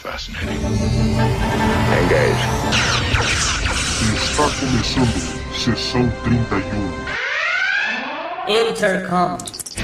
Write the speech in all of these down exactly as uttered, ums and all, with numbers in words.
Fascinating. Engage. Está começando Sessão trinta e um. Intercom.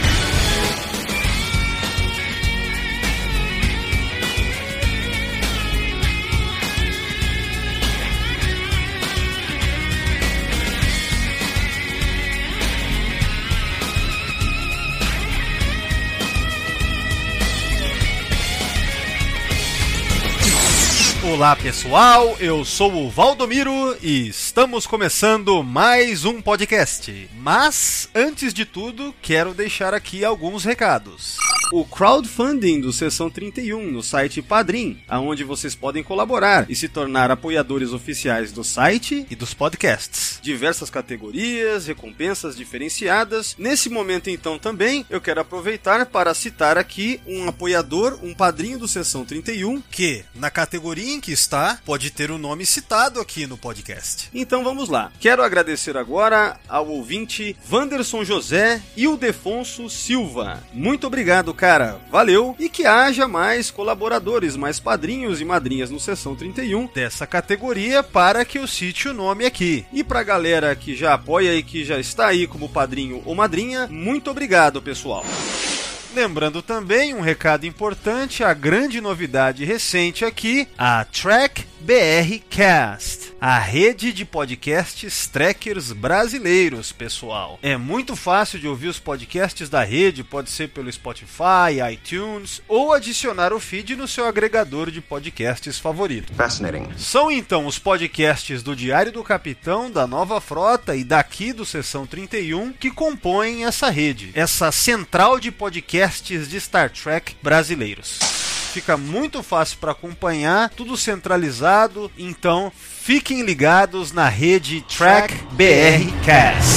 Olá pessoal, eu sou o Valdomiro e estamos começando mais um podcast. Mas, antes de tudo, quero deixar aqui alguns recados. O crowdfunding do Sessão trinta e um no site Padrim, aonde vocês podem colaborar e se tornar apoiadores oficiais do site e dos podcasts. Diversas categorias, recompensas diferenciadas. Nesse momento então também, eu quero aproveitar para citar aqui um apoiador, um padrinho do Sessão trinta e um, que, na categoria em que está, pode ter o nome citado aqui no podcast. Então vamos lá. Quero agradecer agora ao ouvinte Wanderson José e o Defonso Silva. Muito obrigado, cara. Valeu. E que haja mais colaboradores, mais padrinhos e madrinhas no Sessão trinta e um dessa categoria para que eu cite o nome aqui. E pra galera que já apoia e que já está aí como padrinho ou madrinha, muito obrigado, pessoal. Lembrando também um recado importante, a grande novidade recente aqui, a Trek B R Cast, a rede de podcasts trekkers brasileiros, pessoal. É muito fácil de ouvir os podcasts da rede, pode ser pelo Spotify, iTunes, ou adicionar o feed no seu agregador de podcasts favorito. Fascinating. São então os podcasts do Diário do Capitão, da Nova Frota e daqui do Sessão trinta e um que compõem essa rede, essa central de podcasts de Star Trek brasileiros. Fica muito fácil para acompanhar, tudo centralizado, então fiquem ligados na rede Trek B R Cast.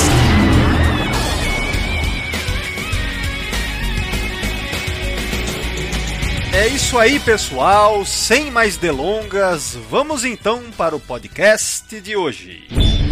É isso aí, pessoal, sem mais delongas, vamos então para o podcast de hoje.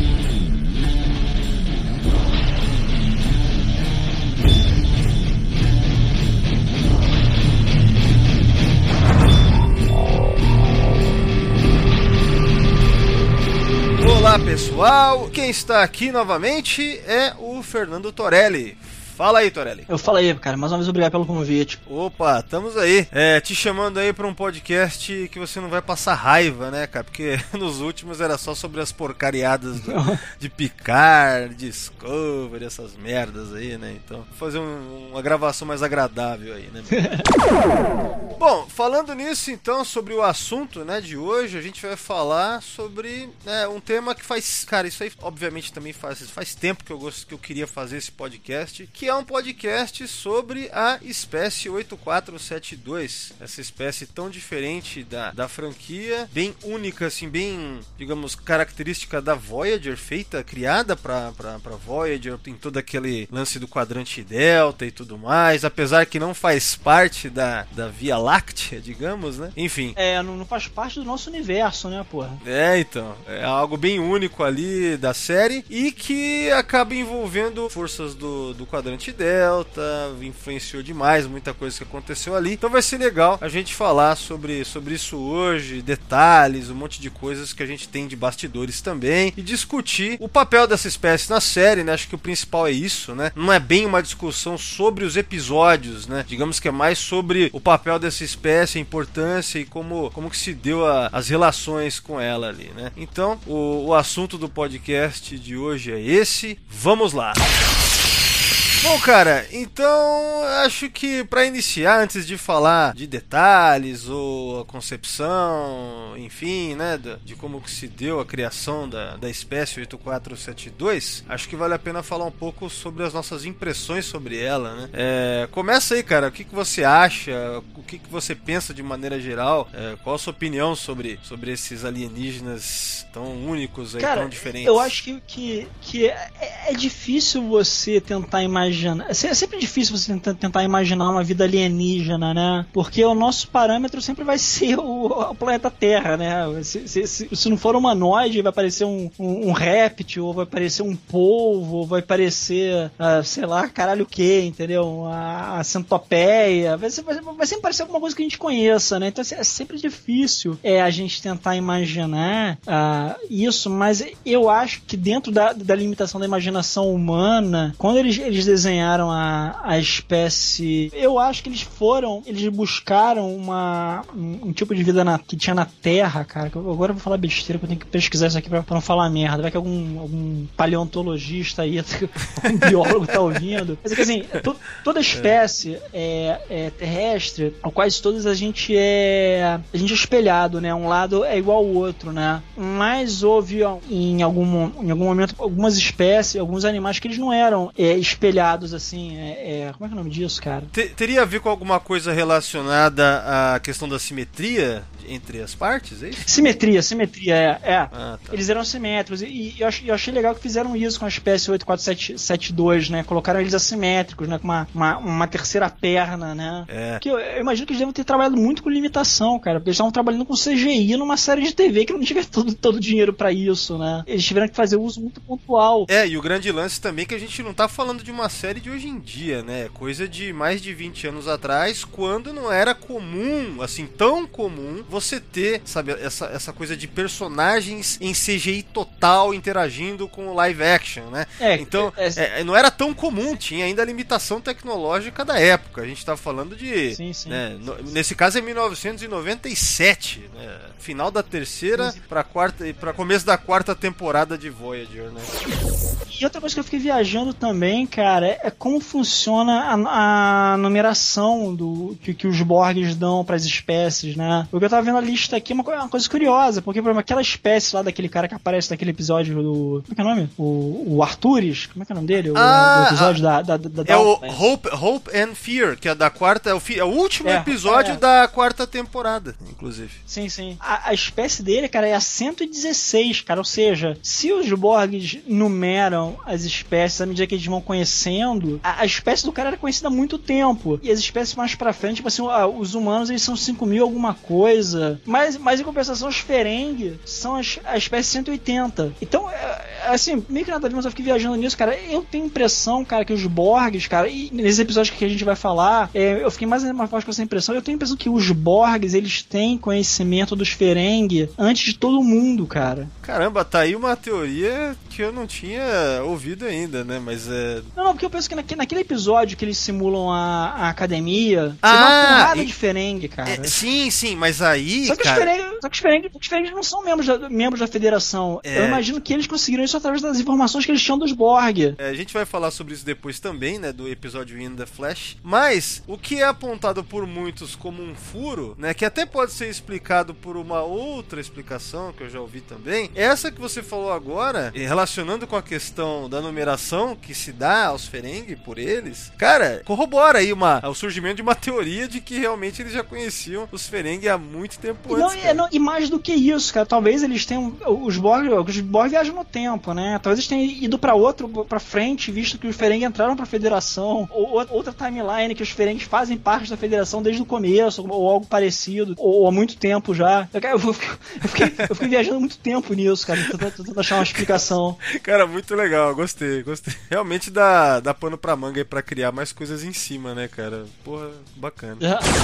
Olá pessoal, quem está aqui novamente é o Fernando Torelli. Fala aí, Torelli. Eu falo aí, cara, mais uma vez obrigado pelo convite. Opa, estamos aí. É, te chamando aí pra um podcast que você não vai passar raiva, né, cara? Porque nos últimos era só sobre as porcariadas do, de Picard, Discovery, essas merdas aí, né? Então, vou fazer um, uma gravação mais agradável aí, né? Bom, falando nisso, então, sobre o assunto, né, de hoje, a gente vai falar sobre né, um tema que faz... Cara, isso aí, obviamente, também faz, faz tempo que eu, gosto, que eu queria fazer esse podcast, que é um podcast sobre a espécie oito quatro sete dois, essa espécie tão diferente da, da franquia, bem única, assim, bem, digamos, característica da Voyager, feita, criada pra, pra, pra Voyager, tem todo aquele lance do quadrante Delta e tudo mais, apesar que não faz parte da, da Via Láctea, digamos, né? Enfim. É, não, não faz parte do nosso universo, né, porra? É, então, é algo bem único ali da série e que acaba envolvendo forças do, do quadrante Delta, influenciou demais muita coisa que aconteceu ali, então vai ser legal a gente falar sobre, sobre isso hoje, detalhes, um monte de coisas que a gente tem de bastidores também, e discutir o papel dessa espécie na série, né? Acho que o principal é isso, né? Não é bem uma discussão sobre os episódios, né? Digamos que é mais sobre o papel dessa espécie, a importância e como, como que se deu a, as relações com ela ali, né? Então, o, o assunto do podcast de hoje é esse, vamos lá! Bom, cara, então acho que para iniciar, antes de falar de detalhes ou a concepção, enfim, né, de como que se deu a criação da, da espécie oito quatro sete dois, acho que vale a pena falar um pouco sobre as nossas impressões sobre ela, né? É, começa aí, cara, o que, que você acha, o que, que você pensa de maneira geral, é, qual a sua opinião sobre, sobre esses alienígenas tão únicos aí, cara, tão diferentes? Eu acho que, que, que é, é difícil você tentar imaginar imaginar... É sempre difícil você tentar imaginar uma vida alienígena, né? Porque o nosso parâmetro sempre vai ser o, o planeta Terra, né? Se, se, se, se não for humanoide, vai parecer um, um, um réptil, ou vai parecer um polvo, ou vai parecer, uh, sei lá, caralho o que, entendeu? A, a centopeia. Vai, ser, vai, vai sempre parecer alguma coisa que a gente conheça, né? Então é sempre difícil é, a gente tentar imaginar uh, isso, mas eu acho que dentro da, da limitação da imaginação humana, quando eles, eles desenharam a, a espécie, eu acho que eles foram, eles buscaram uma, um, um tipo de vida na, que tinha na Terra, cara, que eu, agora eu vou falar besteira, que eu tenho que pesquisar isso aqui pra, pra não falar merda, vai que algum, algum paleontologista aí, um biólogo tá ouvindo, mas é que assim, to, toda espécie é, é terrestre, ou quase todas a gente é a gente é espelhado, né, um lado é igual ao outro, né, mas houve em algum, em algum momento algumas espécies, alguns animais que eles não eram é, espelhados assim, é, é, como é que é o nome disso, cara? Teria a ver com alguma coisa relacionada à questão da simetria entre as partes, é isso? Simetria, simetria, é. é. Ah, tá. Eles eram simétricos, e, e eu, achei, eu achei legal que fizeram isso com a espécie oito quatro sete sete dois, né? Colocaram eles assimétricos, né? Com uma, uma, uma terceira perna, né? É. Que eu, eu imagino que eles devem ter trabalhado muito com limitação, cara, porque eles estavam trabalhando com C G I numa série de T V que não tinha todo, todo o dinheiro pra isso, né? Eles tiveram que fazer uso muito pontual. É, e o grande lance também é que a gente não tá falando de uma série de hoje em dia, né? Coisa de mais de vinte anos atrás, quando não era comum, assim, tão comum, você ter, sabe, essa, essa coisa de personagens em C G I total interagindo com o live action, né? É, então, é, é, não era tão comum, tinha ainda a limitação tecnológica da época. A gente tá falando de... Sim, sim. Né, no, nesse caso é mil novecentos e noventa e sete, né? Final da terceira pra, quarta, pra começo da quarta temporada de Voyager, né? E outra coisa que eu fiquei viajando também, cara, é, é como funciona a, a numeração do, que, que os Borgs dão pras espécies, né? Porque eu tava vendo a lista aqui, uma, uma coisa curiosa, porque, por exemplo, aquela espécie lá daquele cara que aparece naquele episódio do... Como é que é o nome? O, o Arturis? Como é que é o nome dele? O, ah, o episódio da, da, da, da... É o Hope, Hope and Fear, que é da quarta... É o, fi, é o último é, episódio é. da quarta temporada, inclusive. Sim, sim. A, a espécie dele, cara, é a cento e dezesseis, cara. Ou seja, se os Borgs numeram as espécies à medida que eles vão conhecendo, a, a espécie do cara era conhecida há muito tempo. E as espécies mais pra frente, tipo assim, ah, os humanos, eles são cinco mil alguma coisa. Mas, mas em compensação, os Ferengi são as, a espécie cento e oitenta. Então, é, assim, meio que nada a ver, mas eu fiquei viajando nisso, cara. Eu tenho a impressão, cara, que os Borgs, cara, e nesses episódios que a gente vai falar, é, eu fiquei mais uma forte com essa impressão. Eu tenho a impressão que os Borgs, eles têm conhecimento dos Ferengi antes de todo mundo, cara. Caramba, tá aí uma teoria que eu não tinha ouvido ainda, né? Mas é... Não, não, porque eu penso que naquele, naquele episódio que eles simulam a, a academia, ah, tem uma porrada e... de Ferengi, cara. É, sim, sim, mas aí, só que cara... Os Ferengi, só que os Ferengi, os Ferengi não são membros da, membros da Federação. É... Eu imagino que eles conseguiram isso através das informações que eles tinham dos Borg. É, a gente vai falar sobre isso depois também, né? Do episódio In The Flash. Mas, o que é apontado por muitos como um furo, né? Que até pode ser explicado por uma outra explicação, que eu já ouvi também. Essa que você falou agora, relacionando com a questão da numeração que se dá aos Ferengi por eles, cara, corrobora aí uma, o surgimento de uma teoria de que realmente eles já conheciam os Ferengi há muito tempo não, antes. É, não, e mais do que isso, cara, talvez eles tenham, os Borg, os Borg viajam no tempo, né? Talvez eles tenham ido pra outro, pra frente, visto que os Ferengi entraram pra Federação, ou outra timeline que os Ferengi fazem parte da Federação desde o começo, ou algo parecido, ou, ou há muito tempo já. Eu, eu, eu, fiquei, eu fiquei viajando muito tempo nisso, cara, tentando, tentando achar uma explicação. Cara, muito legal, gostei, gostei. Realmente dá, dá pano pra manga aí pra criar mais coisas em cima, né, cara? Porra, bacana.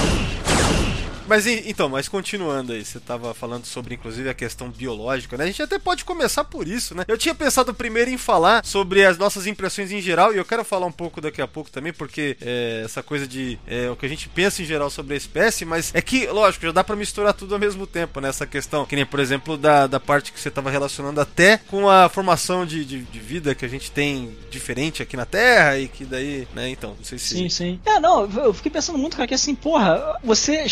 É. Mas então, mas continuando aí, você tava falando sobre, inclusive, a questão biológica, né? A gente até pode começar por isso, né? Eu tinha pensado primeiro em falar sobre as nossas impressões em geral, e eu quero falar um pouco daqui a pouco também, porque é, essa coisa de é, o que a gente pensa em geral sobre a espécie, mas é que, lógico, já dá pra misturar tudo ao mesmo tempo, né? Essa questão, que nem, por exemplo, da, da parte que você tava relacionando até com a formação de, de, de vida que a gente tem diferente aqui na Terra, e que daí, né? Então, não sei se... Sim, sim. É, não, eu fiquei pensando muito, cara, que assim, porra, você estabelecer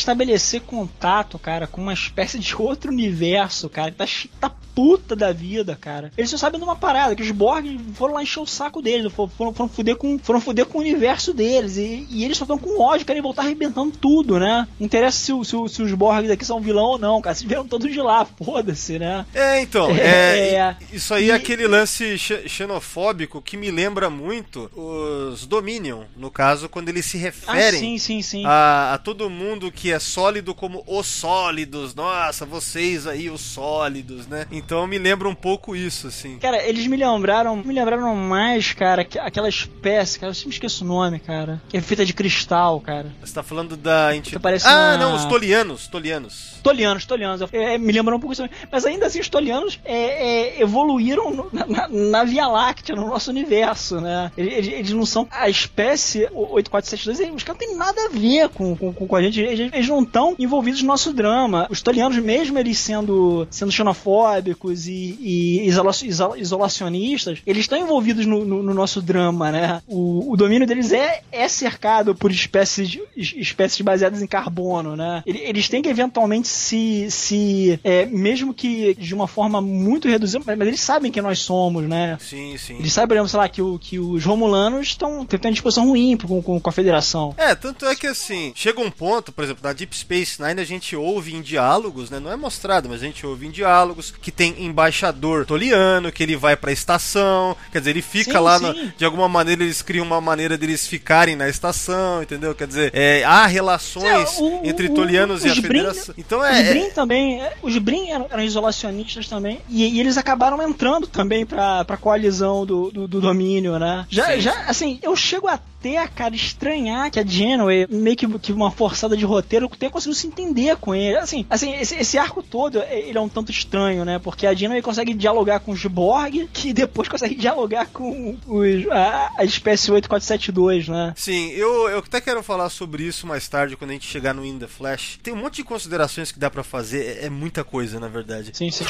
estabelecer contato, cara, com uma espécie de outro universo, cara, que tá, tá puta da vida, cara. Eles só sabem de uma parada, que os Borg foram lá encher o saco deles, foram, foram, foram, fuder, com, foram fuder com o universo deles, e, e eles só estão com ódio, querem voltar arrebentando tudo, né? Não interessa se, se, se os Borgs aqui são vilão ou não, cara, se vieram todos de lá, foda-se, né? É, então, é, é, isso aí e, é aquele lance xenofóbico que me lembra muito os Dominion, no caso, quando eles se referem ah, sim, sim, sim. A, a todo mundo que é sólido como os sólidos, nossa, vocês aí, os sólidos, né? Então me lembra um pouco isso, assim. Cara, eles me lembraram, me lembraram mais, cara, que, aquela espécie, cara, eu sempre esqueço o nome, cara, que é feita de cristal, cara. Você tá falando da entidade... Ah, uma... não, os Tolianos, Tolianos. Tolianos, Tolianos, é, me lembram um pouco isso, mas ainda assim os Tolianos é, é, evoluíram no, na, na Via Láctea, no nosso universo, né? Eles, eles não são a espécie oito quatro sete dois, os caras não tem nada a ver com, com, com a gente, eles, eles não estão envolvidos no nosso drama. Os Tolianos, mesmo eles sendo, sendo xenofóbicos e, e isola, isola, isolacionistas, eles estão envolvidos no, no, no nosso drama, né? O, o domínio deles é, é cercado por espécies, espécies baseadas em carbono, né? Eles têm que eventualmente se, se é, mesmo que de uma forma muito reduzida, mas eles sabem quem nós somos, né? Sim, sim. Eles sabem, por exemplo, sei lá, que, o, que os Romulanos estão tendo uma disposição ruim com, com, com a Federação. É, tanto é que assim, chega um ponto, por exemplo, na Deep Space Nine a gente ouve em diálogos, né? Não é mostrado, mas a gente ouve em diálogos que tem embaixador toliano, que ele vai pra estação, quer dizer, ele fica sim, lá, sim. No, de alguma maneira eles criam uma maneira deles ficarem na estação, entendeu? Quer dizer, é, há relações sim, o, entre tolianos o, e a Federação. Brin, então é... Os Brin também, os Brin eram, eram isolacionistas também, e, e eles acabaram entrando também pra, pra coalizão do, do, do domínio, né? Já, sim, já, sim. Assim, eu chego até, cara, estranhar que a Janeway, meio que, que uma forçada de roteiro, tenha conseguido se entender com ele. Assim, assim esse, esse arco todo, ele é um tanto estranho, né? Porque a Janeway consegue dialogar com os Borg, que depois consegue dialogar com os, a, a espécie oito quatro sete dois, né? Sim, eu, eu até quero falar sobre isso mais tarde, quando a gente chegar no In The Flash. Tem um monte de considerações que dá pra fazer, é, é muita coisa, na verdade. Sim, sim.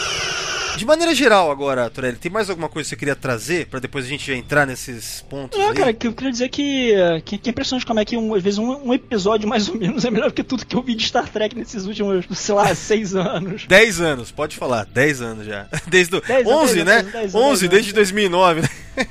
De maneira geral agora, Torelli, tem mais alguma coisa que você queria trazer pra depois a gente já entrar nesses pontos? Não, aí? cara, que eu queria dizer que, que, que é impressionante como é que um, às vezes um, um episódio mais ou menos é melhor que tudo que eu vi de Star Trek nesses últimos, sei lá, seis anos. dez anos, pode falar, dez anos já. Desde do... dez, onze, dez, né? dez, dez, onze, dez, desde dois mil e nove, né?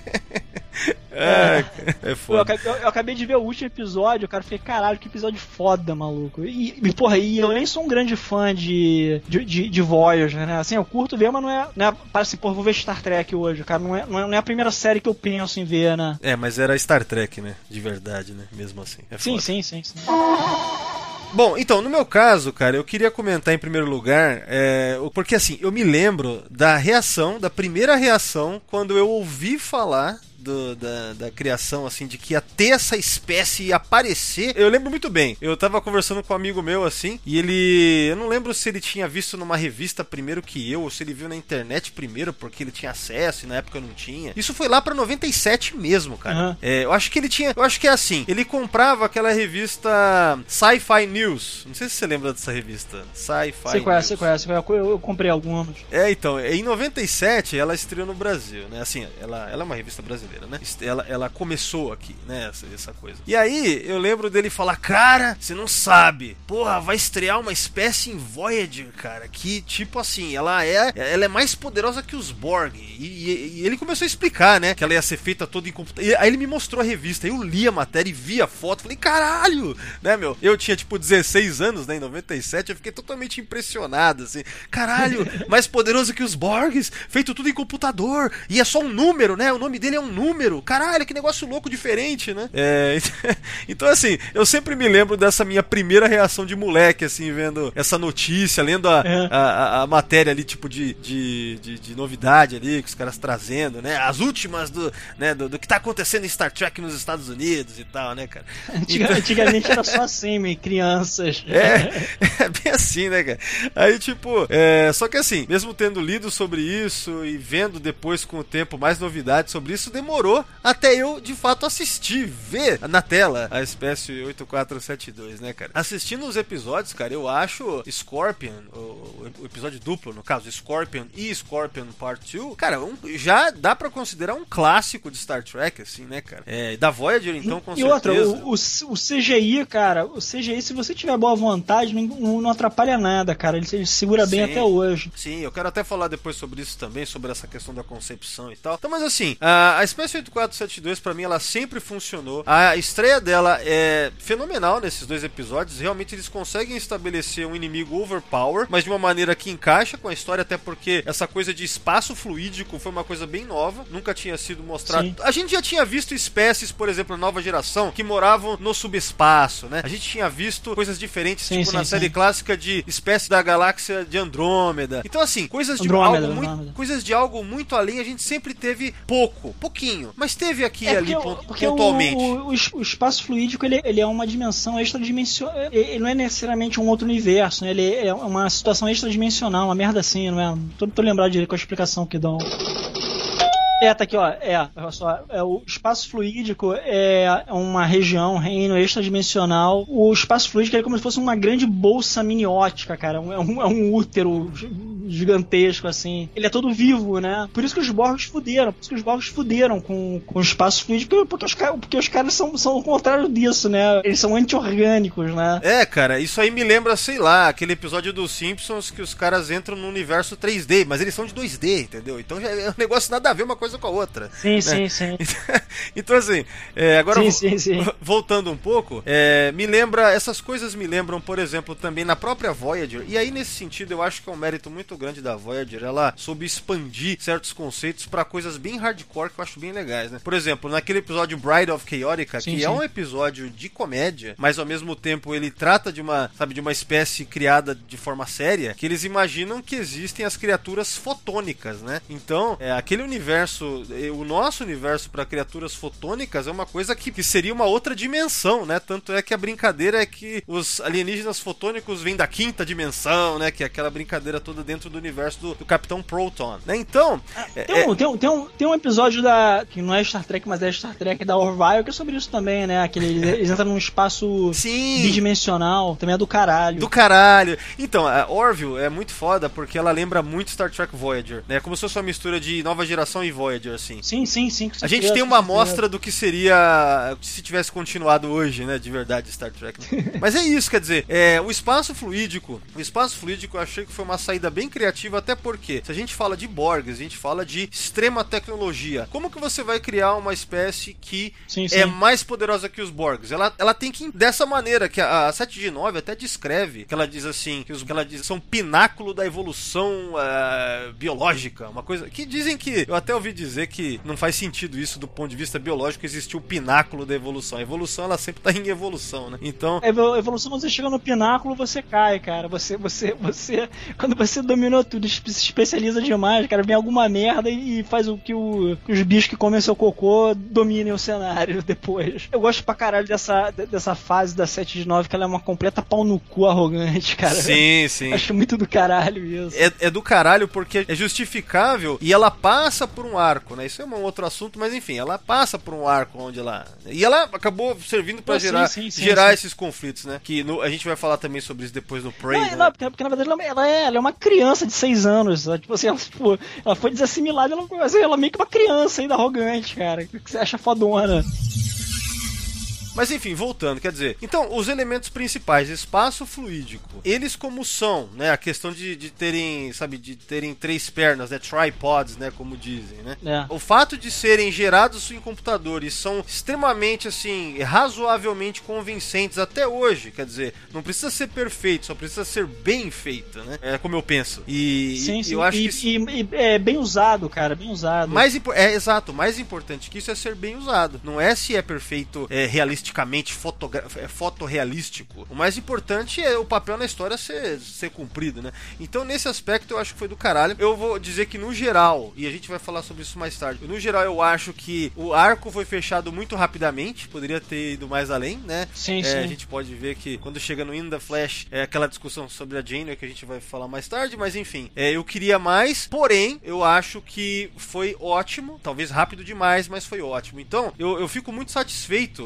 É, é foda. Eu, eu, eu acabei de ver o último episódio, cara, fiquei, caralho, que episódio foda, maluco. E, e porra, e eu nem sou um grande fã de, de, de, de Voyager, né? Assim, eu curto ver, mas não é, não é parece, porra, vou ver Star Trek hoje, cara. Não é, não, é, não é a primeira série que eu penso em ver, né? É, mas era Star Trek, né? De verdade, né? Mesmo assim. É sim, sim, sim, sim. Bom, então, no meu caso, cara, eu queria comentar em primeiro lugar, é, porque assim, eu me lembro da reação, da primeira reação, quando eu ouvi falar Do, da, da criação, assim, de que ia ter essa espécie e aparecer. Eu lembro muito bem, eu tava conversando com um amigo meu, assim, e ele, eu não lembro se ele tinha visto numa revista primeiro que eu, ou se ele viu na internet primeiro, porque ele tinha acesso e na época eu não tinha. Isso foi lá pra noventa e sete mesmo, cara. Uhum. É, eu acho que ele tinha, eu acho que é assim, ele comprava aquela revista Sci-Fi News, não sei se você lembra dessa revista, Sci-Fi Você conhece, você conhece, eu, eu comprei algumas. É, então, em noventa e sete ela estreou no Brasil, né, assim, ela, ela é uma revista brasileira, né? Ela, ela começou aqui, né? Essa, essa coisa. E aí, eu lembro dele falar, cara, você não sabe, porra, vai estrear uma espécie em Voyager, cara, que, tipo assim, ela é ela é mais poderosa que os Borg. E, e, e ele começou a explicar, né? Que ela ia ser feita toda em computador. E aí ele me mostrou a revista, eu li a matéria e vi a foto, falei, caralho, né, meu? Eu tinha, tipo, dezesseis anos, né? Em noventa e sete, eu fiquei totalmente impressionado, assim. Caralho, mais poderoso que os Borgs, feito tudo em computador. E é só um número, né? O nome dele é um número. Número, caralho, que negócio louco diferente, né? É, então, assim, eu sempre me lembro dessa minha primeira reação de moleque, assim, vendo essa notícia, lendo a, é. a, a, a matéria ali, tipo, de, de, de, de novidade ali, que os caras trazendo, né? As últimas do, né, do, do que tá acontecendo em Star Trek nos Estados Unidos e tal, né, cara? Antiga, então... Antigamente era só assim, meio crianças. É, é bem assim, né, cara? Aí, tipo, é, só que assim, mesmo tendo lido sobre isso e vendo depois com o tempo mais novidades sobre isso, demorou até eu, de fato, assistir, ver na tela a espécie oito quatro sete dois, né, cara? Assistindo os episódios, cara, eu acho Scorpion, o, o episódio duplo, no caso, Scorpion e Scorpion Part dois, cara, um, já dá pra considerar um clássico de Star Trek, assim, né, cara? É, da Voyager, então, com e certeza. outra, o, o, o C G I, cara, o C G I, se você tiver boa vontade, não, não atrapalha nada, cara. Ele se segura bem sim, até hoje. Sim, eu quero até falar depois sobre isso também, sobre essa questão da concepção e tal. Então, mas assim, a, a Space oito quatro sete dois, pra mim, ela sempre funcionou. A estreia dela é fenomenal nesses dois episódios. Realmente eles conseguem estabelecer um inimigo overpower, mas de uma maneira que encaixa com a história, até porque essa coisa de espaço fluídico foi uma coisa bem nova, nunca tinha sido mostrado. Sim. A gente já tinha visto espécies, por exemplo, na nova geração, que moravam no subespaço, né? A gente tinha visto coisas diferentes, sim, tipo sim, na série sim. clássica de espécie da galáxia de Andrômeda. Então, assim, coisas de, Andrômeda, algo, muito, coisas de algo muito além, a gente sempre teve pouco, pouquinho, mas teve aqui é ali porque, porque pontualmente. O, o, o espaço fluídico, ele, ele é uma dimensão extradimensional, ele não é necessariamente um outro universo, né? Ele é uma situação extradimensional, uma merda assim, não é? Tô, tô lembrado direito com a explicação que dão. É, tá aqui, ó. É, olha só. É, o espaço fluídico é uma região, um reino extradimensional. O espaço fluídico é como se fosse uma grande bolsa miniótica, cara. É um, é um útero gigantesco, assim. Ele é todo vivo, né? Por isso que os Borgs fuderam. Por isso que os Borgs fuderam com, com o espaço fluídico, porque os, porque os caras são, são o contrário disso, né? Eles são anti-orgânicos, né? É, cara, isso aí me lembra, sei lá, aquele episódio dos Simpsons que os caras entram no universo três D, mas eles são de dois D, entendeu? Então já é um negócio nada a ver uma coisa com a outra. Sim, né? sim, sim. Então, assim, é, agora sim, sim, sim. voltando um pouco, é, me lembra, essas coisas me lembram, por exemplo, também na própria Voyager, e aí nesse sentido eu acho que é um mérito muito grande da Voyager, ela soube expandir certos conceitos pra coisas bem hardcore que eu acho bem legais, né? Por exemplo, naquele episódio Bride of Chaotica, sim, que sim. é um episódio de comédia, mas ao mesmo tempo ele trata de uma, sabe, de uma espécie criada de forma séria, que eles imaginam que existem as criaturas fotônicas, né? Então, é, aquele universo, o nosso universo para criaturas fotônicas é uma coisa que, que seria uma outra dimensão, né? Tanto é que a brincadeira é que os alienígenas fotônicos vêm da quinta dimensão, né? Que é aquela brincadeira toda dentro do universo do, do Capitão Proton, né? Então... É, tem, um, é... tem, um, tem, um, tem um episódio da... que não é Star Trek, mas é Star Trek da Orville, que é sobre isso também, né? Aquele, eles entram num espaço Sim. bidimensional, também é do caralho. Do caralho. Então, a Orville é muito foda porque ela lembra muito Star Trek Voyager, né? Como se fosse uma mistura de Nova Geração e Voyager, assim. Sim, sim, sim. A gente tem uma amostra do que seria se tivesse continuado hoje, né? De verdade, Star Trek. Né? Mas é isso, quer dizer, é, o espaço fluídico, o espaço fluídico eu achei que foi uma saída bem criativa, até porque, se a gente fala de Borgs, a gente fala de extrema tecnologia. Como que você vai criar uma espécie que sim, sim. é mais poderosa que os Borgs? Ela, ela tem que, dessa maneira, que a, a sete de nove até descreve, que ela diz assim, que, os, que ela diz são pináculo da evolução uh, biológica, uma coisa que dizem que, eu até ouvi dizer que não faz sentido isso do ponto de vista biológico, existiu o pináculo da evolução. A evolução, ela sempre tá em evolução, né? Então... A evolução, você chega no pináculo, você cai, cara. Você, você, você... Quando você dominou tudo, se especializa demais, cara, vem alguma merda e faz o que, o, que os bichos que comem seu cocô dominem o cenário depois. Eu gosto pra caralho dessa, dessa fase da sete de nove, que ela é uma completa pau no cu arrogante, cara. Sim, sim. Acho muito do caralho isso. É, é do caralho porque é justificável e ela passa por um arco, né? Isso é um outro assunto, mas enfim, ela passa por um arco onde ela... E ela acabou servindo pra oh, gerar, sim, sim, gerar sim, esses conflitos, né? Que no, a gente vai falar também sobre isso depois no Prey, não, né? não, porque, porque na verdade ela, ela, é, ela é uma criança de seis anos, ela, tipo assim, ela, tipo, ela foi desassimilada, ela, ela é meio que uma criança ainda arrogante, cara, que você acha fodona. Mas enfim, voltando, quer dizer, então, os elementos principais, espaço fluídico, eles como são, né, a questão de, de terem, sabe, de terem três pernas, né, tripods, né, como dizem, né, é. O fato de serem gerados em computadores são extremamente, assim, razoavelmente convincentes até hoje, quer dizer, não precisa ser perfeito, só precisa ser bem feito, né, é como eu penso, e, sim, e sim. eu acho e, que... E, e é bem usado, cara, bem usado. Mais, é, exato, mais importante que isso é ser bem usado, não é se é perfeito, é, realista fotogra- fotorrealístico. O mais importante é o papel na história ser, ser cumprido, né? Então, nesse aspecto, eu acho que foi do caralho. Eu vou dizer que, no geral, e a gente vai falar sobre isso mais tarde, no geral, eu acho que o arco foi fechado muito rapidamente, poderia ter ido mais além, né? Sim, é, sim. A gente pode ver que, quando chega no In The Flash, é aquela discussão sobre a Janeway que a gente vai falar mais tarde, mas enfim, é, eu queria mais, porém, eu acho que foi ótimo, talvez rápido demais, mas foi ótimo. Então, eu, eu fico muito satisfeito é, de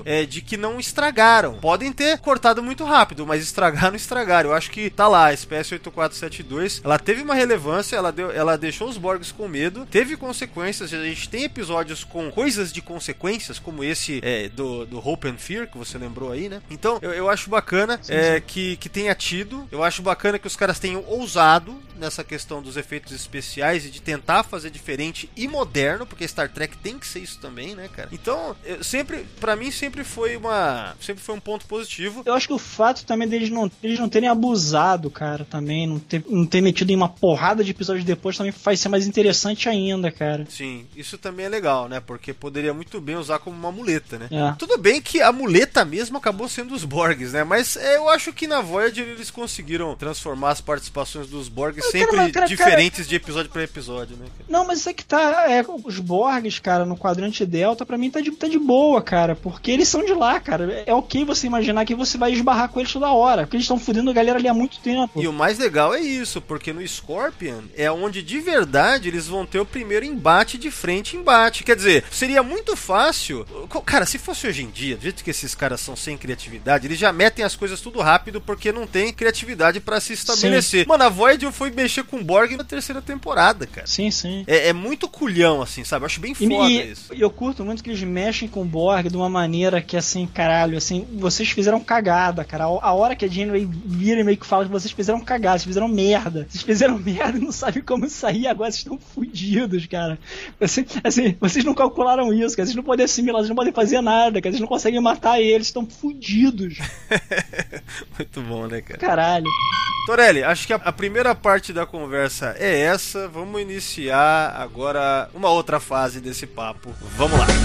que não estragaram. Podem ter cortado muito rápido, mas estragar não estragaram. Eu acho que tá lá, a espécie oito quatro sete dois, ela teve uma relevância, ela, deu, ela deixou os Borgs com medo, teve consequências, a gente tem episódios com coisas de consequências, como esse é, do, do Hope and Fear, que você lembrou aí, né? Então, eu, eu acho bacana sim, é, sim. Que, que tenha tido, eu acho bacana que os caras tenham ousado nessa questão dos efeitos especiais e de tentar fazer diferente e moderno, porque Star Trek tem que ser isso também, né, cara? Então, eu sempre, pra mim, sempre foi uma, sempre foi um ponto positivo. Eu acho que o fato também deles não, deles não terem abusado, cara, também, não ter, não ter metido em uma porrada de episódios depois também faz ser mais interessante ainda, cara. Sim, isso também é legal, né? Porque poderia muito bem usar como uma muleta, né? É. Tudo bem que a muleta mesmo acabou sendo os Borgs, né? Mas é, eu acho que na Voyager eles conseguiram transformar as participações dos Borgs sempre cara, cara, diferentes cara... de episódio pra episódio, né? Cara? Não, mas isso é que tá, é, os Borgs, cara, no quadrante Delta, pra mim tá de, tá de boa, cara, porque eles são de lá, cara. É ok você imaginar que você vai esbarrar com eles toda hora, porque eles estão fudendo a galera ali há muito tempo. E o mais legal é isso, porque no Scorpion é onde de verdade eles vão ter o primeiro embate de frente embate. Quer dizer, seria muito fácil. Cara, se fosse hoje em dia, do jeito que esses caras são sem criatividade, eles já metem as coisas tudo rápido porque não tem criatividade pra se estabelecer. Sim. Mano, a Voyager foi mexer com o Borg na terceira temporada, cara. Sim, sim. É, é muito culhão, assim, sabe? Eu acho bem foda e, isso. E eu curto muito que eles mexem com o Borg de uma maneira que, assim, caralho, assim, vocês fizeram cagada, cara. A hora que a Janeway vira e meio que fala que vocês fizeram cagada, vocês fizeram merda. Vocês fizeram merda e não sabem como sair, agora vocês estão fodidos, cara. Assim, assim, vocês não calcularam isso, cara. Vocês não podem assimilar, vocês não podem fazer nada, cara. Vocês não conseguem matar eles, estão fodidos. Muito bom, né, cara? Caralho. Torelli, acho que a, a primeira parte da conversa é essa. Vamos iniciar agora uma outra fase desse papo. Vamos lá.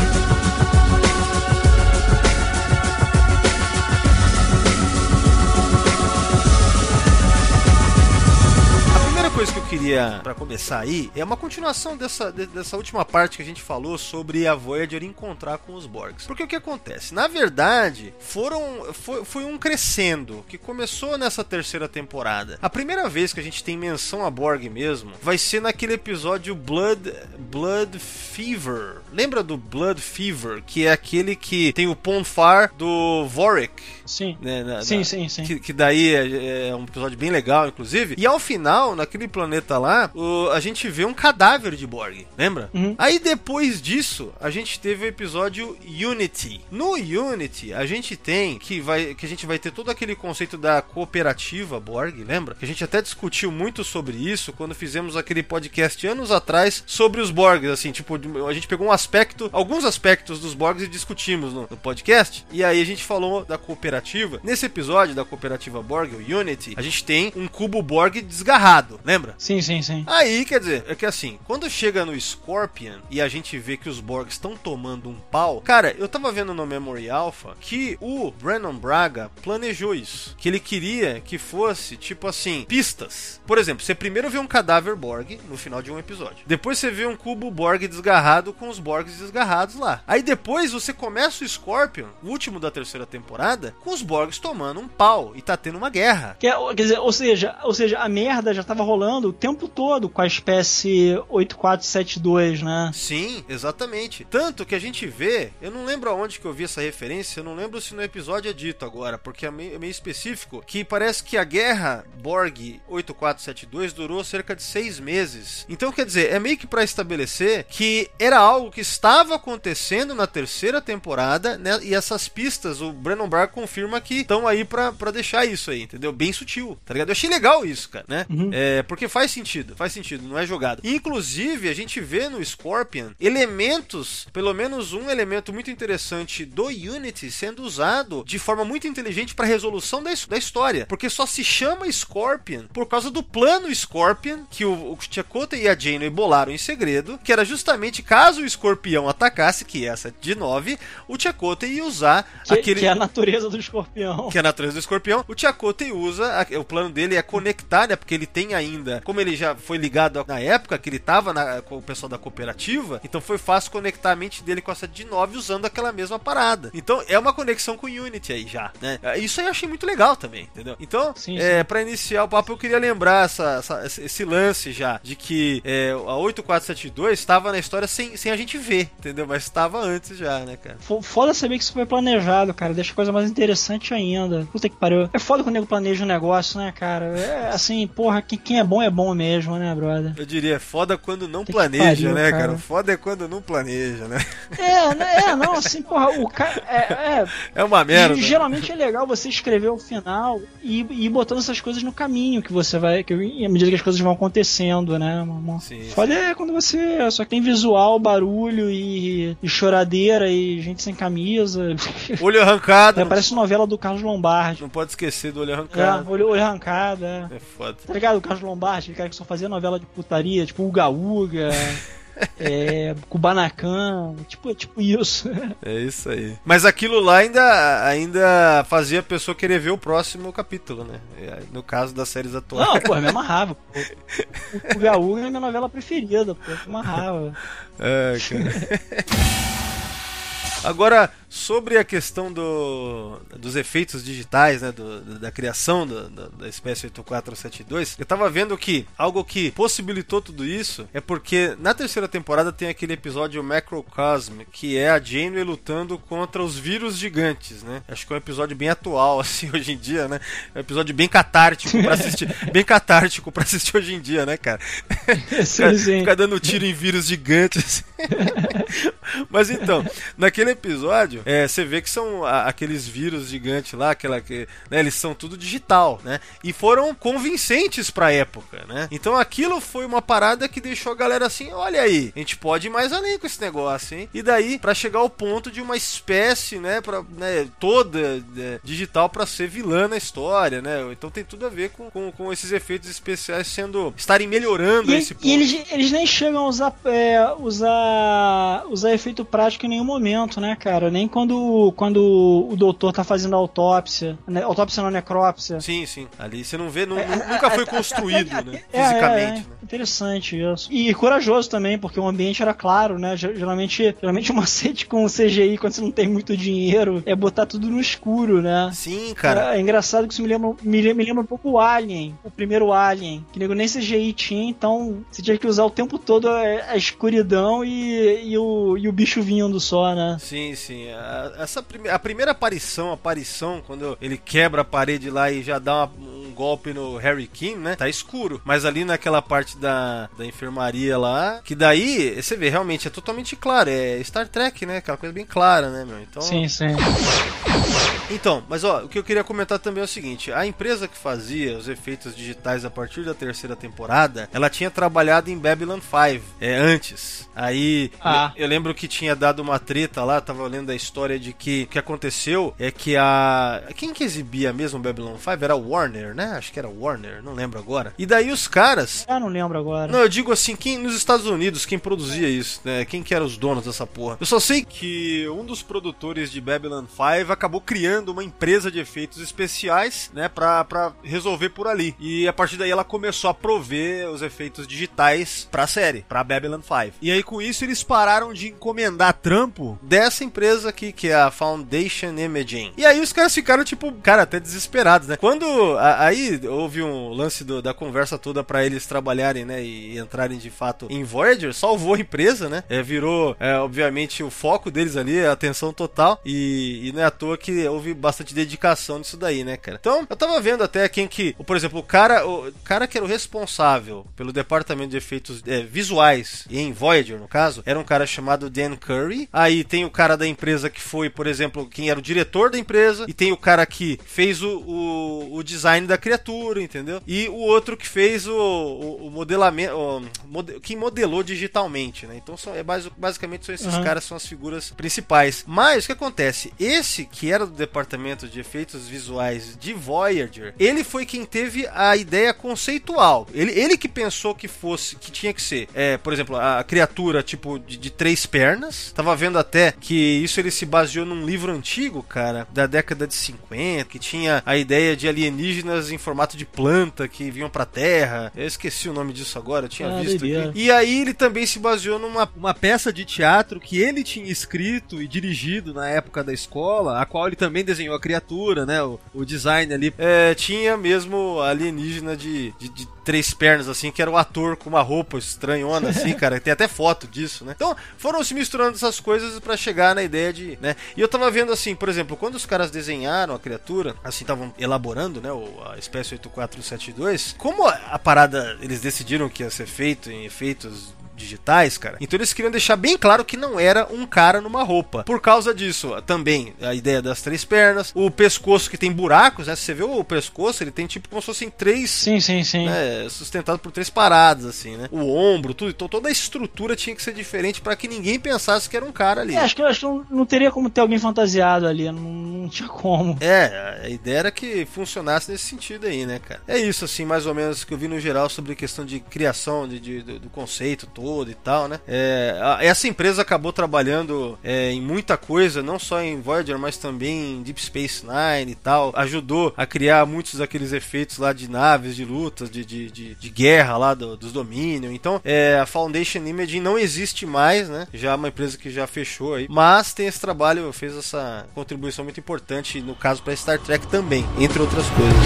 Coisa que eu queria, pra começar aí, é uma continuação dessa, de, dessa última parte que a gente falou sobre a Voyager encontrar com os Borgs. Porque o que acontece? Na verdade, foram, foi, foi um crescendo que começou nessa terceira temporada. A primeira vez que a gente tem menção a Borg mesmo vai ser naquele episódio Blood, Blood Fever. Lembra do Blood Fever? Que é aquele que tem o Ponfar do Vorik. Sim, né, na, sim, na, sim, sim. Que, que daí é, é um episódio bem legal, inclusive. E ao final, naquele planeta lá, o, a gente vê um cadáver de Borg, lembra? Uhum. Aí depois disso, a gente teve o episódio Unity. No Unity, a gente tem que, vai, que a gente vai ter todo aquele conceito da cooperativa Borg, lembra? Que a gente até discutiu muito sobre isso quando fizemos aquele podcast anos atrás sobre os Borgs, assim, tipo, a gente pegou um aspecto, alguns aspectos dos Borgs e discutimos no, no podcast, e aí a gente falou da cooperativa. Nesse episódio da cooperativa Borg, o Unity, a gente tem um cubo Borg desgarrado, lembra? Sim, sim, sim. Aí, quer dizer, é que assim, quando chega no Scorpion e a gente vê que os Borg estão tomando um pau, cara, eu tava vendo no Memory Alpha que o Brannon Braga planejou isso, que ele queria que fosse, tipo assim, pistas. Por exemplo, você primeiro vê um cadáver Borg no final de um episódio, depois você vê um cubo Borg desgarrado com os Borgs desgarrados lá, aí depois você começa o Scorpion, o último da terceira temporada, com os Borgs tomando um pau e tá tendo uma guerra. Quer, quer dizer, ou seja, ou seja, a merda já tava rolando o tempo todo com a espécie oito quatro sete dois, né? Sim, exatamente. Tanto que a gente vê, eu não lembro aonde que eu vi essa referência, eu não lembro se no episódio é dito agora, porque é meio, é meio específico, que parece que a guerra Borg oito quatro sete dois durou cerca de seis meses. Então, quer dizer, é meio que pra estabelecer que era algo que estava acontecendo na terceira temporada, né? E essas pistas, o Brannon Braga confirma que estão aí pra, pra deixar isso aí, entendeu? Bem sutil, tá ligado? Eu achei legal isso, cara, né? Uhum. É, porque faz sentido, faz sentido, não é jogado. Inclusive, a gente vê no Scorpion elementos, pelo menos um elemento muito interessante do Unity sendo usado de forma muito inteligente pra resolução da, da história, porque só se chama Scorpion por causa do plano Scorpion que o, o Chakotay e a Janeway bolaram em segredo, que era justamente caso o escorpião atacasse, que é essa de nove, o Chakotay ia usar que, aquele... Que é a natureza do escorpião. Que é a natureza do escorpião. O Chakotay usa, o plano dele é conectar, né, porque ele tem ainda, como ele já foi ligado na época que ele tava na, com o pessoal da cooperativa, então foi fácil conectar a mente dele com essa de nove usando aquela mesma parada. Então é uma conexão com o Unity aí já, né? Isso aí eu achei muito legal também, entendeu? Então, sim, sim. É, pra iniciar o papo eu queria lembrar essa, essa, esse lance já, de que é, a oito quatro sete dois estava na história sem, sem a gente vê, entendeu? Mas estava antes já, né, cara? Foda saber que isso foi planejado, cara. Deixa a coisa mais interessante ainda. Puta que pariu. É foda quando o nego planeja um negócio, né, cara? É assim, porra, quem é bom é bom mesmo, né, brother? Eu diria, é foda quando não Puta planeja, pariu, né, cara? cara? Foda é quando não planeja, né? É, né, é, não, assim, porra, o cara. É, é, É uma merda. E, geralmente é legal você escrever o final e, e ir botando essas coisas no caminho que você vai. Que, à medida que as coisas vão acontecendo, né? Uma, Sim, foda sim. é quando você só tem visual, barulho e, e choradeira e gente sem camisa. Olho arrancado. É, parece novela do Carlos Lombardi. Não pode esquecer do olho É, arrancado. olho, olho arrancado, é. É foda. Tá ligado? O Carlos Lombardi, aquele cara que só fazia novela de putaria, tipo Uga Uga, é, Kubanacan, tipo, tipo isso. É isso aí. Mas aquilo lá ainda, ainda fazia a pessoa querer ver o próximo capítulo, né? No caso das séries atuais. Não, pô, me amarrava. Pô. O Uga Uga é a minha novela preferida, pô, me amarrava. É, cara. Agora, sobre a questão do, dos efeitos digitais, né, do, da criação do, do, da espécie oito quatro sete dois, eu tava vendo que algo que possibilitou tudo isso é porque na terceira temporada tem aquele episódio Macrocosm, que é a Janeway lutando contra os vírus gigantes, né? Acho que é um episódio bem atual, assim, hoje em dia, né? É um episódio bem catártico pra assistir, bem catártico pra assistir hoje em dia, né, cara? Sim, sim. Ficar dando tiro em vírus gigantes. Mas então, naquele episódio, é, você vê que são a, aqueles vírus gigantes lá, aquela que, né, eles são tudo digital, né? E foram convincentes pra época, né? Então aquilo foi uma parada que deixou a galera assim, olha aí, a gente pode ir mais além com esse negócio, hein? E daí, pra chegar ao ponto de uma espécie, né, pra, né toda né, digital pra ser vilã na história, né? Então tem tudo a ver com, com, com esses efeitos especiais sendo, estarem melhorando E, esse ponto. e eles, eles nem chegam a usar, é, usar, usar efeito prático em nenhum momento, né, cara? Nem quando, quando o doutor tá fazendo a autópsia, né? Autópsia não, necrópsia. Sim, sim. Ali você não vê, não, nunca foi construído, né? É, Fisicamente. é, é. Né? Interessante isso. E corajoso também, porque o ambiente era claro, né? Geralmente, geralmente o macete com o C G I, quando você não tem muito dinheiro, é botar tudo no escuro, né? Sim, cara. É, é engraçado que isso me lembra, me, me lembra um pouco o Alien, o primeiro Alien, que nego nem C G I tinha, então você tinha que usar o tempo todo a, a escuridão e, e, o, e o bicho vindo só, né? Sim, sim. A, essa prime, a primeira aparição, aparição, quando ele quebra a parede lá e já dá uma, um golpe no Harry Kim, né? Tá escuro. Mas ali naquela parte da, da enfermaria lá, que daí, você vê, realmente é totalmente claro. É Star Trek, né? Aquela coisa bem clara, né, meu? Então... Sim, sim. Então, mas ó, o que eu queria comentar também é o seguinte, a empresa que fazia os efeitos digitais a partir da terceira temporada, ela tinha trabalhado em Babylon cinco, é, antes. Aí, ah. eu, eu lembro que tinha dado uma treta lá, tava lendo a história de que o que aconteceu é que a... Quem que exibia mesmo Babylon cinco? Era a Warner, né? Acho que era a Warner, não lembro agora. E daí os caras... Ah, não lembro agora. Não, eu digo assim, quem nos Estados Unidos, quem produzia isso, né? Quem que eram os donos dessa porra? Eu só sei que um dos produtores de Babylon cinco acabou criando uma empresa de efeitos especiais, né, pra, pra resolver por ali. E a partir daí ela começou a prover os efeitos digitais pra série, pra Babylon cinco. E aí com isso eles pararam de encomendar trampo dessa empresa aqui, que é a Foundation Imaging. E aí os caras ficaram tipo, cara, até desesperados, né? Quando a, aí houve um lance do, da conversa toda pra eles trabalharem, né, e entrarem de fato em Voyager, salvou a empresa, né? É, virou, é, obviamente, o foco deles ali, a atenção total. E, e não é à toa que houve bastante dedicação nisso daí, né, cara? Então, eu tava vendo até quem que... Por exemplo, o cara, o cara que era o responsável pelo departamento de efeitos é, visuais, em Voyager, no caso, era um cara chamado Dan Curry. Aí tem o cara da empresa que foi, por exemplo, quem era o diretor da empresa. E tem o cara que fez o, o, o design da criatura, entendeu? E o outro que fez o, o, o modelamento... O, mode, quem modelou digitalmente, né? Então, são, é, basicamente, são esses uhum. caras, são as figuras principais. Mas, o que acontece? Esse que era do departamento de efeitos visuais de Voyager, ele foi quem teve a ideia conceitual. Ele, ele que pensou que fosse, que tinha que ser, é, por exemplo, a criatura tipo de, de três pernas. Tava vendo até que isso ele se baseou num livro antigo, cara, da década de cinquenta, que tinha a ideia de alienígenas em formato de planta que vinham pra Terra. Eu esqueci o nome disso agora, eu tinha ah, visto aqui. E aí ele também se baseou numa uma peça de teatro que ele tinha escrito e dirigido na época da escola, a qual ele também desenhou a criatura, né? O, o design ali. É, tinha mesmo alienígena de, de, de três pernas, assim, que era o ator com uma roupa estranhona, assim, cara. Tem até foto disso, né? Então, foram se misturando essas coisas pra chegar na ideia de, né? E eu tava vendo, assim, por exemplo, quando os caras desenharam a criatura, assim, estavam elaborando, né, a espécie oito quatro sete dois, como a parada, eles decidiram que ia ser feito em efeitos digitais, cara. Então eles queriam deixar bem claro que não era um cara numa roupa. Por causa disso, também, a ideia das três pernas, o pescoço que tem buracos, né? Se você vê o pescoço, ele tem tipo como se fossem três... Sim, sim, sim. Né, sustentado por três paradas, assim, né? O ombro, tudo. Então toda a estrutura tinha que ser diferente pra que ninguém pensasse que era um cara ali. É, acho que, acho que não, não teria como ter alguém fantasiado ali. Não, não tinha como. É, a ideia era que funcionasse nesse sentido aí, né, cara? É isso, assim, mais ou menos, que eu vi no geral sobre questão de criação de, de, do, do conceito todo e tal, né? É, a, essa empresa acabou trabalhando é, em muita coisa, não só em Voyager, mas também em Deep Space Nine e tal. Ajudou a criar muitos daqueles efeitos lá de naves, de lutas, de, de, de, de guerra lá do, dos Dominion. Então, é, a Foundation Imaging não existe mais, né? Já é uma empresa que já fechou aí. Mas tem esse trabalho, fez essa contribuição muito importante, no caso, para Star Trek também, entre outras coisas.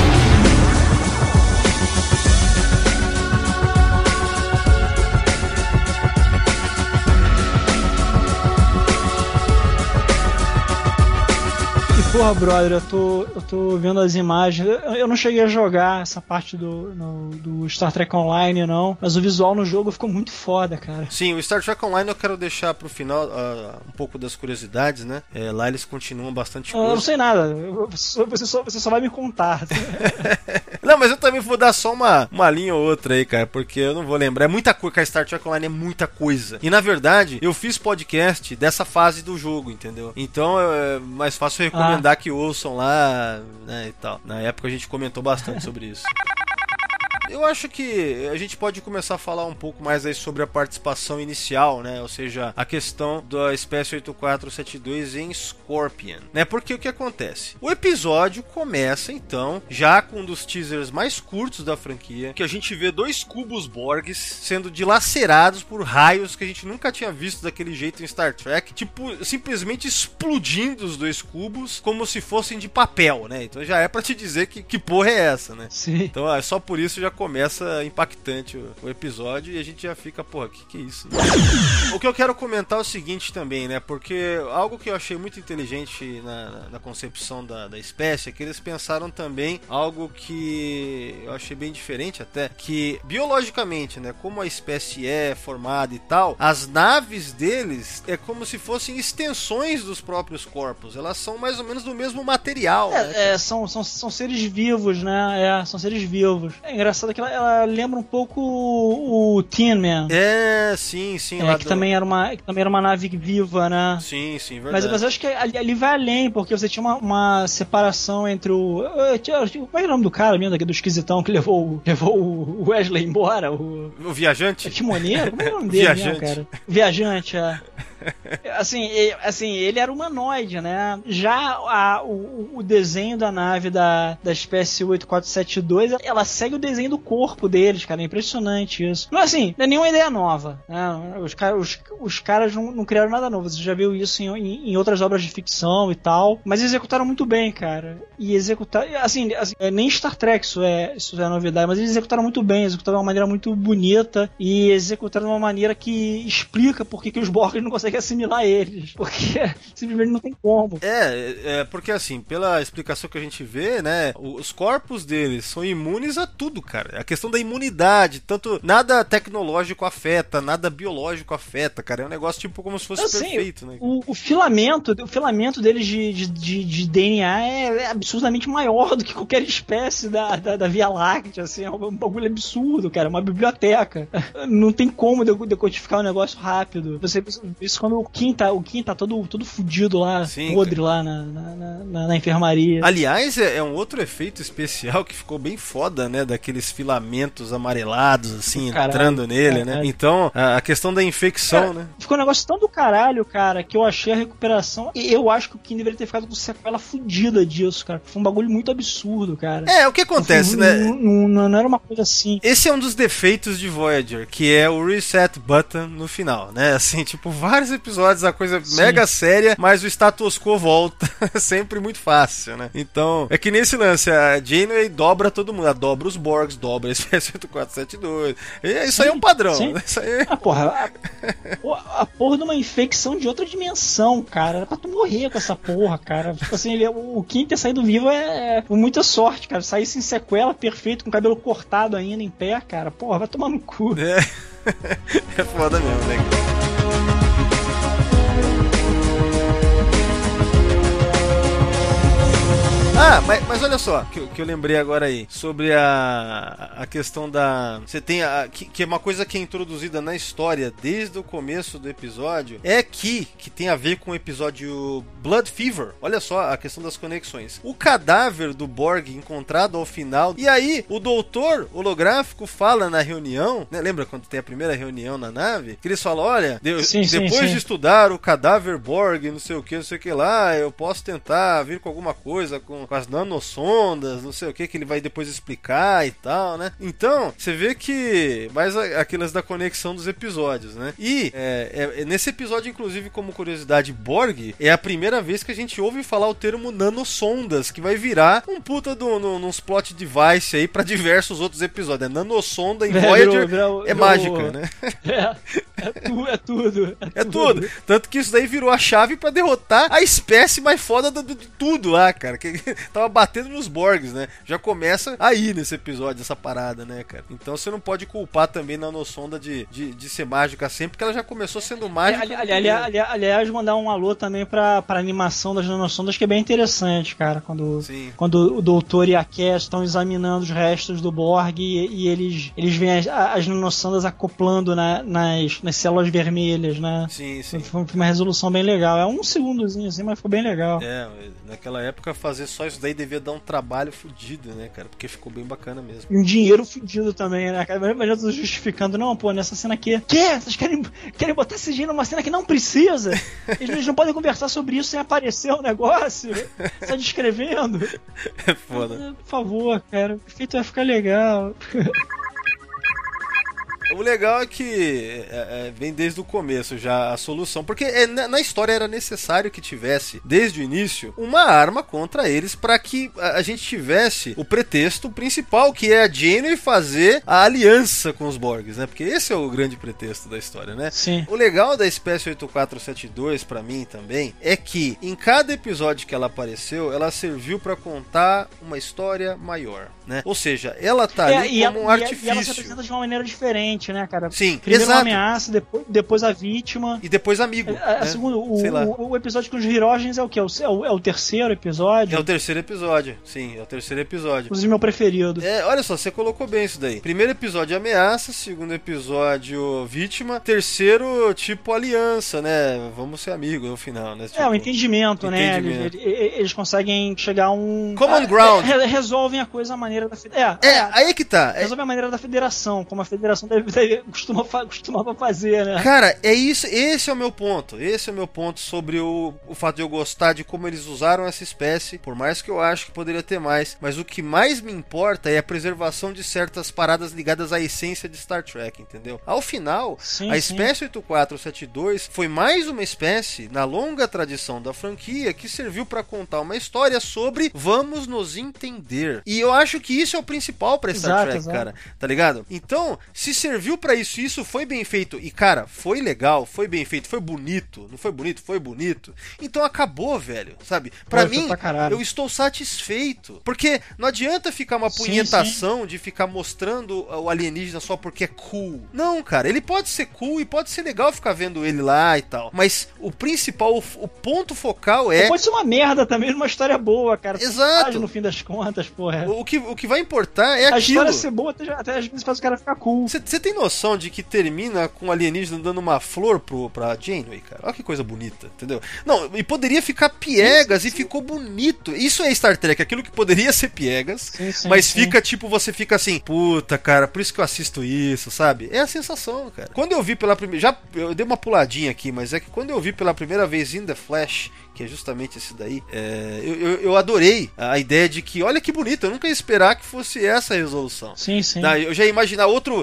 Porra, brother, eu tô, eu tô vendo as imagens. Eu, eu não cheguei a jogar essa parte do, no, do Star Trek Online, não. Mas o visual no jogo ficou muito foda, cara. Sim, o Star Trek Online eu quero deixar pro final uh, um pouco das curiosidades, né? É, lá eles continuam bastante coisa. Eu não sei nada. Eu, você, só, você só vai me contar. Não, mas eu também vou dar só uma, uma linha ou outra aí, cara, porque eu não vou lembrar. É muita coisa, cara. Star Trek Online é muita coisa. E, na verdade, eu fiz podcast dessa fase do jogo, entendeu? Então é mais fácil recomendar ah. que ouçam lá, né, e tal. Na época a gente comentou bastante sobre isso. Eu acho que a gente pode começar a falar um pouco mais aí sobre a participação inicial, né? Ou seja, a questão da espécie oito quatro sete dois em Scorpion, né? Porque o que acontece? O episódio começa, então, já com um dos teasers mais curtos da franquia, que a gente vê dois cubos Borgs sendo dilacerados por raios que a gente nunca tinha visto daquele jeito em Star Trek, tipo, simplesmente explodindo os dois cubos como se fossem de papel, né? Então já é pra te dizer que, que porra é essa, né? Sim. Então é só por isso já começa impactante o, o episódio e a gente já fica, porra, que que é isso? Né? O que eu quero comentar é o seguinte também, né? Porque algo que eu achei muito inteligente na, na, na concepção da, da espécie é que eles pensaram também algo que eu achei bem diferente até, que biologicamente, né? Como a espécie é formada e tal, as naves deles é como se fossem extensões dos próprios corpos. Elas são mais ou menos do mesmo material. É, né? é são, são, são seres vivos, né? É, são seres vivos. É engraçado que ela, ela lembra um pouco o, o Tin Man. É, sim, sim. É, que, do... também era uma, que também era uma nave viva, né? Sim, sim, verdade. Mas, mas eu acho que ali, ali vai além, porque você tinha uma, uma separação entre o... Como é o nome do cara mesmo, aqui, do esquisitão que levou, levou o Wesley embora? O, o viajante? É Timoneiro? Como é o nome dele viajante. mesmo, cara? Viajante, é. Assim, assim, ele era humanoide, né? Já a, o, o desenho da nave da, da espécie oito quatro sete dois, ela segue o desenho do corpo deles, cara. É impressionante isso. Não, assim, não é nenhuma ideia nova, né? Os, os, os caras não, não criaram nada novo. Você já viu isso em, em, em outras obras de ficção e tal. Mas executaram muito bem, cara. E executaram... Assim, assim nem Star Trek isso é, isso é novidade, mas eles executaram muito bem. Executaram de uma maneira muito bonita e executaram de uma maneira que explica por que, que os Borgs não conseguem assimilar eles, porque simplesmente não tem como. É, é, porque assim, pela explicação que a gente vê, né, os corpos deles são imunes a tudo, cara. A questão da imunidade, tanto nada tecnológico afeta, nada biológico afeta, cara. É um negócio tipo como se fosse Eu perfeito, sei, né? O, o filamento, o filamento deles de, de, de, de D N A é, é absurdamente maior do que qualquer espécie da, da, da Via Láctea, assim, é um bagulho absurdo, cara, uma biblioteca. Não tem como decodificar um negócio rápido. Você isso quando o Kim tá, o Kim tá todo, todo fudido lá, Sim, podre cara. lá na, na, na, na enfermaria. Aliás, é, é um outro efeito especial que ficou bem foda, né? Daqueles filamentos amarelados, assim, caralho, entrando nele, caralho. né? Então, a, a questão da infecção, cara, né? Ficou um negócio tão do caralho, cara, que eu achei a recuperação. E eu acho que o Kim deveria ter ficado com sequela fudida disso, cara. Foi um bagulho muito absurdo, cara. É, o que acontece, não, né? Não, não, não, não era uma coisa assim. Esse é um dos defeitos de Voyager, que é o reset button no final, né? Assim, tipo, várias vários episódios, a coisa Sim. mega séria, mas o status quo volta. Sempre muito fácil, né? Então, é que nesse lance, a Janeway dobra todo mundo. Ela dobra os Borgs, dobra a espécie oito quatro sete dois. E isso Sim. aí é um padrão. Sim. Isso aí... Ah, porra, a, a porra de uma infecção de outra dimensão, cara. Era pra tu morrer com essa porra, cara. Tipo assim, ele, o Kim ter saído vivo é, é com muita sorte, cara. Sair sem sequela, perfeito, com o cabelo cortado ainda, em pé, cara. Porra, vai tomar no cu. É, é foda mesmo, né? Ah, mas, mas olha só, que, que eu lembrei agora aí, sobre a, a questão da... Você tem a... Que, que é uma coisa que é introduzida na história desde o começo do episódio, é que, que tem a ver com o episódio Blood Fever. Olha só a questão das conexões. O cadáver do Borg encontrado ao final, e aí o doutor holográfico fala na reunião, né? Lembra quando tem a primeira reunião na nave? Que eles falam, olha, de, sim, depois sim, sim. de estudar o cadáver Borg, não sei o que, não sei o que lá, eu posso tentar vir com alguma coisa, com com as nanossondas, não sei o que, que ele vai depois explicar e tal, né? Então, você vê que mais aquelas da conexão dos episódios, né? E é, é, nesse episódio, inclusive, como curiosidade, Borg é a primeira vez que a gente ouve falar o termo nanossondas, que vai virar um puta do, no, nos plot device aí pra diversos outros episódios. É nanossonda em Voyager, virou, virou, é mágica, virou, né? É, é, tu, é tudo. É, é tudo. tudo. Tanto que isso daí virou a chave pra derrotar a espécie mais foda de tudo lá, cara. Que tava batendo nos Borgs, né? Já começa aí nesse episódio, essa parada, né, cara? Então você não pode culpar também na noçonda de, de, de ser mágica sempre, porque ela já começou sendo mágica. Ali, ali, ali, ali, aliás, mandar um alô também pra, pra animação das nanossondas, que é bem interessante, cara. Quando, quando o doutor e a Cass estão examinando os restos do Borg e, e eles, eles veem as, as nanossondas acoplando na, nas, nas células vermelhas, né? Sim, sim. Foi uma resolução bem legal. É um segundozinho assim, mas foi bem legal. É, naquela época fazer só isso daí devia dar um trabalho fudido, né, cara? Porque ficou bem bacana mesmo. Um dinheiro fudido também, né, cara? Imagina tu justificando, não, pô, nessa cena aqui. Quê? Vocês querem, querem botar C G I numa cena que não precisa? Eles não podem conversar sobre isso sem aparecer o negócio? Você tá descrevendo? É foda. Por favor, cara. O efeito vai ficar legal. O legal é que é, é, vem desde o começo já a solução, porque é, na, na história era necessário que tivesse, desde o início, uma arma contra eles para que a, a gente tivesse o pretexto principal, que é a Janeway fazer a aliança com os Borgs, né? Porque esse é o grande pretexto da história, né? Sim. O legal da espécie oito quatro sete dois, pra mim também, é que em cada episódio que ela apareceu, ela serviu para contar uma história maior, né? Ou seja, ela tá é, ali como a, um artifício. E ela se apresenta de uma maneira diferente, né, cara? Sim, primeiro exato. Uma ameaça, depois, depois a vítima. E depois amigo. É, é, né? segundo, o, o, o episódio com os Hirogens é o que? É o, é o terceiro episódio? É o terceiro episódio, sim, é o terceiro episódio. Inclusive meu preferido. É, olha só, você colocou bem isso daí. Primeiro episódio ameaça, segundo episódio vítima, terceiro tipo aliança, né? Vamos ser amigos no final, né? Tipo, é, o entendimento, entendimento. né? Eles, eles, eles conseguem chegar a um... Common a, ground. É, resolvem a coisa à maneira da federação. É, é, aí é que tá. Resolve a maneira da federação, como a federação deve, deve, costuma, costumava fazer, né? Cara, é isso, esse é o meu ponto. Esse é o meu ponto sobre o, o fato de eu gostar de como eles usaram essa espécie, por mais que eu acho que poderia ter mais, mas o que mais me importa é a preservação de certas paradas ligadas à essência de Star Trek, entendeu? Ao final, sim, a espécie oito quatro sete dois foi mais uma espécie na longa tradição da franquia que serviu para contar uma história sobre vamos nos entender. E eu acho que isso é o principal pra Star exato, Trek, exato. cara. Tá ligado? Então, se serviu pra isso, isso foi bem feito. E, cara, foi legal, foi bem feito, foi bonito. Não foi bonito? Foi bonito. Então acabou, velho. Sabe? Pra Pô, mim, pra eu estou satisfeito. Porque não adianta ficar uma punhetação sim, sim. de ficar mostrando o alienígena só porque é cool. Não, cara. Ele pode ser cool e pode ser legal ficar vendo ele lá e tal. Mas o principal, o, o ponto focal é... Pode ser uma merda também, numa história boa, cara. Exato. No fim das contas, porra. O que, o que vai importar é a aquilo. A história ser boa até, até às vezes faz o cara ficar cool. Você tem noção de que termina com o alienígena dando uma flor pro, pra Janeway, cara? Olha que coisa bonita, entendeu? Não, e poderia ficar piegas sim, sim. e ficou bonito. Isso é Star Trek, aquilo que poderia ser piegas, sim, sim, mas sim. fica tipo, você fica assim, puta, cara, por isso que eu assisto isso, sabe? É a sensação, cara. Quando eu vi pela primeira... Já, eu dei uma puladinha aqui, mas é que quando eu vi pela primeira vez In The Flash, que é justamente esse daí, é, eu, eu, eu adorei a ideia de que, olha que bonito, eu nunca ia esperar que fosse essa a resolução. Sim, sim. Tá, eu já ia imaginar outro, sei lá, Beskar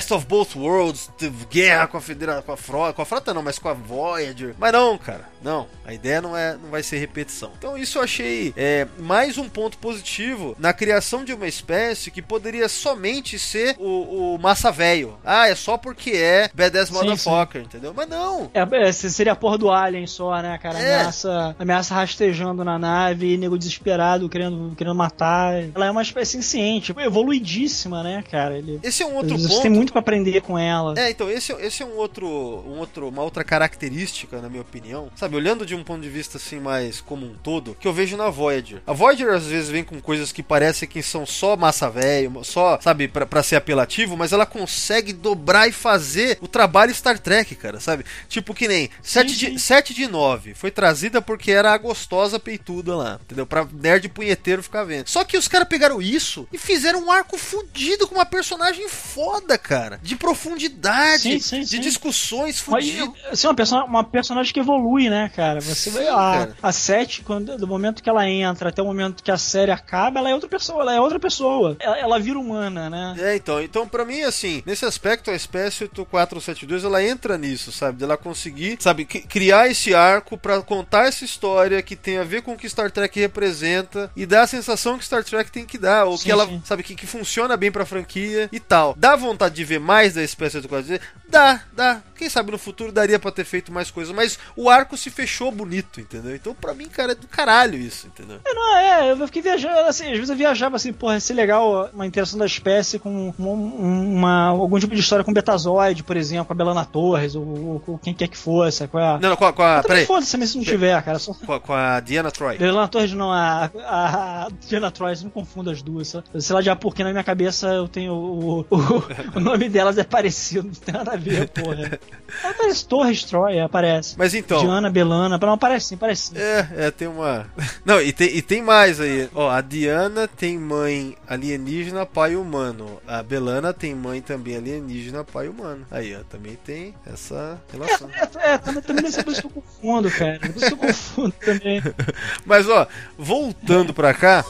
Best of Both Worlds, teve guerra com a Federação, com a Frota, com a Frota não, mas com a Voyager. Mas não, cara, não. A ideia não, é, não vai ser repetição. Então isso eu achei é, mais um ponto positivo na criação de uma espécie que poderia somente ser o, o massa velho. Ah, é só porque é Badass Motherfucker, entendeu? Mas não. É, seria a porra do Alien só, né, cara? É. Ameaça, ameaça rastejando na nave, nego desesperado, querendo, querendo matar. Ela é uma espécie ciente, evoluidíssima, né, cara? Ele, esse é um outro você ponto. tem muito pra aprender com ela. É, então, esse, esse é um outro, um outro, uma outra característica, na minha opinião. Sabe, olhando de um ponto de vista assim mais como um todo, que eu vejo na Voyager. A Voyager às vezes vem com coisas que parecem que são só massa velho, só, sabe, pra, pra ser apelativo, mas ela consegue dobrar e fazer o trabalho Star Trek, cara, sabe? Tipo que nem sete de nove foi trazida porque era a gostosa peituda lá, entendeu? Pra nerd punheteiro ficar vendo. Só que os caras pegaram isso e fizeram um arco fudido com uma personagem foda, cara. De profundidade, sim, sim, de sim. discussões fudidas. Assim, uma, person uma personagem que evolui, né, cara? Você sim, vê a, cara. a Sete, quando, do momento que ela entra até o momento que a série acaba, ela é outra pessoa, ela é outra pessoa. Ela, ela vira humana, né? É, então, então pra mim, assim, nesse aspecto, a espécie oito quatro sete dois, ela entra nisso, sabe? De ela conseguir, sabe, criar esse arco pra contar essa história que tem a ver com o que Star Trek representa e dar a sensação que Star Trek tem que dar, ou sim, que ela, sim. sabe, que, que funciona bem pra franquia e tal. Dá vontade de ver mais da espécie oito quatro sete dois? Dá, dá. Quem sabe no futuro daria pra ter feito mais coisas, mas o arco se fechou bonito, entendeu? Então pra mim, cara, é do caralho isso, entendeu? É, não, é, eu fiquei viajando, assim, às vezes eu viajava assim, porra, ia ser legal uma interação da espécie com uma, uma, algum tipo de história com o Betazoide, por exemplo, com a Belana Torres, ou, ou quem quer que fosse, com a... Não, não, com a... Com a peraí. Foda-se, mas se não tiver, cara, só... Com a, com a Deanna Troi. Belana Torres não, a, a, a Deanna Troi, não confunda as duas, só. Sei lá já porque na minha cabeça eu tenho o, o, o nome delas é parecido, não tem nada a ver, porra. Ela parece Torres Troy, aparece. Mas então... Diana, Belana, não, parece sim, parece sim. É, é, tem uma... Não, e tem, e tem mais aí. Ó, a Diana tem mãe alienígena, pai humano. A Belana tem mãe também alienígena, pai humano. Aí, ó, também tem essa relação. É, é, é também, também nessa coisa que eu confundo, cara. Depois eu confundo também. Mas, ó, voltando pra cá...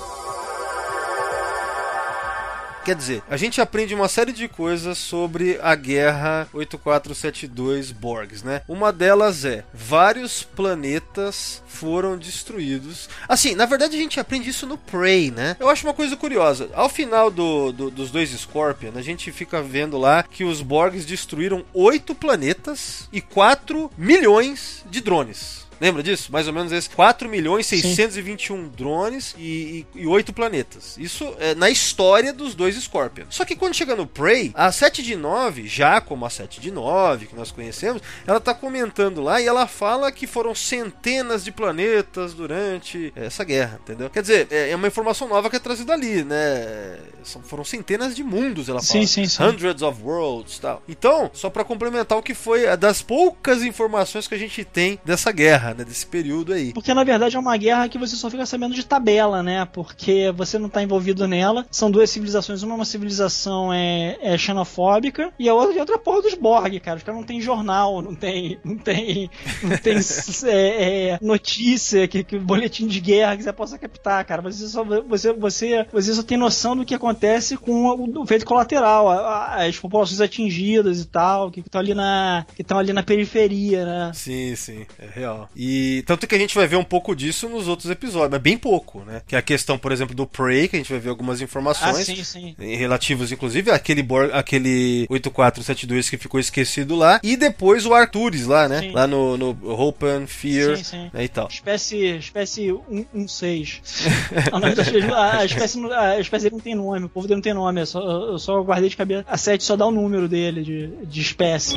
Quer dizer, a gente aprende uma série de coisas sobre a guerra oito quatro sete dois Borgs, né? Uma delas é, vários planetas foram destruídos. Assim, na verdade a gente aprende isso no Prey, né? Eu acho uma coisa curiosa. Ao final do, do, dos dois Scorpion, a gente fica vendo lá que os Borgs destruíram oito planetas e quatro milhões de drones. Lembra disso? Mais ou menos esse. quatro milhões seiscentos e vinte e um drones e, e, e oito planetas. Isso é na história dos dois Scorpion. Só que quando chega no Prey, a sete de nove, já como a sete de nove, que nós conhecemos, ela tá comentando lá e ela fala que foram centenas de planetas durante essa guerra, entendeu? Quer dizer, é uma informação nova que é trazida ali, né? Foram centenas de mundos, ela fala. Sim, sim, sim. Hundreds of worlds e tal. Então, só pra complementar o que foi das poucas informações que a gente tem dessa guerra, né, desse período aí. Porque na verdade é uma guerra que você só fica sabendo de tabela, né? Porque você não tá envolvido nela. São duas civilizações. Uma é uma civilização é, é xenofóbica e a outra é outra porra dos Borg, cara. Os caras não tem jornal, não tem não tem, não tem é, é, notícia, que, que boletim de guerra que você possa captar, cara. Você só, você, você, você só tem noção do que acontece com o, o efeito colateral, a, a, as populações atingidas e tal, que estão ali na que estão ali na periferia, né? Sim, sim, é real. E tanto que a gente vai ver um pouco disso nos outros episódios, mas bem pouco, né? Que é a questão, por exemplo, do Prey, que a gente vai ver algumas informações. Ah, sim, sim. Relativos, inclusive, àquele, Borg, aquele oito quatro sete dois que ficou esquecido lá. E depois o Arturis lá, né? Sim. Lá no, no Hope and Fear, sim, sim. Né, e tal. Espécie, espécie cento e dezesseis. a, espécie, a espécie dele não tem nome, o povo dele não tem nome. Eu só, eu só guardei de cabeça. A sete só dá o número dele, de, de espécie.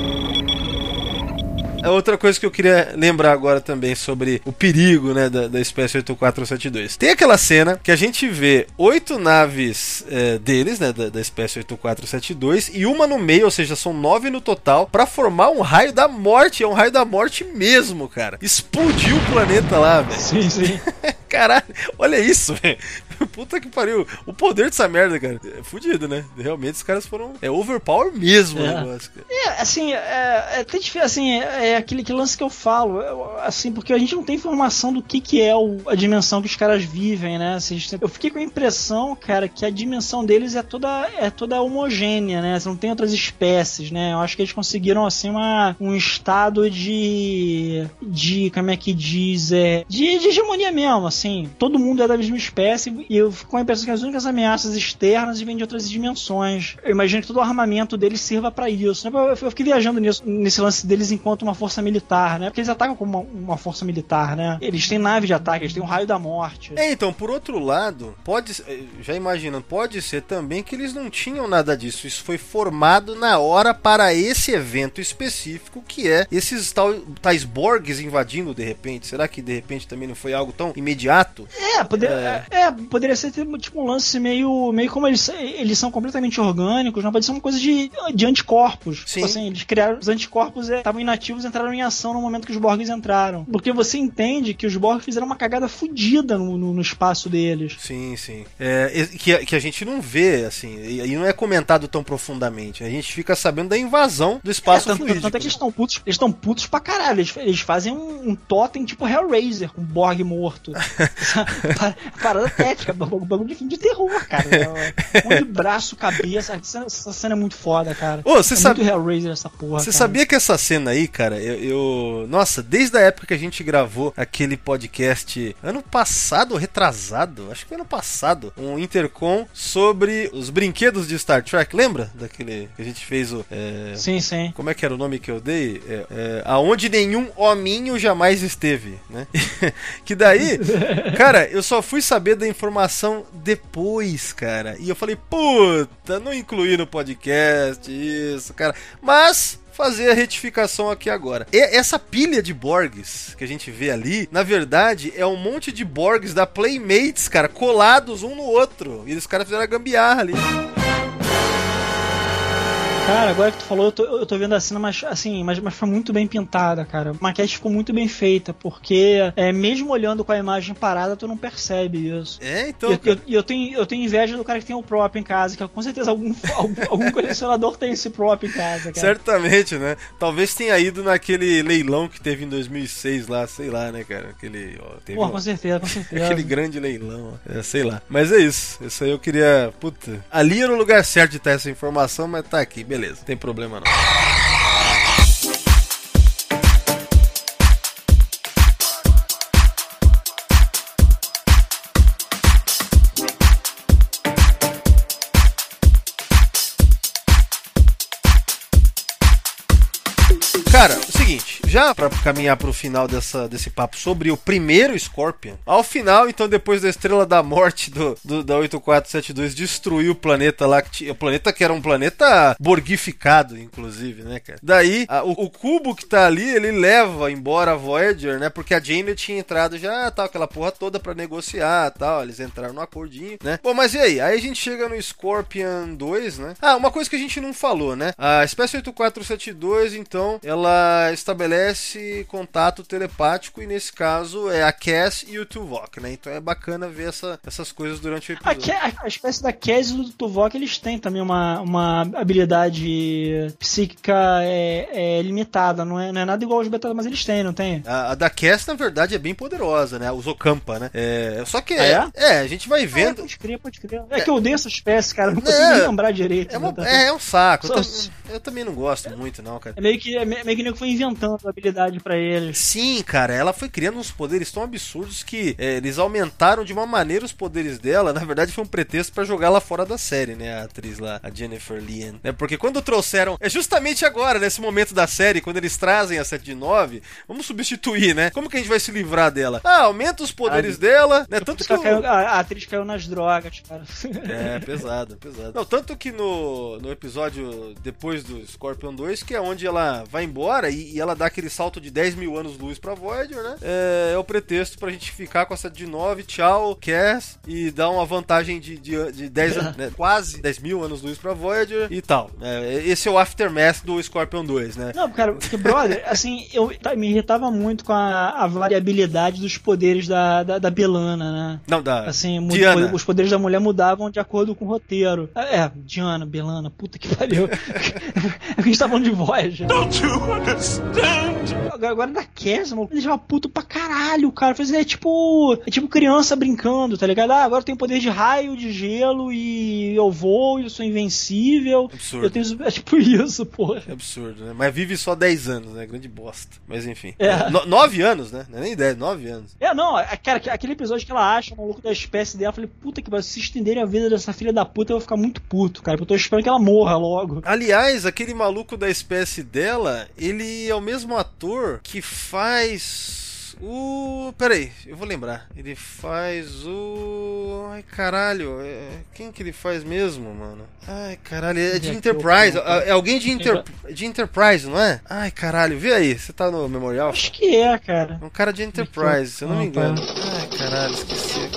Outra coisa que eu queria lembrar agora também sobre o perigo, né, da, da espécie oito quatro sete dois. Tem aquela cena que a gente vê oito naves é, deles, né, da, da espécie oito quatro sete dois, e uma no meio, ou seja, são nove no total, pra formar um raio da morte. É um raio da morte mesmo, cara. Explodiu o planeta lá, velho. Sim, sim. Caralho, olha isso, velho. Puta que pariu. O poder dessa merda, cara, é fudido, né? Realmente os caras foram... É overpower mesmo é. o negócio, cara. É, assim, é, é até difícil, assim, é, é aquele que lance que eu falo, é, assim, porque a gente não tem informação do que que é o, a dimensão que os caras vivem, né? Assim, eu fiquei com a impressão, cara, que a dimensão deles é toda, é toda homogênea, né? Você não tem outras espécies, né? Eu acho que eles conseguiram, assim, uma, um estado de... de, como é que diz, é... de, de hegemonia mesmo, assim. Todo mundo é da mesma espécie e eu fico com a impressão que as únicas ameaças externas vêm de outras dimensões. Eu imagino que todo o armamento deles sirva pra isso, né? Eu fiquei viajando nisso, nesse lance deles enquanto uma força militar, né? Porque eles atacam como uma, uma força militar, né? Eles têm nave de ataque, eles têm um raio da morte. É, então, por outro lado, pode, já imaginando, pode ser também que eles não tinham nada disso. Isso foi formado na hora para esse evento específico, que é esses tal, tais Borgs invadindo de repente. Será que de repente também não foi algo tão imediato? É, poder, é... é poderia ser tipo um lance meio, meio como eles, eles são completamente orgânicos, não pode ser uma coisa de, de anticorpos. Sim. Tipo assim, eles criaram os anticorpos, estavam é, inativos e entraram em ação no momento que os Borgs entraram. Porque você entende que os Borgs fizeram uma cagada fodida no, no, no espaço deles. Sim, sim. É, que, que a gente não vê, assim, e, e não é comentado tão profundamente. A gente fica sabendo da invasão do espaço é, tanto, fluídico. Tanto é que eles estão putos, eles estão putos pra caralho. Eles, eles fazem um, um totem tipo Hellraiser, com um Borg morto. Parada tétrica, bagulho de filme de terror, cara. Um monte de braço, cabeça. Essa, essa cena é muito foda, cara. Ô, você é sabe... muito Hellraiser essa porra. Você cara. sabia que essa cena aí, cara, eu, eu. Nossa, desde a época que a gente gravou aquele podcast ano passado, retrasado, acho que foi ano passado, um Intercom sobre os brinquedos de Star Trek, lembra? Daquele que a gente fez o. É... Sim, sim. Como é que era o nome que eu dei? É, é... Aonde nenhum hominho jamais esteve, né? Que daí, cara, eu só fui saber da informação depois, cara. E eu falei, puta, não incluí no podcast isso, cara. Mas fazer a retificação aqui agora. E essa pilha de Borgs que a gente vê ali, na verdade, é um monte de Borgs da Playmates, cara, colados um no outro. E os caras fizeram a gambiarra ali. Cara, agora que tu falou, eu tô, eu tô vendo a cena, mas assim, mas, mas foi muito bem pintada, cara. A maquete ficou muito bem feita, porque é, mesmo olhando com a imagem parada, tu não percebe isso. É, então. E eu, eu, eu, tenho, eu tenho inveja do cara que tem o prop em casa, que com certeza algum, algum, algum colecionador tem esse prop em casa, cara. Certamente, né? Talvez tenha ido naquele leilão que teve em dois mil e seis lá, sei lá, né, cara? Aquele. Ó, teve Pô, um... com certeza, com certeza. Aquele grande leilão, ó. É, sei lá. Mas é isso. Isso aí eu queria. Puta. Ali era o lugar certo de ter essa informação, mas tá aqui, beleza. Não tem problema não. Cara, o seguinte, já pra caminhar pro final dessa, desse papo sobre o primeiro Scorpion, ao final, então, depois da Estrela da Morte do, do, da oito quatro sete dois destruir o planeta lá, que tinha, o planeta que era um planeta borgificado, inclusive, né, cara? Daí, a, o, o cubo que tá ali, ele leva embora a Voyager, né, porque a Janeway tinha entrado já, tal, aquela porra toda pra negociar, tal, eles entraram no acordinho, né? Bom, mas e aí? Aí a gente chega no Scorpion dois, né? Ah, uma coisa que a gente não falou, né? A espécie oito quatro sete dois, então, ela ela estabelece contato telepático e nesse caso é a Cass e o Tuvok, né? Então é bacana ver essa, essas coisas durante o episódio. A, a espécie da Cass e do Tuvok, eles têm também uma, uma habilidade psíquica é, é, limitada, não é, não é nada igual aos Beta, mas eles têm, não tem? A, a da Cass, na verdade, é bem poderosa, né? Os Ocampa, né? É, só que ah, é? é, a gente vai vendo... Ah, é, pode crer, pode crer. É, é que eu odeio essa espécie, cara, não consigo nem lembrar direito. É, uma, é, é um saco. Só, eu, tam, eu também não gosto muito, não, cara. É meio que, é meio que nem que foi inventando a habilidade pra eles. Sim, cara, ela foi criando uns poderes tão absurdos que é, eles aumentaram de uma maneira os poderes dela. Na verdade, foi um pretexto pra jogar ela fora da série, né? A atriz lá, a Jennifer Lien. Né? Porque quando trouxeram. É justamente agora, nesse momento da série, quando eles trazem a sete de nove, vamos substituir, né? Como que a gente vai se livrar dela? Ah, aumenta os poderes ah, dela, né? Tanto que. O... Caiu, a, a atriz caiu nas drogas, cara. É, pesado, pesado. Não, tanto que no, no episódio depois do Scorpion dois, que é onde ela ela vai embora e, e ela dá aquele salto de dez mil anos-luz pra Voyager, né? É, é o pretexto pra gente ficar com essa de nove, tchau, Cass, e dar uma vantagem de, de, de dez, né, quase dez mil anos-luz pra Voyager e tal. É, esse é o aftermath do Scorpion dois, né? Não, cara, porque, brother, assim, eu me irritava muito com a, a variabilidade dos poderes da, da, da B'Elanna, né? Não, da assim, Diana. Os poderes da mulher mudavam de acordo com o roteiro. É, Diana, B'Elanna, puta que pariu. A gente tá falando de Voyager. Don't you understand? Agora da Cass, mano, ele já puto pra caralho, cara. É tipo, é tipo criança brincando, tá ligado? Ah, agora eu tenho poder de raio, de gelo e eu vou, eu sou invencível. Absurdo. Eu tenho, é tipo isso, porra. É absurdo, né? Mas vive só dez anos, né? Grande bosta. Mas enfim. É. No, nove anos, né? Não é nem dez, nove anos. É, não, cara, aquele episódio que ela acha o maluco da espécie dela, eu falei, puta que vai se estenderem a vida dessa filha da puta, eu vou ficar muito puto, cara. Eu tô esperando que ela morra logo. Aliás, aquele maluco da espécie dela, ele é o mesmo ator que faz o... Peraí, eu vou lembrar. Ele faz o... Ai, caralho. É... Quem que ele faz mesmo, mano? Ai, caralho. É de Enterprise. É alguém de, Inter... de Enterprise, não é? Ai, caralho. Vê aí. Você tá no Memorial? Acho que é, cara. É um cara de Enterprise, se eu não me engano. Ai, caralho. Esqueci.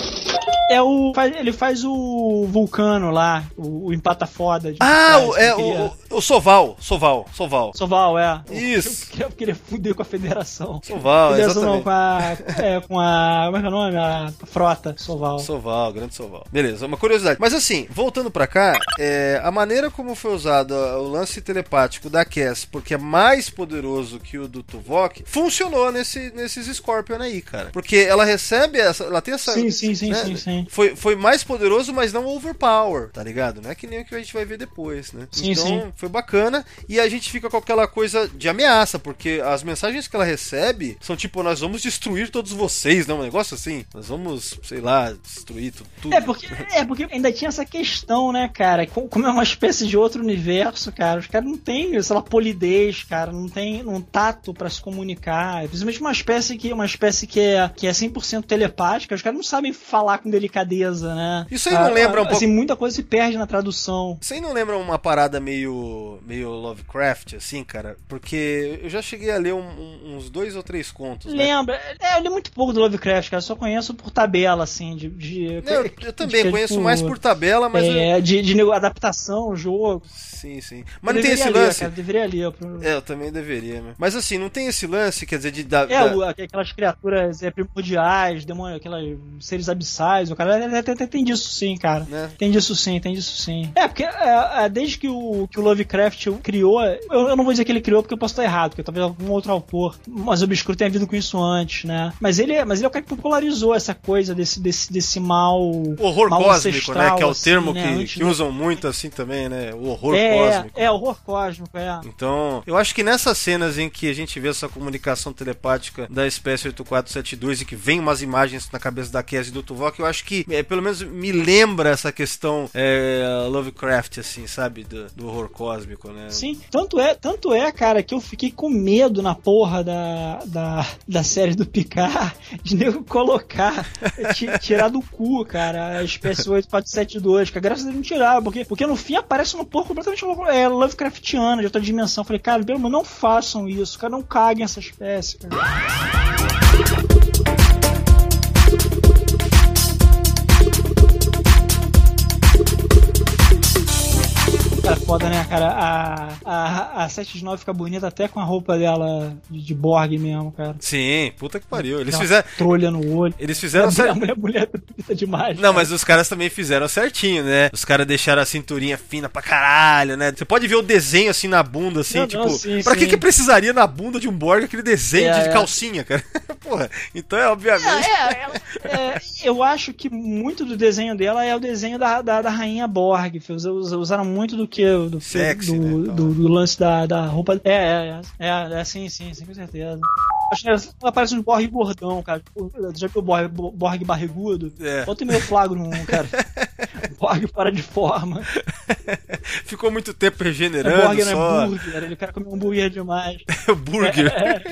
É o. Ele faz o Vulcano lá, o, o empata foda. Ah, o, é o, o Soval. Soval. Soval. Soval, é. Isso. Eu queria, eu queria fuder com a Federação. Soval, Federação exatamente. Não, com a. É, com a. Como é que é o nome? A frota. Soval. Soval, grande Soval. Beleza, uma curiosidade. Mas assim, voltando pra cá, é, a maneira como foi usado o lance telepático da Cass, porque é mais poderoso que o do Tuvok, funcionou nesse, nesses Scorpion aí, cara. Porque ela recebe essa. Ela tem essa. Sim, sim, sim, né? sim, sim. Foi, foi mais poderoso, mas não overpower, tá ligado? Não é que nem o que a gente vai ver depois, né? Sim, então, sim. foi bacana. E a gente fica com aquela coisa de ameaça, porque as mensagens que ela recebe são tipo, nós vamos destruir todos vocês, não? Um negócio assim. Nós vamos, sei lá, destruir tudo. tudo. É, porque, é, porque ainda tinha essa questão, né, cara? Como é uma espécie de outro universo, cara, os caras não têm, sei lá, polidez, cara, não tem um tato pra se comunicar. Principalmente uma espécie que, uma espécie que é, que é cem por cento telepática, os caras não sabem falar com delicadeza, né? Isso aí não lembra um pouco... Assim, muita coisa se perde na tradução. Isso aí não lembra uma parada meio, meio Lovecraft, assim, cara? Porque eu já cheguei a ler um, um, uns dois ou três contos, Lembra? Né? É, eu li muito pouco do Lovecraft, cara, só conheço por tabela, assim, de... de não, eu, eu também de, conheço tipo, mais por tabela, mas... É, eu... de, de adaptação, jogo... Sim, sim. Mas eu não tem esse lance... Ler, cara, deveria ler. Pro... É, eu também deveria, né? Mas assim, não tem esse lance, quer dizer, de... Da, é, da... O, aquelas criaturas é, primordiais, demônios, aquelas seres abissais, o cara até, até tem disso sim, cara. Né? Tem disso sim, tem disso sim. É, porque é, é, desde que o, que o Lovecraft criou, eu, eu não vou dizer que ele criou porque eu posso estar errado, porque talvez algum outro autor mais obscuro tenha vindo com isso antes, né? Mas ele, mas ele é o cara que popularizou essa coisa desse, desse, desse mal... O horror mal cósmico, né? Que é o assim, termo né? que, que usam muito assim também, né? O horror é, cósmico. É, horror cósmico, é. Então, eu acho que nessas cenas em que a gente vê essa comunicação telepática da espécie oito quatro sete dois e que vem umas imagens na cabeça da Cass e do Tuvok, eu acho que, é, pelo menos, me lembra essa questão é, Lovecraft, assim, sabe? Do, do horror cósmico, né? Sim, tanto é, tanto é, cara, que eu fiquei com medo na porra da, da, da série do Picard de nego colocar, tirar do cu, cara, a espécie oito quatro sete dois, que graças a Deus não tirava, porque, porque no fim aparece uma porra completamente é, Lovecraftiana, de outra dimensão. Eu falei, cara, pelo menos não façam isso, cara, não caguem essa espécie, cara. Cara, foda, né, cara? A, a, a sete de nove fica bonita até com a roupa dela de, de Borg mesmo, cara. Sim, puta que pariu. Eles Tem fizeram. Trolha no olho. Eles fizeram a, cer... a mulher, mulher bonita demais. Não, cara. mas os caras também fizeram certinho, né? Os caras deixaram a cinturinha fina pra caralho, né? Você pode ver o desenho assim na bunda, assim, não, tipo. Não, sim, pra sim. que que precisaria na bunda de um Borg aquele desenho é, de é. calcinha, cara? Porra. Então é obviamente. É, é, é, eu acho que muito do desenho dela é o desenho da, da, da rainha Borg. Usaram muito do que. Do, Sexy, do, né? do, do lance da, da roupa. É, é, é, é, é, sim, sim, sim, com certeza. Acho que ela parece um Borg gordão, cara. Já viu o Borg, Borg barrigudo? É. Ontem meu flagro um, cara. Borg fora de forma. Ficou muito tempo regenerando. O Borg não só. é burger, ele quer comer um hambúrguer demais. O burger. É,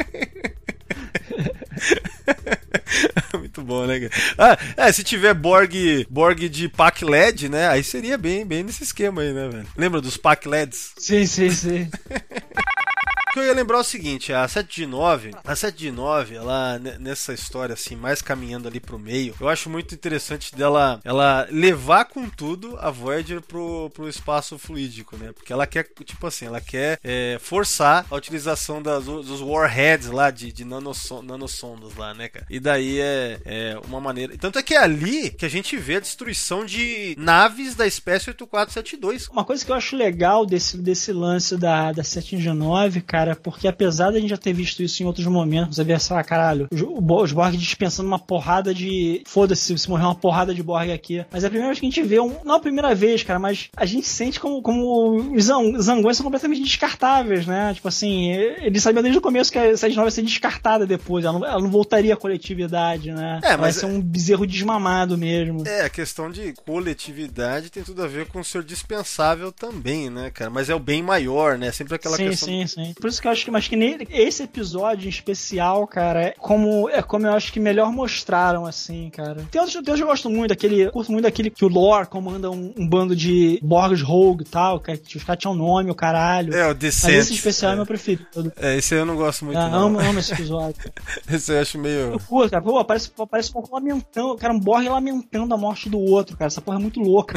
é. Muito bom, né, cara? Ah, é, se tiver Borg, Borg de Pac L E D, né? Aí seria bem, bem nesse esquema aí, né, velho? Lembra dos Pac L E Ds? Sim, sim, sim. que eu ia lembrar é o seguinte, a sete de nove, a sete de nove, ela, nessa história assim, mais caminhando ali pro meio, eu acho muito interessante dela ela levar com tudo a Voyager pro, pro espaço fluídico, né? Porque ela quer, tipo assim, ela quer é, forçar a utilização das, dos warheads lá, de, de nanoson, nanosondas lá, né, cara? E daí é, é uma maneira... Tanto é que é ali que a gente vê a destruição de naves da espécie oito quatro sete dois. Uma coisa que eu acho legal desse, desse lance da, da sete de nove, cara, porque apesar de a gente já ter visto isso em outros momentos, você vê essa, caralho, os, os Borg dispensando uma porrada de... Foda-se se morrer uma porrada de Borg aqui. Mas é a primeira vez que a gente vê, um, não a primeira vez, cara, mas a gente sente como, como os zangões são completamente descartáveis, né? Tipo assim, eles sabiam desde o começo que a sete de nove ia ser descartada depois, ela não, ela não voltaria à coletividade, né? É, mas vai ser um bezerro desmamado mesmo. É, a questão de coletividade tem tudo a ver com ser dispensável também, né, cara? Mas é o bem maior, né? Sempre aquela sim, questão... Sim, sim, sim. Por isso que eu acho que, mas que nele, esse episódio em especial, cara, é como, é como eu acho que melhor mostraram, assim, cara. Tem outros, tem outros que eu gosto muito, daquele, eu curto muito daquele que o Lore comanda um, um bando de Borgs Rogue e tal, que os caras tinham nome, o caralho. É, o Descent. Mas esse especial é, é meu preferido. É, esse aí eu não gosto muito, é, não. Amo, amo esse episódio. Esse eu acho meio... Eu curto, cara. Pô, parece, parece um lamentando, cara, um Borg lamentando a morte do outro, cara. Essa porra é muito louca.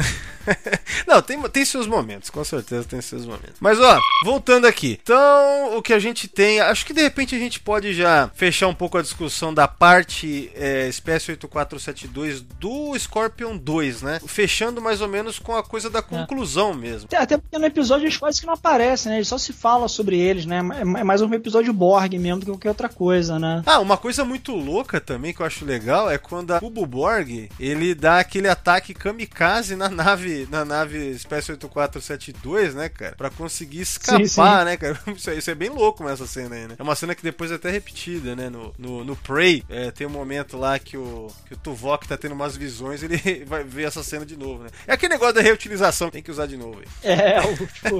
Não, tem, tem seus momentos, com certeza tem seus momentos. Mas, ó, voltando aqui. Então, o que a gente tem... Acho que, de repente, a gente pode já fechar um pouco a discussão da parte é, espécie oito quatro sete dois do Scorpion dois, né? Fechando mais ou menos com a coisa da conclusão é. mesmo. Até porque no episódio eles quase que não aparecem, né? Ele só se fala sobre eles, né? É mais um episódio Borg mesmo do que qualquer outra coisa, né? Ah, uma coisa muito louca também que eu acho legal é quando a Cubo Borg, ele dá aquele ataque kamikaze na nave, na nave espécie oito quatro sete dois, né, cara? Pra conseguir escapar, sim, sim. né, cara? Isso é, isso é bem louco essa cena aí, né? É uma cena que depois é até repetida, né? No, no, no Prey, é, tem um momento lá que o, que o Tuvok tá tendo umas visões, ele vai ver essa cena de novo, né? É aquele negócio da reutilização, tem que usar de novo aí. É, o, tipo,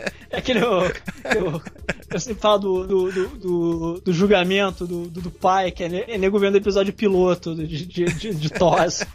é aquele... O, eu, eu sempre falo do, do, do, do, do julgamento do, do, do pai, que é, é nego vendo o episódio piloto de, de, de, de T O S.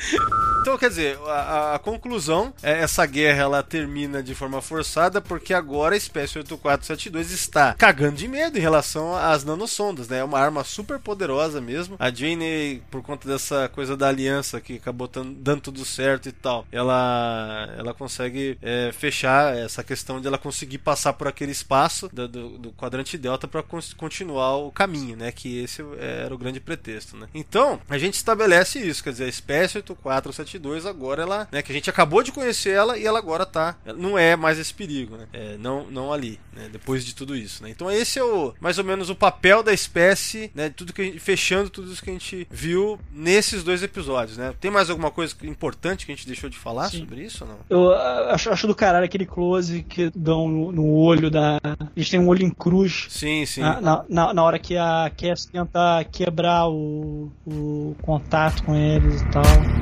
Então, quer dizer, a, a conclusão é essa guerra, ela termina de forma forçada porque agora a espécie oito quatro sete dois está cagando de medo em relação às nanosondas, né? É uma arma super poderosa mesmo. A Jane, por conta dessa coisa da aliança que acabou dando tudo certo e tal, ela, ela consegue é, fechar essa questão de ela conseguir passar por aquele espaço do, do, do quadrante delta para continuar o caminho, né? Que esse era o grande pretexto, né? Então, a gente estabelece isso, quer dizer, a espécie oito quatro sete dois agora ela, né, que a gente acabou de conhecer ela e ela agora tá, não é mais esse perigo, né? É, não, não ali, né? Depois de tudo isso, né? Então esse é o, mais ou menos o papel da espécie, né? Tudo que a gente, fechando tudo isso que a gente viu nesses dois episódios, né? Tem mais alguma coisa importante que a gente deixou de falar Sim. sobre isso ou não? Eu acho, acho do caralho aquele close que dão no, no olho da... Eles têm um olho em cruz. Sim, sim. Na, na, na hora que a Cass tenta quebrar o, o contato com eles e tal.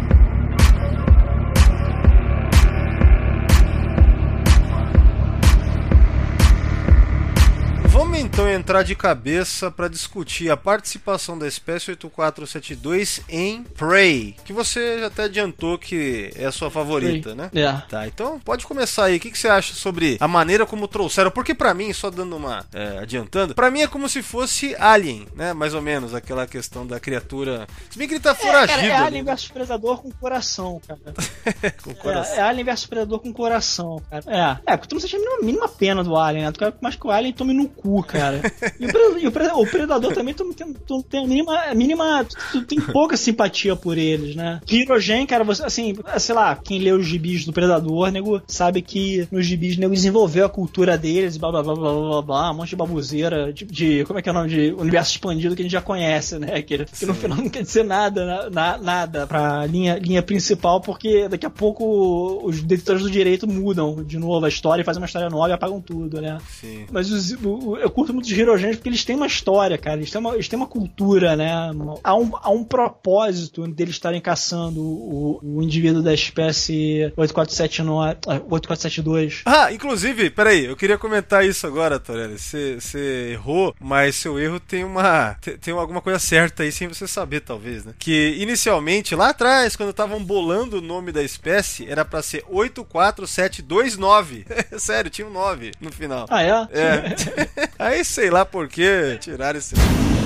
Vamos então entrar de cabeça para discutir a participação da espécie oito quatro sete dois em Prey, que você já até adiantou que é a sua favorita, Prey. né? É. Tá, então pode começar aí. O que, que você acha sobre a maneira como trouxeram? Porque pra mim, só dando uma é, adiantando, pra mim é como se fosse Alien, né? Mais ou menos, aquela questão da criatura. Se bem que ele tá foragido. É, cara, é Alien versus Predador com coração, cara. com coração. É, é Alien versus Predador com coração, cara. É, é porque tu não sente a mínima, mínima pena do Alien, né? Tu quer mais que o Alien tome no cu, cara. E o, predador, e o, predador, o Predador também tu tem, tu tem a mínima, a mínima tu, tu tem pouca simpatia por eles, né? Hirogen, cara, você, assim, sei lá, quem lê os gibis do Predador, nego, sabe que nos gibis, nego desenvolveu a cultura deles, blá blá blá blá blá blá, um monte de babuzeira, de, de como é que é o nome, de universo expandido que a gente já conhece, né? Que, que no final não quer dizer nada, na, nada pra linha, linha principal, porque daqui a pouco os detentores do direito mudam de novo a história e fazem uma história nova e apagam tudo, né? Sim. Mas os, o, eu curto muito os Hirogens porque eles têm uma história, cara, eles têm uma, eles têm uma cultura, né? Há um, há um propósito deles estarem caçando o, o indivíduo da espécie oito quatro sete nove, oito quatro sete dois. Ah, inclusive, peraí, eu queria comentar isso agora, Torelli. Você errou, mas seu erro tem uma tem, tem alguma coisa certa aí sem você saber, talvez, né? Que inicialmente, lá atrás, quando estavam bolando o nome da espécie, era pra ser oito quatro sete dois nove. Sério, tinha um nove no final. Ah, é? É. Aí sei lá por que tiraram esse...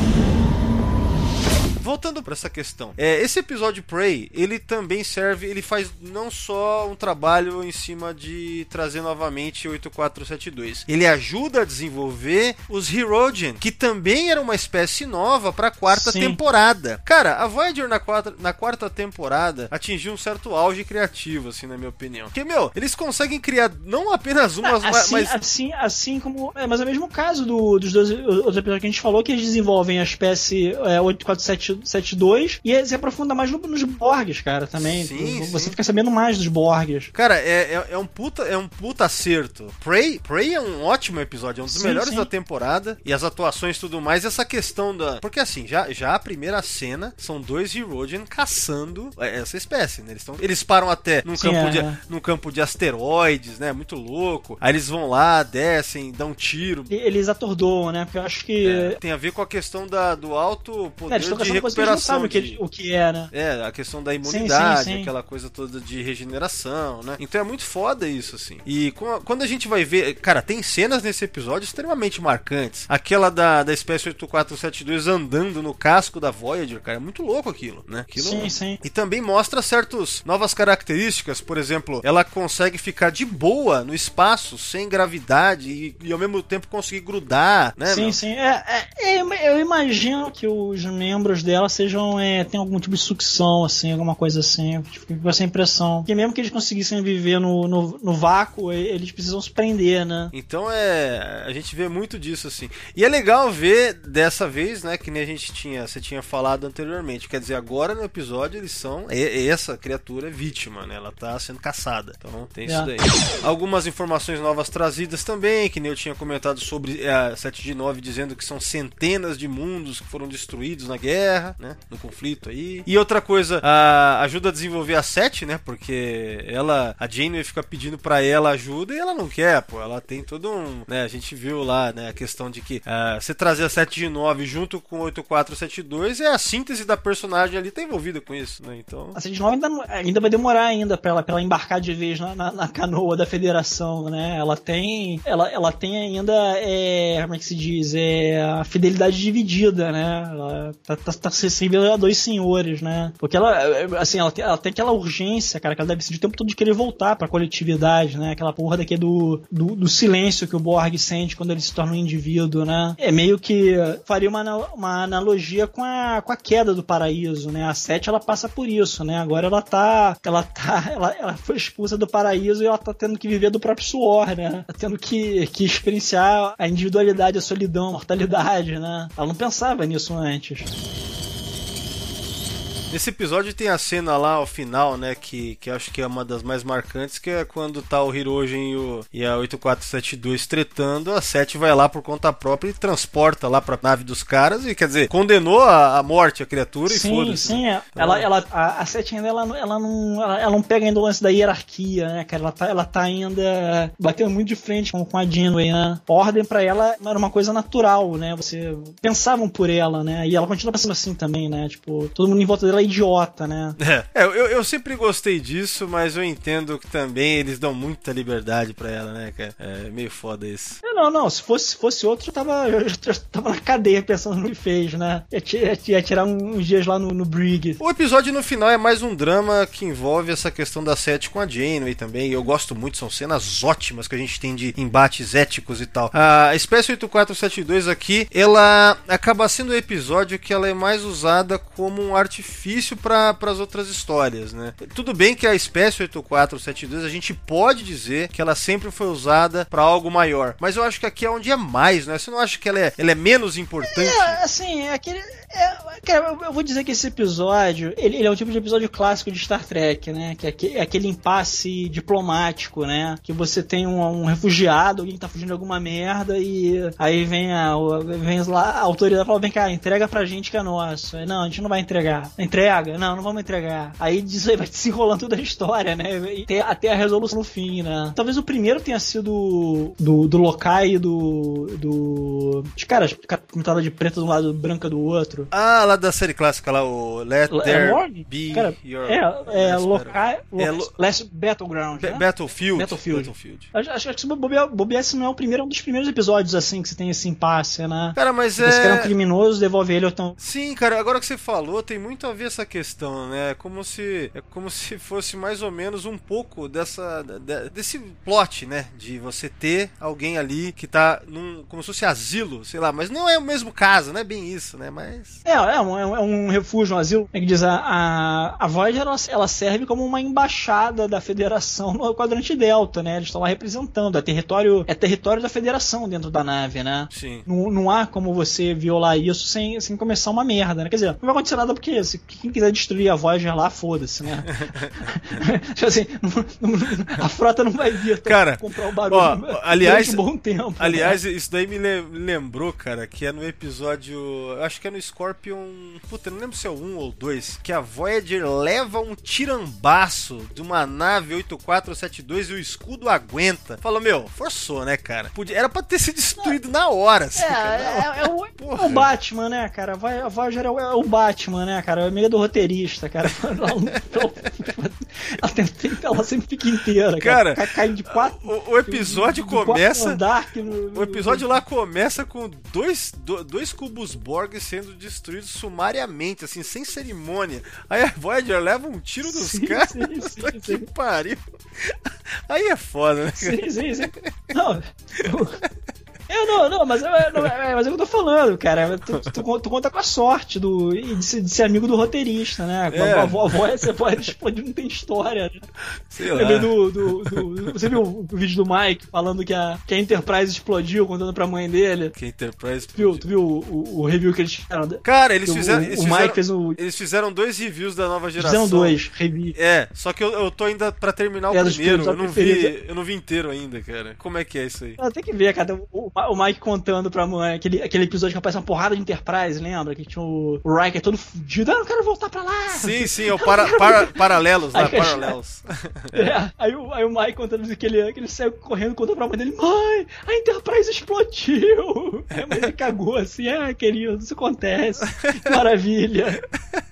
Voltando para essa questão, é, esse episódio Prey, ele também serve, ele faz não só um trabalho em cima de trazer novamente oito quatro sete dois, ele ajuda a desenvolver os Hirogen, que também era uma espécie nova para a quarta Sim. temporada. Cara, a Voyager na quarta, na quarta temporada atingiu um certo auge criativo, assim, na minha opinião. Porque, meu, eles conseguem criar não apenas uma, ah, assim, mas... Assim, assim como... É, mas é o mesmo caso do, dos dois outros episódios que a gente falou, que eles desenvolvem a espécie é, oito quatro sete dois e se aprofunda mais no, nos Borgs, cara, também. Sim, Você sim. fica sabendo mais dos Borgs. Cara, é, é, é, um puta, é um puta acerto. Prey, Prey é um ótimo episódio, é um dos sim, melhores sim. da temporada, e as atuações e tudo mais, essa questão da... Porque assim, já, já a primeira cena são dois Hirogen caçando essa espécie, né? Eles, tão, eles param até num, sim, campo é. de, num campo de asteroides, né? Muito louco. Aí eles vão lá, descem, dão um tiro. Eles atordoam, né? Porque eu acho que... É, tem a ver com a questão da, do alto poder é, de recuperação. Sabe o que, de... o que é, né? É, a questão da imunidade, sim, sim, sim. aquela coisa toda de regeneração, né? Então é muito foda isso, assim. E quando a gente vai ver... Cara, tem cenas nesse episódio extremamente marcantes. Aquela da, da espécie oito quatro sete dois andando no casco da Voyager, cara, é muito louco aquilo, né? Aquilo... Sim, sim. E também mostra certas novas características, por exemplo, ela consegue ficar de boa no espaço, sem gravidade e, e ao mesmo tempo conseguir grudar, né? Sim, meu? sim. É, é, eu imagino que os membros dela sejam é, tem algum tipo de sucção, assim, alguma coisa assim. Fico com essa impressão. Porque mesmo que eles conseguissem viver no, no, no vácuo, eles precisam se prender, né? Então é... A gente vê muito disso, assim. E é legal ver dessa vez, né, que nem a gente tinha... Você tinha falado anteriormente. Quer dizer, agora no episódio eles são... Essa criatura é vítima, né? Ela tá sendo caçada. Então tem é. isso daí. Algumas informações novas trazidas também, que nem eu tinha comentado sobre a sete de nove, dizendo que são centenas de mundos que foram destruídos na guerra, né? No conflito aí. E outra coisa, a, ajuda a desenvolver a Sete, né? Porque ela, a Janeway fica pedindo pra ela ajuda e ela não quer, pô. Ela tem todo um, né? A gente viu lá, né? A questão de que uh, você trazer a sete de nove junto com oito quatro sete dois é a síntese da personagem ali, tá envolvida com isso, né? Então... A sete de nove ainda, ainda vai demorar ainda pra ela, pra ela embarcar de vez na, na, na canoa da Federação, né? Ela tem, ela, ela tem ainda, é, como é que se diz? É a fidelidade dividida, né? Ela tá, tá, tá servindo a dois senhores, né? Porque ela, assim, ela tem, ela tem aquela urgência, cara, que ela deve sentir o tempo todo de querer voltar pra coletividade, né? Aquela porra daqui do, do, do silêncio que o Borg sente quando ele se torna um indivíduo, né? É meio que faria uma, uma analogia com a, com a queda do paraíso, né? A Sete, ela passa por isso, né? Agora ela tá, ela tá, ela, ela foi expulsa do paraíso e ela tá tendo que viver do próprio suor, né? Tá tendo que, que experienciar a individualidade, a solidão, a mortalidade, né? Ela não pensava nisso antes. Nesse episódio tem a cena lá ao final, né, que, que acho que é uma das mais marcantes, que é quando tá o Hirogen e, o, e a oito quatro sete dois tretando, a Sete vai lá por conta própria e transporta lá pra nave dos caras e, quer dizer, condenou a, a morte a criatura sim, e foda-se. Sim, sim. Então, ela, ela, a, a Sete ainda, ela, ela, não, ela, ela não pega ainda o lance da hierarquia, né, cara? Ela tá, ela tá ainda batendo muito de frente com, com a Janeway, né? A ordem pra ela era uma coisa natural, né? Você pensavam por ela, né? E ela continua pensando assim também, né? Tipo, todo mundo em volta dela é idiota, né? É, eu, eu sempre gostei disso, mas eu entendo que também eles dão muita liberdade pra ela, né, cara? É meio foda isso. É, não, não, se fosse, se fosse outro, eu tava, eu já tava na cadeia pensando no que fez, né? Ia, ia, ia tirar uns dias lá no, no Brig. O episódio no final é mais um drama que envolve essa questão da Sete com a Janeway também, e eu gosto muito, são cenas ótimas que a gente tem de embates éticos e tal. A espécie oito quatro sete dois aqui, ela acaba sendo o episódio que ela é mais usada como um artifício para as outras histórias, né? Tudo bem que a espécie oito quatro sete dois a gente pode dizer que ela sempre foi usada para algo maior, mas eu acho que aqui é onde é mais, né? Você não acha que ela é, ela é menos importante? É, assim, é aquele... É, cara, eu vou dizer que esse episódio, ele, ele é um tipo de episódio clássico de Star Trek, né? Que é aquele, é aquele impasse diplomático, né? Que você tem um, um refugiado, alguém que tá fugindo de alguma merda e aí vem a, vem lá, a autoridade e fala, vem cá, entrega pra gente que é nosso. Aí, não, a gente não vai entregar. Entrega? Não, não vamos entregar. Aí disso aí vai se enrolando toda a história, né? E ter, até a resolução no fim, né? Talvez o primeiro tenha sido do, do Lokai e do... do... Os caras, pintada de preto de um lado, branca do outro. outro. Ah, lá da série clássica lá, o Let É There Lorne? Be Cara, Your... é, é Last local... Battle. É, lo- Last Battleground, Ba- né? Battlefield. Battlefield. Battlefield. Acho, acho que se bobear, bobear, esse não é o primeiro, é um dos primeiros episódios, assim, que você tem esse impasse, né? Cara, mas Você quer um é... criminoso, devolve ele, ou então... Sim, cara, agora que você falou, tem muito a ver essa questão, né? É como se, é como se fosse mais ou menos um pouco dessa, de- desse plot, né? De você ter alguém ali que tá num, como se fosse asilo, sei lá, mas não é o mesmo caso, não é bem isso, né? Mas... É, é um, é um refúgio, um asilo. É que diz, a, a, a Voyager, ela, ela serve como uma embaixada da Federação no quadrante Delta, né? Eles estão lá representando. É território, é território da Federação dentro da nave, né? Sim. Não, não há como você violar isso sem, sem começar uma merda, né? Quer dizer, não vai acontecer nada porque se quem quiser destruir a Voyager lá, foda-se, né? Tipo assim, não, não, a frota não vai vir até cara, comprar o barulho ó, aliás, um bom tempo. Aliás, né? isso daí me le- lembrou, cara, que é no episódio, acho que é no Scorpion, puta, não lembro se é o um ou dois, que a Voyager leva um tirambaço de uma nave oito quatro sete dois e o escudo aguenta. Falou, meu, forçou, né, cara? Podia, era pra ter sido destruído na hora. Assim, É, cara, é, é, o, é o Batman, né, cara? Vai- A Voyager é o, é o Batman, né, cara? É amiga do roteirista, cara. Ela, ela, tem- ela sempre fica inteira, cara. Cara, Cai, cai de quatro. o, o episódio de- de quatro começa... andar que no- no- O episódio lá começa com dois, do- dois cubos Borg sendo destruídos sumariamente, assim, sem cerimônia. Aí a Voyager leva um tiro dos Sim, caras. sim, sim, Puta que sim. pariu. Aí é foda, né? Sim, sim, sim. Não, eu- eu não, não, mas, é, não, é, mas é o que eu tô falando, cara. Tu, tu, tu, tu conta com a sorte do, de, ser, de ser amigo do roteirista, né? É. A avó, a avó você pode explodir, não tem história, né? Sei lá. Lembrei do, do, do- Você viu o vídeo do Mike falando que a, que a Enterprise explodiu, contando pra mãe dele? Que Enterprise. Tu viu, tu viu o, o, o review que eles fizeram? Cara, eles O- fizeram. o, Eles o fizeram, Mike fez o. eles fizeram dois reviews da nova geração. Fizeram dois, review. É, só que eu, eu tô ainda pra terminar o É, dos primeiro. Eu episódios não vi. preferidos. Eu não vi inteiro ainda, cara. Como é que é isso aí? Ah, tem que ver, cara. O, o Mike contando pra mãe, aquele, aquele episódio que aparece uma porrada de Enterprise, lembra? Que tinha o, o Riker todo fudido. Ah, eu quero voltar pra lá! Sim, sim, é o para, para, paralelos lá, Aí, paralelos. É, aí, o, aí o Mike contando que ele, que ele saiu correndo, contou pra mãe dele: mãe, a Enterprise explodiu! Aí a mãe dele cagou assim: ah, querido, isso acontece. Que maravilha.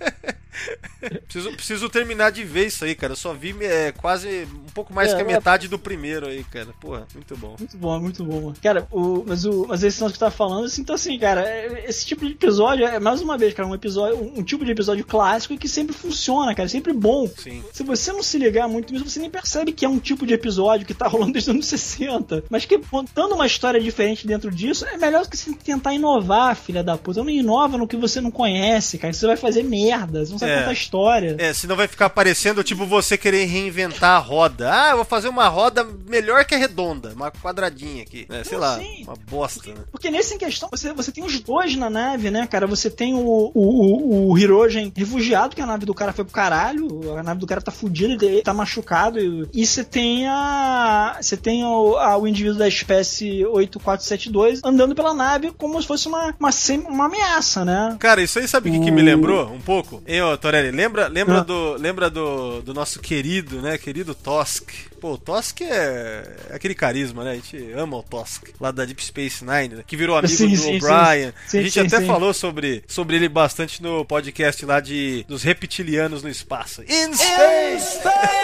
Preciso, preciso terminar de ver isso aí, cara. Eu só vi é, quase um pouco mais É, que a é- metade do primeiro aí, cara. Porra, muito bom. Muito bom, muito bom. Cara, o, mas, o, mas esse lance que tu tá falando, assim, então assim, cara, é- esse tipo de episódio é, mais uma vez, cara, um episódio, um, um tipo de episódio clássico e que sempre funciona, cara, sempre bom. Sim. Se você não se ligar muito nisso, você nem percebe que é um tipo de episódio que tá rolando desde os anos sessenta. Mas que contando uma história diferente dentro disso, é melhor do que você tentar inovar, filha da puta. Não inova no que você não conhece, cara. Você vai fazer merda, você não sabe É. contar história. É, senão vai ficar parecendo tipo você querer reinventar a roda. Ah, eu vou fazer uma roda melhor que a redonda, uma quadradinha aqui, né? Sei Não, lá, sim. uma bosta, né? Porque nesse em questão, você, você tem os dois na nave, né, cara? Você tem o, o, o, o Hirogen refugiado, que a nave do cara foi pro caralho, a nave do cara tá fudida, ele tá machucado. E, e você tem a. Você tem o, a, o indivíduo da espécie oito quatro sete dois andando pela nave como se fosse uma, uma, sem- uma ameaça, né? Cara, isso aí sabe o que, que me lembrou um pouco? Hein, ô, Torelli, lembra, lembra, Ah. do, lembra do, do nosso querido, né, querido Tosk. Pô, o Tosk é aquele carisma, né? A gente ama o Tosk, lá da Deep Space Nine, né? Que virou amigo Sim, do sim, O'Brien. sim. A gente Sim, até sim. falou sobre, sobre ele bastante no podcast lá de dos reptilianos no espaço. In Space!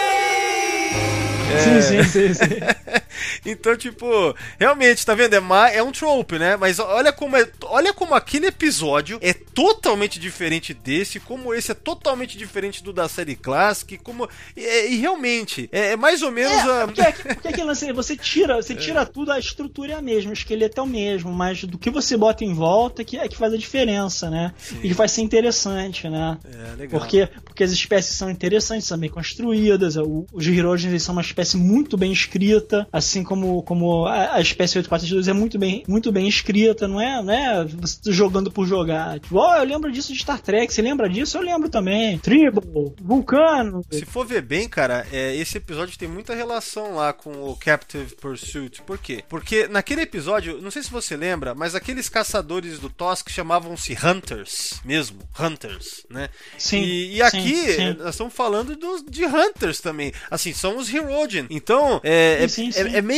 Sim, sim, sim, sim. Então, tipo, realmente, tá vendo? É, ma- é um trope, né? Mas olha como, é, olha como aquele episódio é totalmente diferente desse, como esse é totalmente diferente do da série clássica, como e, e realmente é, é mais ou menos É, a... porque, porque aquele lance, você tira, você tira tudo, a estrutura é a mesma, o esqueleto é o mesmo, mas do que você bota em volta que é que faz a diferença, né? E que vai ser interessante, né? É, legal. Porque, porque as espécies são interessantes, são bem construídas, o- os Hirogens eles são uma espécie muito bem escrita, assim como, como a, a espécie oito quatro dois é muito bem, muito bem escrita, não é, não é você tá jogando por jogar. Tipo, ó, eu lembro disso de Star Trek, você lembra disso? Eu lembro também. Tribble, Vulcano. Se for ver bem, cara, é, esse episódio tem muita relação lá com o Captive Pursuit. Por quê? Porque naquele episódio, não sei se você lembra, mas aqueles caçadores do Tosk chamavam-se Hunters mesmo. Hunters, né? Sim, E, e aqui, sim, sim. nós estamos falando dos, de Hunters também. Assim, são os Hirogen. Então, é, Sim, é, sim, sim. é- é meio,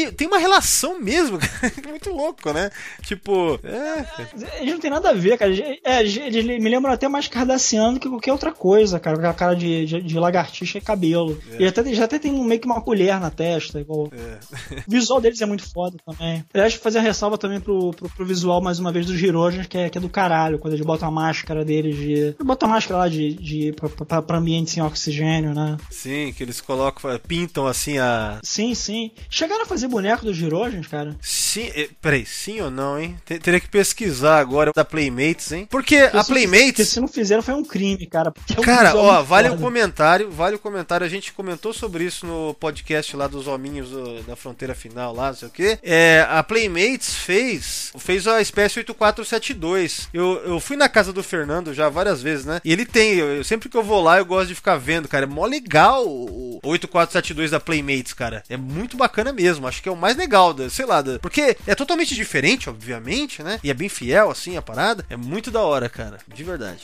tem, tem uma relação mesmo, cara. Muito louco, né? Tipo, é... Eles não tem nada a ver, cara. É, eles me lembram até mais Cardassiano do que qualquer outra coisa, cara. Com a cara de, de, de lagartixa e cabelo. É. E até, já até tem meio que uma colher na testa. Igual. É. O visual deles é muito foda também. Aliás, fazer a ressalva também pro, pro, pro visual, mais uma vez, dos Hirojans, que é, que é do caralho. Quando eles botam a máscara deles de... Botam a máscara lá de, de, pra, pra, pra ambiente sem oxigênio, né? Sim, que eles colocam, pintam assim a... Sim, sim. Chegaram a fazer boneco dos Hirojans, cara? Sim, peraí, sim ou não, hein? Teria que pesquisar agora da Playmates, hein? Porque, porque a Playmates... Porque se não fizeram foi um crime, cara. É um cara, ó, vale foda. o comentário, vale o comentário. A gente comentou sobre isso no podcast lá dos hominhos do, da Fronteira Final lá, não sei o quê. É, a Playmates fez, fez a espécie oito quatro sete dois. Eu, eu fui na casa do Fernando já várias vezes, né? E ele tem, eu, sempre que eu vou lá eu gosto de ficar vendo, cara. É mó legal o oito quatro sete dois da Playmates, cara. É muito bacana mesmo. Acho que é o mais legal, da, sei lá, da, porque é totalmente diferente, obviamente, né? E é bem fiel, assim, a parada. É muito da hora, cara. De verdade.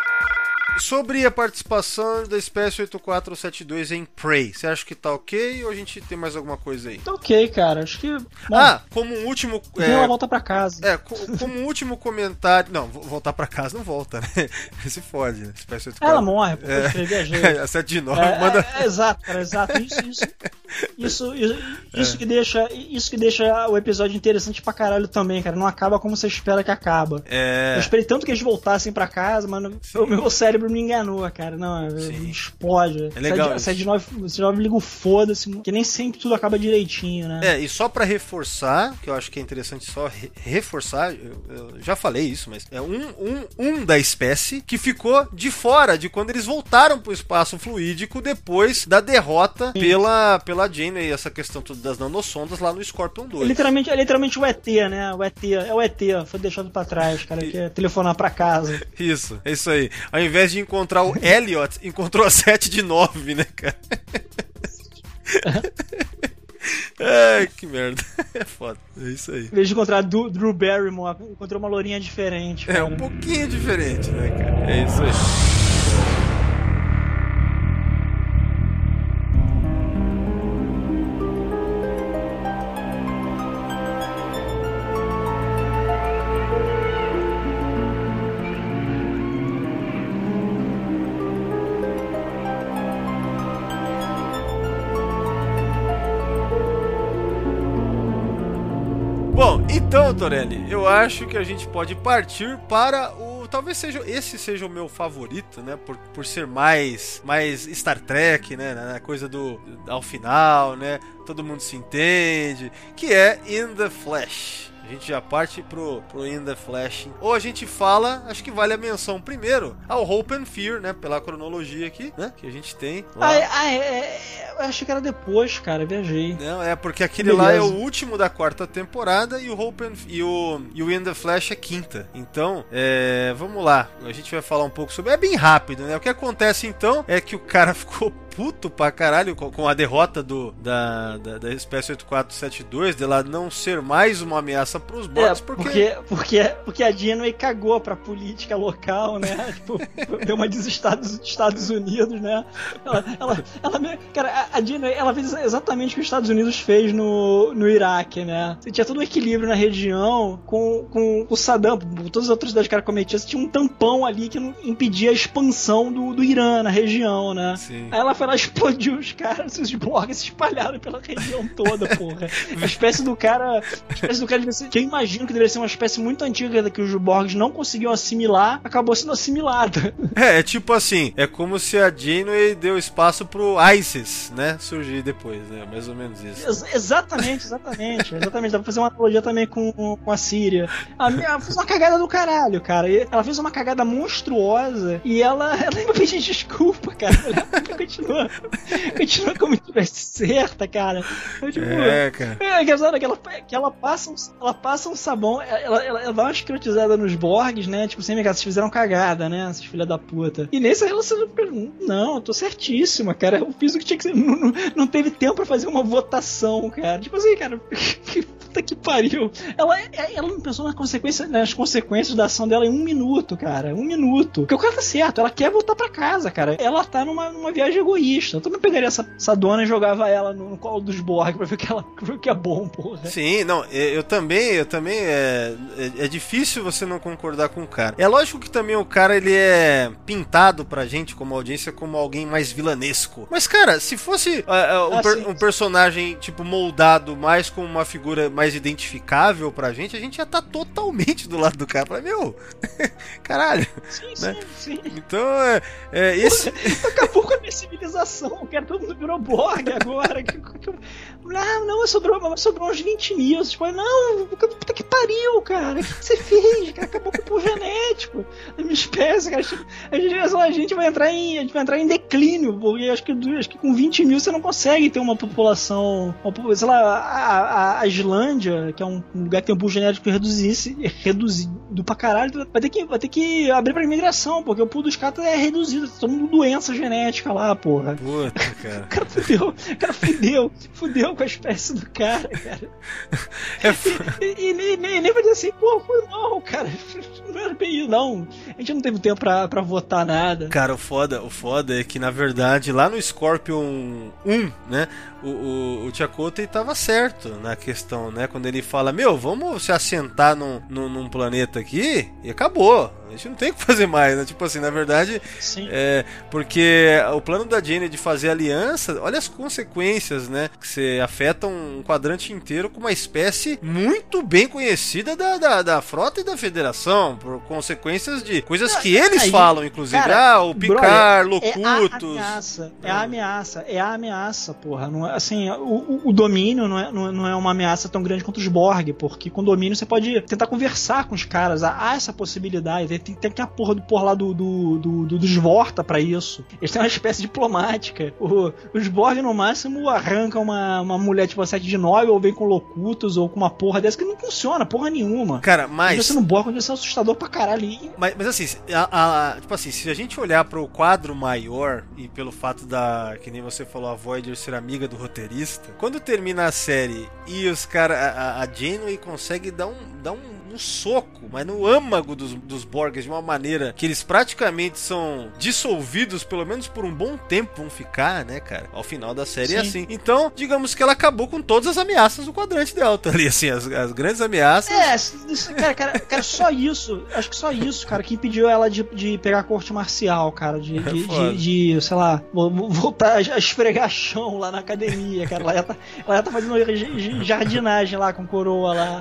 Sobre a participação da espécie oito quatro sete dois em Prey, você acha que tá ok ou a gente tem mais alguma coisa aí? Tá ok, cara, acho que... Bom, ah, como um último... É, ela volta pra casa. É, co como um último comentário... Não, voltar pra casa não volta, né? Se fode, né? Espécie oito quatro... Ela morre, porque é, eu viajei. A sete de nove é, manda... É, é, exato, cara, exato. Isso, isso, isso, isso, isso, é. que deixa, isso que deixa o episódio interessante pra caralho também, cara. Não acaba como você espera que acaba. É... Eu esperei tanto que eles voltassem pra casa, mas o meu cérebro me enganou, cara. Não, Sim. explode. É legal. A sete de nove liga o foda-se, que nem sempre tudo acaba direitinho, né? É, e só pra reforçar, que eu acho que é interessante só re reforçar, eu, eu já falei isso, mas é um, um, um da espécie que ficou de fora de quando eles voltaram pro espaço fluídico depois da derrota pela, pela Janeway, essa questão toda das nanossondas lá no Scorpion dois. É literalmente, é literalmente o E T, né? O E T, é o E T, foi deixado pra trás, cara, que é telefonar pra casa. Isso, é isso aí. Ao invés de encontrar o Elliot, encontrou a sete de nove, né, cara? Ai, que merda. É foda. É isso aí. Em vez de encontrar Du Drew Barrymore, encontrou uma lourinha diferente, cara. É, um pouquinho diferente, né, cara? É isso aí. Bom, então, Torelli, eu acho que a gente pode partir para o... Talvez seja esse seja o meu favorito, né? Por, por ser mais, mais Star Trek, né? Na coisa do... ao final, né? Todo mundo se entende. Que é In the Flash. A gente já parte pro, pro In the Flash. Ou a gente fala, acho que vale a menção primeiro ao Hope and Fear, né? Pela cronologia aqui, né? Que a gente tem lá. Ah, ah é, é, eu achei que era depois, cara, viajei. Não, é porque aquele Beleza. lá é o último da quarta temporada e o Hope and, e o, e o In the Flash é quinta. Então, é, vamos lá. A gente vai falar um pouco sobre... É bem rápido, né? O que acontece então é que o cara ficou puto pra caralho com a derrota do, da, da, da espécie oito quatro sete dois, dela não ser mais uma ameaça pros Borgs, é, porque... porque... Porque, porque a Janeway cagou pra política local, né? Tipo, deu uma dos Estados, Estados Unidos, né? Ela, ela, ela, cara, a Janeway, ela fez exatamente o que os Estados Unidos fez no, no Iraque, né? Você tinha todo um equilíbrio na região com, com o Saddam, todas as atrocidades que o cara cometia, você tinha um tampão ali que não impedia a expansão do, do Irã na região, né? Sim. Aí ela foi lá, explodiu os caras, os Borgs se espalharam pela região toda, porra. A espécie do cara, a espécie do cara devia ser, que eu imagino que deveria ser uma espécie muito antiga que os Borgs não conseguiam assimilar, acabou sendo assimilada. É, é tipo assim, é como se a Janeway deu espaço pro ISIS, né, surgir depois, né, mais ou menos isso. Ex exatamente, exatamente, exatamente, dá pra fazer uma analogia também com, com a Síria. Ela fez uma cagada do caralho, cara, ela fez uma cagada monstruosa e ela, ela nem vai pedir desculpa, cara, ela continua continua como se tivesse certa, cara. Eu, tipo, é, cara. É engraçado que ela, que ela, passa um, ela passa um sabão, ela, ela, ela dá uma escrotizada nos Borgs, né? Tipo, sem assim, vocês fizeram cagada, né? Essas filhas da puta. E nesse relação, não, eu tô certíssima, cara. Eu fiz o que tinha que ser. Não, não, não teve tempo pra fazer uma votação, cara. Tipo assim, cara, que puta que pariu. Ela, ela não pensou nas consequências, nas consequências da ação dela em um minuto, cara. Um minuto. Porque o cara tá certo, ela quer voltar pra casa, cara. Ela tá numa, numa viagem egoísta. egoísta. Eu também pegaria essa, essa dona e jogava ela no, no colo dos Borg pra ver que, ela, pra ver que é bom, porra. Sim, não, eu também, eu também, é, é, é difícil você não concordar com o cara. É lógico que também o cara, ele é pintado pra gente, como audiência, como alguém mais vilanesco. Mas, cara, se fosse uh, um, ah, per, sim, um sim. personagem, tipo, moldado mais como uma figura mais identificável pra gente, a gente já tá totalmente do lado do cara. Fala, meu, caralho. Sim, né? sim, sim. Então, é, é esse... Acabou com a minha civilização, cara, todo mundo virou Borg agora. Não, não, sobrou, mas sobrou uns vinte mil. Tipo, não, puta que pariu, cara. O que você fez? Cara, acabou com o pool genético da minha espécie, cara. A gente, a gente vai entrar em, a gente vai entrar em declínio, porque acho que, acho que com vinte mil você não consegue ter uma população, uma, sei lá, a, a, a Islândia, que é um lugar que tem um pool genético reduzisse, reduzido pra caralho, vai ter que, vai ter que abrir pra imigração, porque o pool dos caras é reduzido, tá todo mundo doença genética lá, porra. Puta, cara. O cara fudeu, o cara fudeu, fudeu com a espécie do cara, cara. É e, e, e, e nem vai dizer assim, pô, foi mal, cara. Não era bem isso, não. A gente não teve tempo pra, pra votar nada. Cara, o foda, o foda é que, na verdade, lá no Scorpion um, né, o, o, o Chakotay tava certo na questão, né, quando ele fala, meu, vamos se assentar num, num, num planeta aqui e acabou. A gente não tem o que fazer mais, né? Tipo assim, na verdade, Sim. É, porque o plano da Janeway de fazer aliança, olha as consequências, né? Que você afeta um quadrante inteiro com uma espécie muito bem conhecida da, da, da frota e da federação, por consequências de coisas que eles aí, falam, inclusive. cara, ah, o Picard, brother, Locutus. É a ameaça, é a ameaça, é a ameaça, porra. Não é, assim, o, o, o domínio não é, não é uma ameaça tão grande quanto os Borg, porque com o domínio você pode tentar conversar com os caras. Há essa possibilidade. Tem, tem que ter a porra do porra lá do, do, do, do, dos Vorta pra isso. Eles têm uma espécie diplomática. O, os Borg, no máximo, arrancam uma, uma mulher tipo a sete de nove, ou vem com Locutus, ou com uma porra dessa que não funciona, porra nenhuma. Cara, mas... Você não Borg, você é assustador pra caralho. Mas, mas assim, a, a, tipo assim, se a gente olhar pro quadro maior, e pelo fato da, que nem você falou, a Voyager ser amiga do roteirista, quando termina a série e os caras, a, a Janeway consegue dar um, dar um, um soco, mas no âmago dos, dos Borgs, de uma maneira que eles praticamente são dissolvidos, pelo menos por um bom tempo vão ficar, né, cara? Ao final da série Sim. é assim. Então, digamos que ela acabou com todas as ameaças do quadrante delta ali, assim, as, as grandes ameaças. É, cara, cara, cara, só isso, acho que só isso, cara, que impediu ela de, de pegar a corte marcial, cara, de, de, É de, de, sei lá, voltar a esfregar chão lá na academia, cara. Ela já tá, ela já tá fazendo jardinagem lá com coroa lá.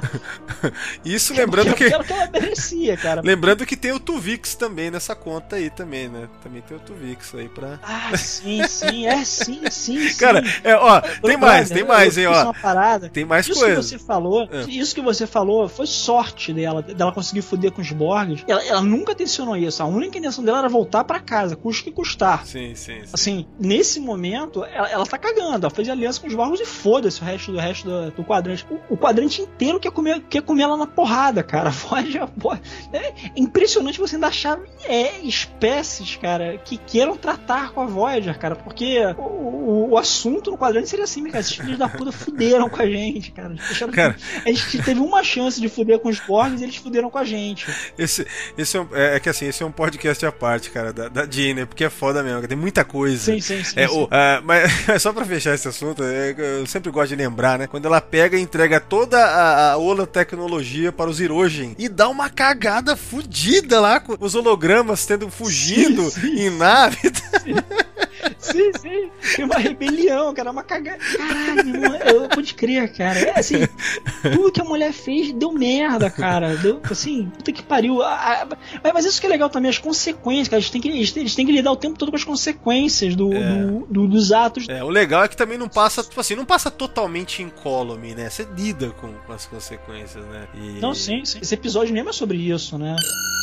Isso lembrando que... que... que ela merecia, cara. Lembrando que tem o Tuvix também nessa conta aí também, né? Também tem o Tuvix aí pra... Ah, sim, sim, é, sim, sim, sim. Cara, é, ó, tem mais, tem mais, hein, ó. Uma parada. Tem mais isso coisa. Que você falou, é. Isso que você falou foi sorte dela, dela conseguir foder com os Borgs. Ela, ela nunca tensionou isso. A única intenção dela era voltar pra casa, custe que custar. Sim, sim, sim. Assim, nesse momento, ela, ela tá cagando. Ela fez aliança com os Borgs e foda-se o resto do resto do, do quadrante. O, o quadrante inteiro quer comer, quer comer ela na porrada, cara. Voyager, é impressionante você ainda achar é, espécies, cara, que queiram tratar com a Voyager, cara, porque o, o, o assunto no quadrante seria assim, cara, esses filhos da puta fuderam com a gente, cara. cara. A gente teve uma chance de fuder com os Borgs e eles fuderam com a gente. Esse, esse é, um, é, é que assim, esse é um podcast à parte, cara, da, da Janeway, porque é foda mesmo, tem muita coisa. Sim, sim, sim. É, sim. O, uh, mas só pra fechar esse assunto, é, eu sempre gosto de lembrar, né, quando ela pega e entrega toda a, a holotecnologia para os Hirogen e dá uma cagada fudida lá, com os hologramas tendo fugindo sim, sim, em nave. Sim. Sim, sim. Tem uma rebelião, cara, uma cagada. Caralho, eu pude crer, cara. É assim, tudo que a mulher fez deu merda, cara. Deu, assim, puta que pariu. Mas isso que é legal também, as consequências, cara. Eles têm que, eles têm que lidar o tempo todo com as consequências do, é. do, do, dos atos. É, o legal é que também não passa, tipo assim, não passa totalmente incólume, né? Você lida com, com as consequências, né? E... Não, sim, sim. Esse episódio mesmo é sobre isso, né?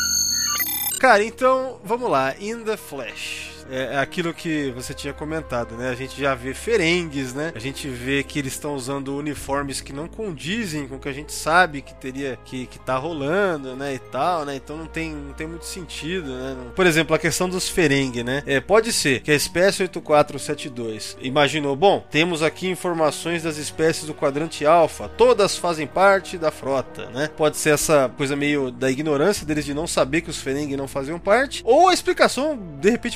Cara, então, vamos lá. In the Flash. É aquilo que você tinha comentado, né? A gente já vê Ferengues, né? A gente vê que eles estão usando uniformes que não condizem com o que a gente sabe que teria que, que tá rolando, né? E tal, né? Então não tem, não tem muito sentido, né? Por exemplo, a questão dos Ferengue, né? É, pode ser que a espécie oito quatro sete dois imaginou, bom, temos aqui informações das espécies do quadrante alfa, todas fazem parte da frota, né? Pode ser essa coisa meio da ignorância deles de não saber que os Ferengue não faziam parte, ou a explicação, de repente, muito louca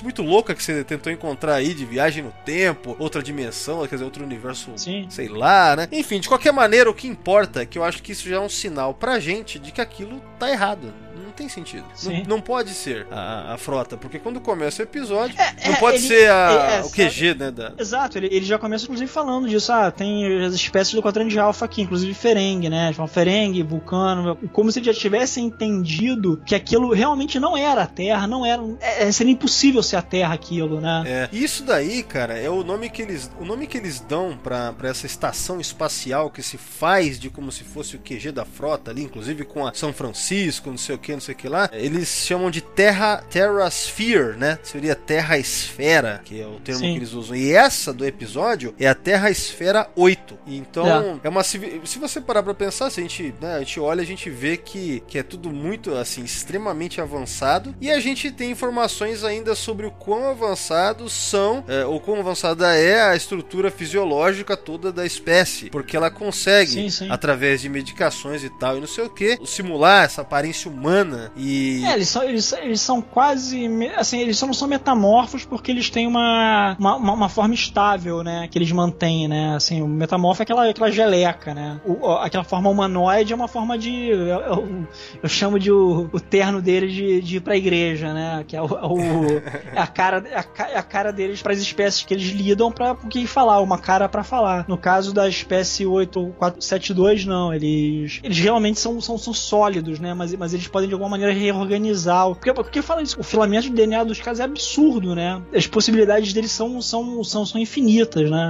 louca que você tentou encontrar aí de viagem no tempo, outra dimensão, quer dizer, outro universo, Sim. sei lá, né? Enfim, de qualquer maneira, o que importa é que eu acho que isso já é um sinal pra gente de que aquilo tá errado. Não tem sentido. Não, não pode ser a, a frota, porque quando começa o episódio, é, não é, pode ele, ser a, é, é, o Q G, né? Da... Exato, ele, ele já começa inclusive falando disso. Ah, tem as espécies do quadrante de alfa aqui, inclusive Ferengue, né? Tipo, Ferengue, Vulcano, como se ele já tivesse entendido que aquilo realmente não era a Terra, não era. É, seria impossível ser a Terra aquilo, né? É. Isso daí, cara, é o nome que eles, o nome que eles dão pra, pra essa estação espacial que se faz de como se fosse o Q G da frota ali, inclusive com a São Francisco, não sei o que, não sei o que lá. Eles chamam de Terra, Terra Sphere, né? Seria Terra Esfera, que é o termo Sim. que eles usam. E essa do episódio é a Terra Esfera oito. Então, é, é uma se você parar pra pensar, se a gente, né, a gente olha, a gente vê que, que é tudo muito, assim, extremamente avançado. E a gente tem informações ainda sobre o quão avançados são, é, ou quão avançada é a estrutura fisiológica toda da espécie. Porque ela consegue, sim, sim. através de medicações e tal, e não sei o que, simular essa aparência humana. E... É, eles são, eles, eles são quase, assim, eles só não são metamorfos porque eles têm uma, uma, uma forma estável, né, que eles mantêm, né, assim, o metamorfo é aquela, aquela geleca, né, o, aquela forma humanoide é uma forma de, eu, eu, eu chamo de o, o terno deles de, de ir pra igreja, né, que é, o, o, é a cara, a, a cara deles para as espécies que eles lidam pra o que falar, uma cara pra falar. No caso da espécie oito quatro sete dois, não, eles, eles realmente são, são, são sólidos, né, mas, mas eles podem de alguma maneira reorganizar. Porque, porque fala isso, o filamento de D N A dos caras é absurdo, né? As possibilidades deles são, são, são, são infinitas, né?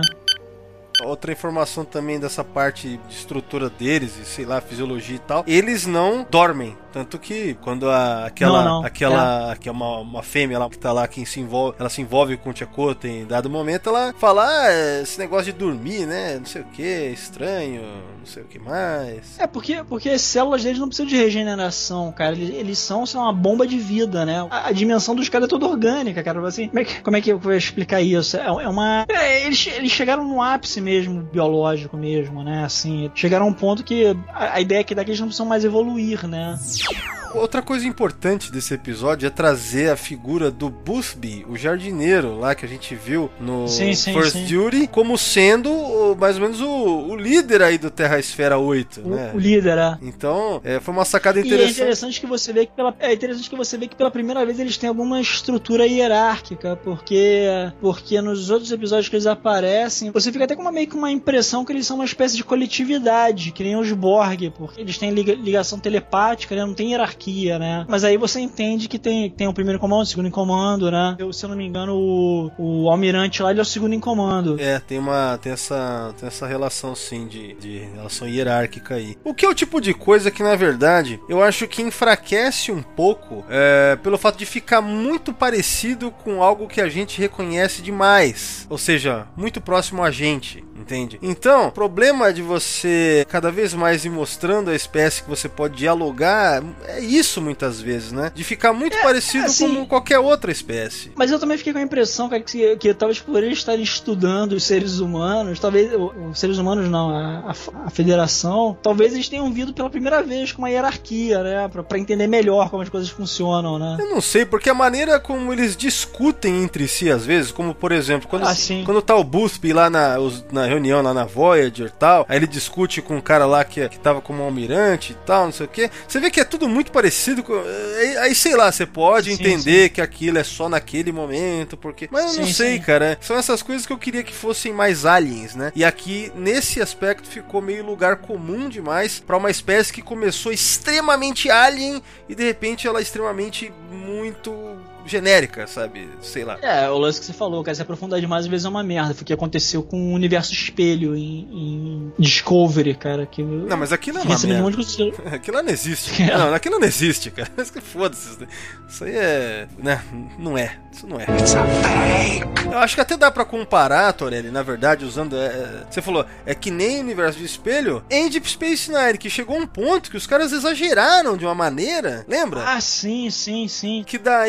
Outra informação também dessa parte de estrutura deles, e sei lá, fisiologia e tal, eles não dormem. Tanto que quando a, aquela, não, não. aquela, é. que é uma, uma fêmea lá que tá lá, quem se envolve, ela se envolve com o Chakotay em dado momento, ela fala, ah, esse negócio de dormir, né, não sei o que, estranho, não sei o que mais. É, porque, porque as células deles não precisam de regeneração, cara, eles, eles são, são uma bomba de vida, né, a, a dimensão dos caras é toda orgânica, cara, assim, como é que, como é que eu vou explicar isso? É, é uma... É, eles, eles chegaram no ápice mesmo, biológico mesmo, né, assim, chegaram a um ponto que a, a ideia é que daqui eles não precisam mais evoluir, né. Outra coisa importante desse episódio é trazer a figura do Boothby, o jardineiro lá que a gente viu no sim, sim, First sim. Duty, como sendo o, mais ou menos o, o líder aí do Terra Esfera oito, o, né? O líder, é. Então, é, foi uma sacada interessante. E é interessante que você vê que pela, é interessante que você vê que pela primeira vez eles têm alguma estrutura hierárquica, porque porque nos outros episódios que eles aparecem, você fica até com uma, meio que uma impressão que eles são uma espécie de coletividade, que nem os Borg, porque eles têm liga, ligação telepática, né? Não tem hierarquia, né? Mas aí você entende que tem, tem o primeiro em comando, o segundo em comando, né? Eu, se eu não me engano, o, o almirante lá, ele é o segundo em comando. É, tem uma tem essa, tem essa relação, sim, de, de relação hierárquica aí. O que é o tipo de coisa que, na verdade, eu acho que enfraquece um pouco é, pelo fato de ficar muito parecido com algo que a gente reconhece demais. Ou seja, muito próximo a gente, entende? Então, o problema de você cada vez mais ir mostrando a espécie que você pode dialogar é isso muitas vezes, né? De ficar muito é, parecido assim, com qualquer outra espécie. Mas eu também fiquei com a impressão, cara, que, que talvez por eles estarem estudando os seres humanos, talvez os seres humanos não, a, a, a federação, talvez eles tenham vindo pela primeira vez com uma hierarquia, né? Pra, pra entender melhor como as coisas funcionam, né? Eu não sei, porque a maneira como eles discutem entre si às vezes, como por exemplo, quando, ah, quando tá o Boothby lá na, os, na reunião lá na Voyager e tal, aí ele discute com um cara lá que, que tava como almirante e tal, não sei o que, você vê que é tudo muito parecido com... Aí, aí sei lá, você pode sim, entender sim. que aquilo é só naquele momento, porque... Mas eu sim, não sei, sim. cara, são essas coisas que eu queria que fossem mais aliens, né? E aqui, nesse aspecto, ficou meio lugar comum demais pra uma espécie que começou extremamente alien e de repente ela é extremamente muito... genérica, sabe? Sei lá. É, o lance que você falou, cara, se aprofundar demais às vezes é uma merda. Foi o que aconteceu com o universo espelho em, em Discovery, cara. Que não, mas aquilo é uma merda. De... Aquilo não existe. É. Não, aquilo não existe, cara. Foda-se. Isso aí é... Né? Não é. Isso não é. It's a fake. Eu acho que até dá pra comparar, Torelli, na verdade, usando... É... Você falou, é que nem o universo de espelho em Deep Space Nine, que chegou a um ponto que os caras exageraram de uma maneira, lembra? Ah, sim, sim, sim. Que daí ficou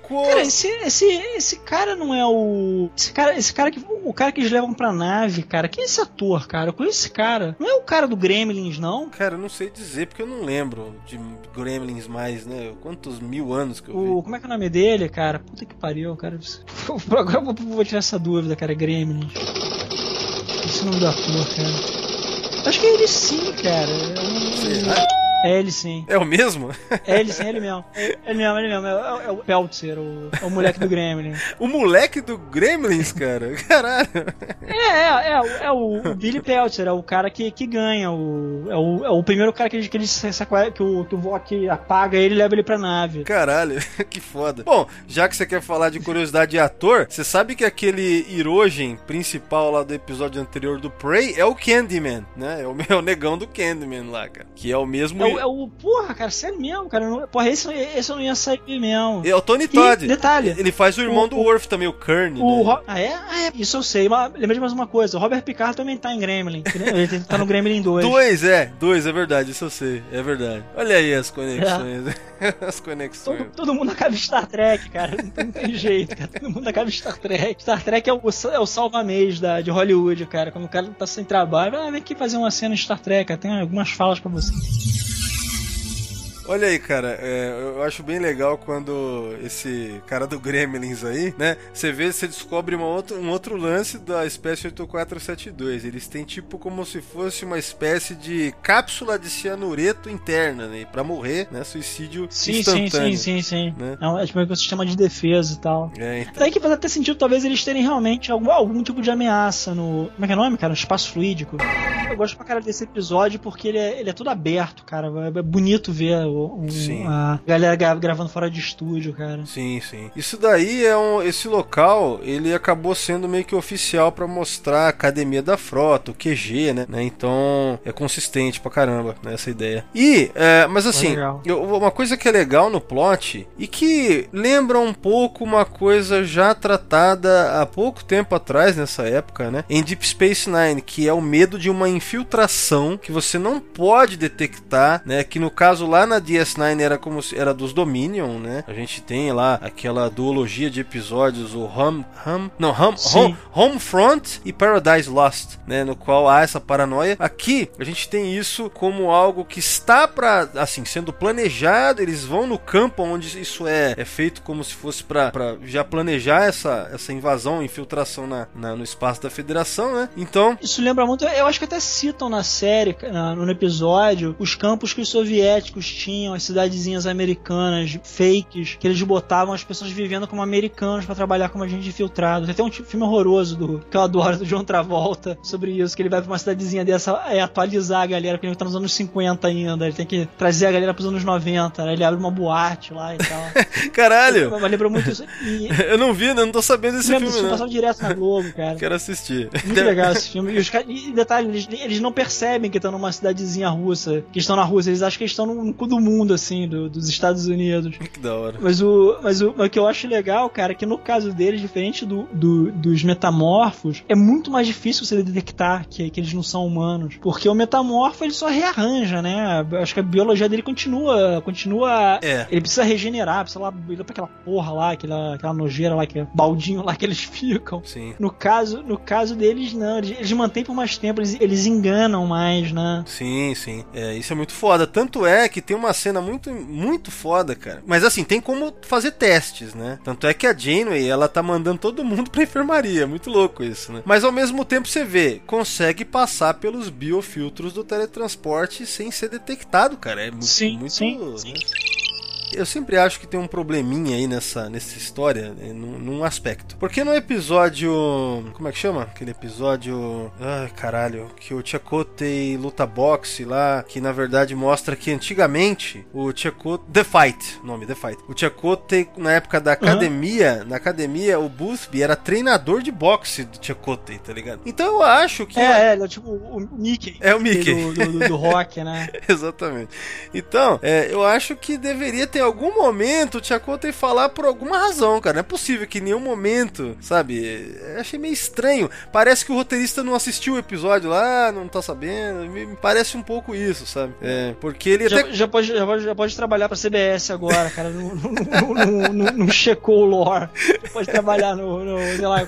ficou... Cara, esse, esse, esse cara não é o... Esse cara, esse cara que... O cara que eles levam pra nave, cara. Quem é esse ator, cara? Eu conheço esse cara. Não é o cara do Gremlins, não? Cara, eu não sei dizer, porque eu não lembro de Gremlins mais, né? Quantos mil anos que eu o, vi. Como é que é o nome dele, cara? Puta que pariu, cara. Agora eu vou, vou tirar essa dúvida, cara. Gremlins. Esse nome do ator, cara. Acho que é ele sim, cara. Eu não... Será? É ele sim. É o mesmo? É ele sim, é ele mesmo. É ele mesmo, é ele mesmo. É, é o Peltzer, o, é o moleque do Gremlin. O moleque do Gremlins, cara? Caralho. É, é, é, é o, o Billy Peltzer, é o cara que, que ganha. O, é, o, é o primeiro cara que ele, que, ele, que o que o Vok apaga ele e leva ele pra nave. Caralho, que foda. Bom, já que você quer falar de curiosidade de ator, você sabe que aquele Hirogen principal lá do episódio anterior do Prey é o Candyman, né? É o, é o negão do Candyman lá, cara. Que é o mesmo... É o, é o, porra, cara, sério mesmo, cara. Não, porra, esse, esse eu não ia sair mesmo. É o Tony Todd. E, detalhe. Ele faz o irmão o, do Worf também, o Kearney. O né? Ro... Ah, é? Ah, é? Isso eu sei. Mas lembrei de mais uma coisa. O Robert Picard também tá em Gremlin. Ele tá no Gremlin dois. Dois, é. Dois, é verdade. Isso eu sei. É verdade. Olha aí as conexões. É. As conexões. Todo, todo mundo acaba em Star Trek, cara. Não, não tem jeito, cara. Todo mundo acaba em Star Trek. Star Trek é o, é o salva-mês da, de Hollywood, cara. Quando o cara tá sem trabalho, ah, vem aqui fazer uma cena em Star Trek, cara. Tem algumas falas pra você. Olha aí, cara, é, eu acho bem legal quando esse cara do Gremlins aí, né, você vê, você descobre uma outra, um outro lance da espécie oito quatro sete dois. Eles têm tipo como se fosse uma espécie de cápsula de cianureto interna, né, pra morrer, né, suicídio sim, instantâneo. Sim, sim, sim, sim. Né? É, um, é tipo um sistema de defesa e tal. É, então. Daí que faz até sentido, talvez, eles terem realmente algum, algum tipo de ameaça no... Como é que é o nome, cara? No espaço fluídico. Eu gosto pra cara desse episódio porque ele é, ele é todo aberto, cara. É bonito ver o, o, a galera gravando fora de estúdio, cara. Sim, sim. Isso daí é um... Esse local, ele acabou sendo meio que oficial pra mostrar a academia da frota, o Q G, né? Então, é consistente pra caramba, né, essa ideia. E, é, mas assim, eu, uma coisa que é legal no plot e que lembra um pouco uma coisa já tratada há pouco tempo atrás, nessa época, né? Em Deep Space Nine, que é o medo de uma infiltração que você não pode detectar, né? Que no caso lá na D S nove era como se, era dos Dominion, né? A gente tem lá aquela duologia de episódios, o Home, Home não, Home, Home, Homefront e Paradise Lost, né? No qual há essa paranoia. Aqui a gente tem isso como algo que está para, assim, sendo planejado. Eles vão no campo onde isso é, é feito como se fosse para já planejar essa, essa invasão, infiltração na, na, no espaço da Federação, né? Então isso lembra muito, eu acho que até citam na série, na, no episódio, os campos que os soviéticos tinham, as cidadezinhas americanas, fakes, que eles botavam as pessoas vivendo como americanos pra trabalhar como agente infiltrado. Tem até um filme horroroso do, que eu adoro, do John Travolta, sobre isso, que ele vai pra uma cidadezinha dessa é, atualizar a galera, porque ele tá nos anos cinquenta ainda, ele tem que trazer a galera pros anos noventa, né? Ele abre uma boate lá e tal. Caralho! Mas lembra muito isso. E... eu não vi, né? Não tô sabendo desse filme, filme, não. Passava direto na Globo, cara. Quero assistir. Muito legal esse filme. E, os, e detalhe, eles, eles não percebem que estão numa cidadezinha russa, que estão na Rússia, eles acham que eles estão no cu do mundo, assim, do, dos Estados Unidos. Que da hora. Mas o, mas o, o que eu acho legal, cara, é que no caso deles, diferente do, do, dos metamorfos, é muito mais difícil você detectar que, que eles não são humanos, porque o metamorfo, ele só rearranja, né? Acho que a biologia dele continua, continua... É. Ele precisa regenerar, precisa lá, ir pra aquela porra lá, aquela, aquela nojeira lá, aquele baldinho lá que eles ficam. Sim. No caso, no caso deles, não. Eles, eles mantêm por mais tempo, eles, eles enganam mais, né? Sim, sim. É, isso é muito foda. Tanto é que tem uma cena muito, muito foda, cara. Mas assim, tem como fazer testes, né? Tanto é que a Janeway, ela tá mandando todo mundo pra enfermaria. Muito louco isso, né? Mas ao mesmo tempo você vê, consegue passar pelos biofiltros do teletransporte sem ser detectado, cara. É muito, sim, muito, sim, né? sim. Eu sempre acho que tem um probleminha aí nessa, nessa história, né, num, num aspecto. Porque no episódio... Como é que chama? Aquele episódio... Ai, caralho. Que o Chakotay luta boxe lá, que na verdade mostra que antigamente o Chakotay... The Fight, nome, The Fight. O Chakotay, na época da academia, uhum. na academia, o Boothby era treinador de boxe do Chakotay, tá ligado? Então eu acho que... É, é, é tipo o Mickey. É o Mickey. Do, do, do, do rock, né? Exatamente. Então, é, eu acho que deveria ter em algum momento o Chakotay falar por alguma razão, cara. Não é possível que em nenhum momento, sabe? Eu achei meio estranho. Parece que o roteirista não assistiu o episódio lá, não tá sabendo. Me parece um pouco isso, sabe? É, porque ele já, até... já, pode, já, pode, já pode trabalhar pra C B S agora, cara. Não, não, não, não, não checou o lore. Já pode trabalhar no, no sei lá,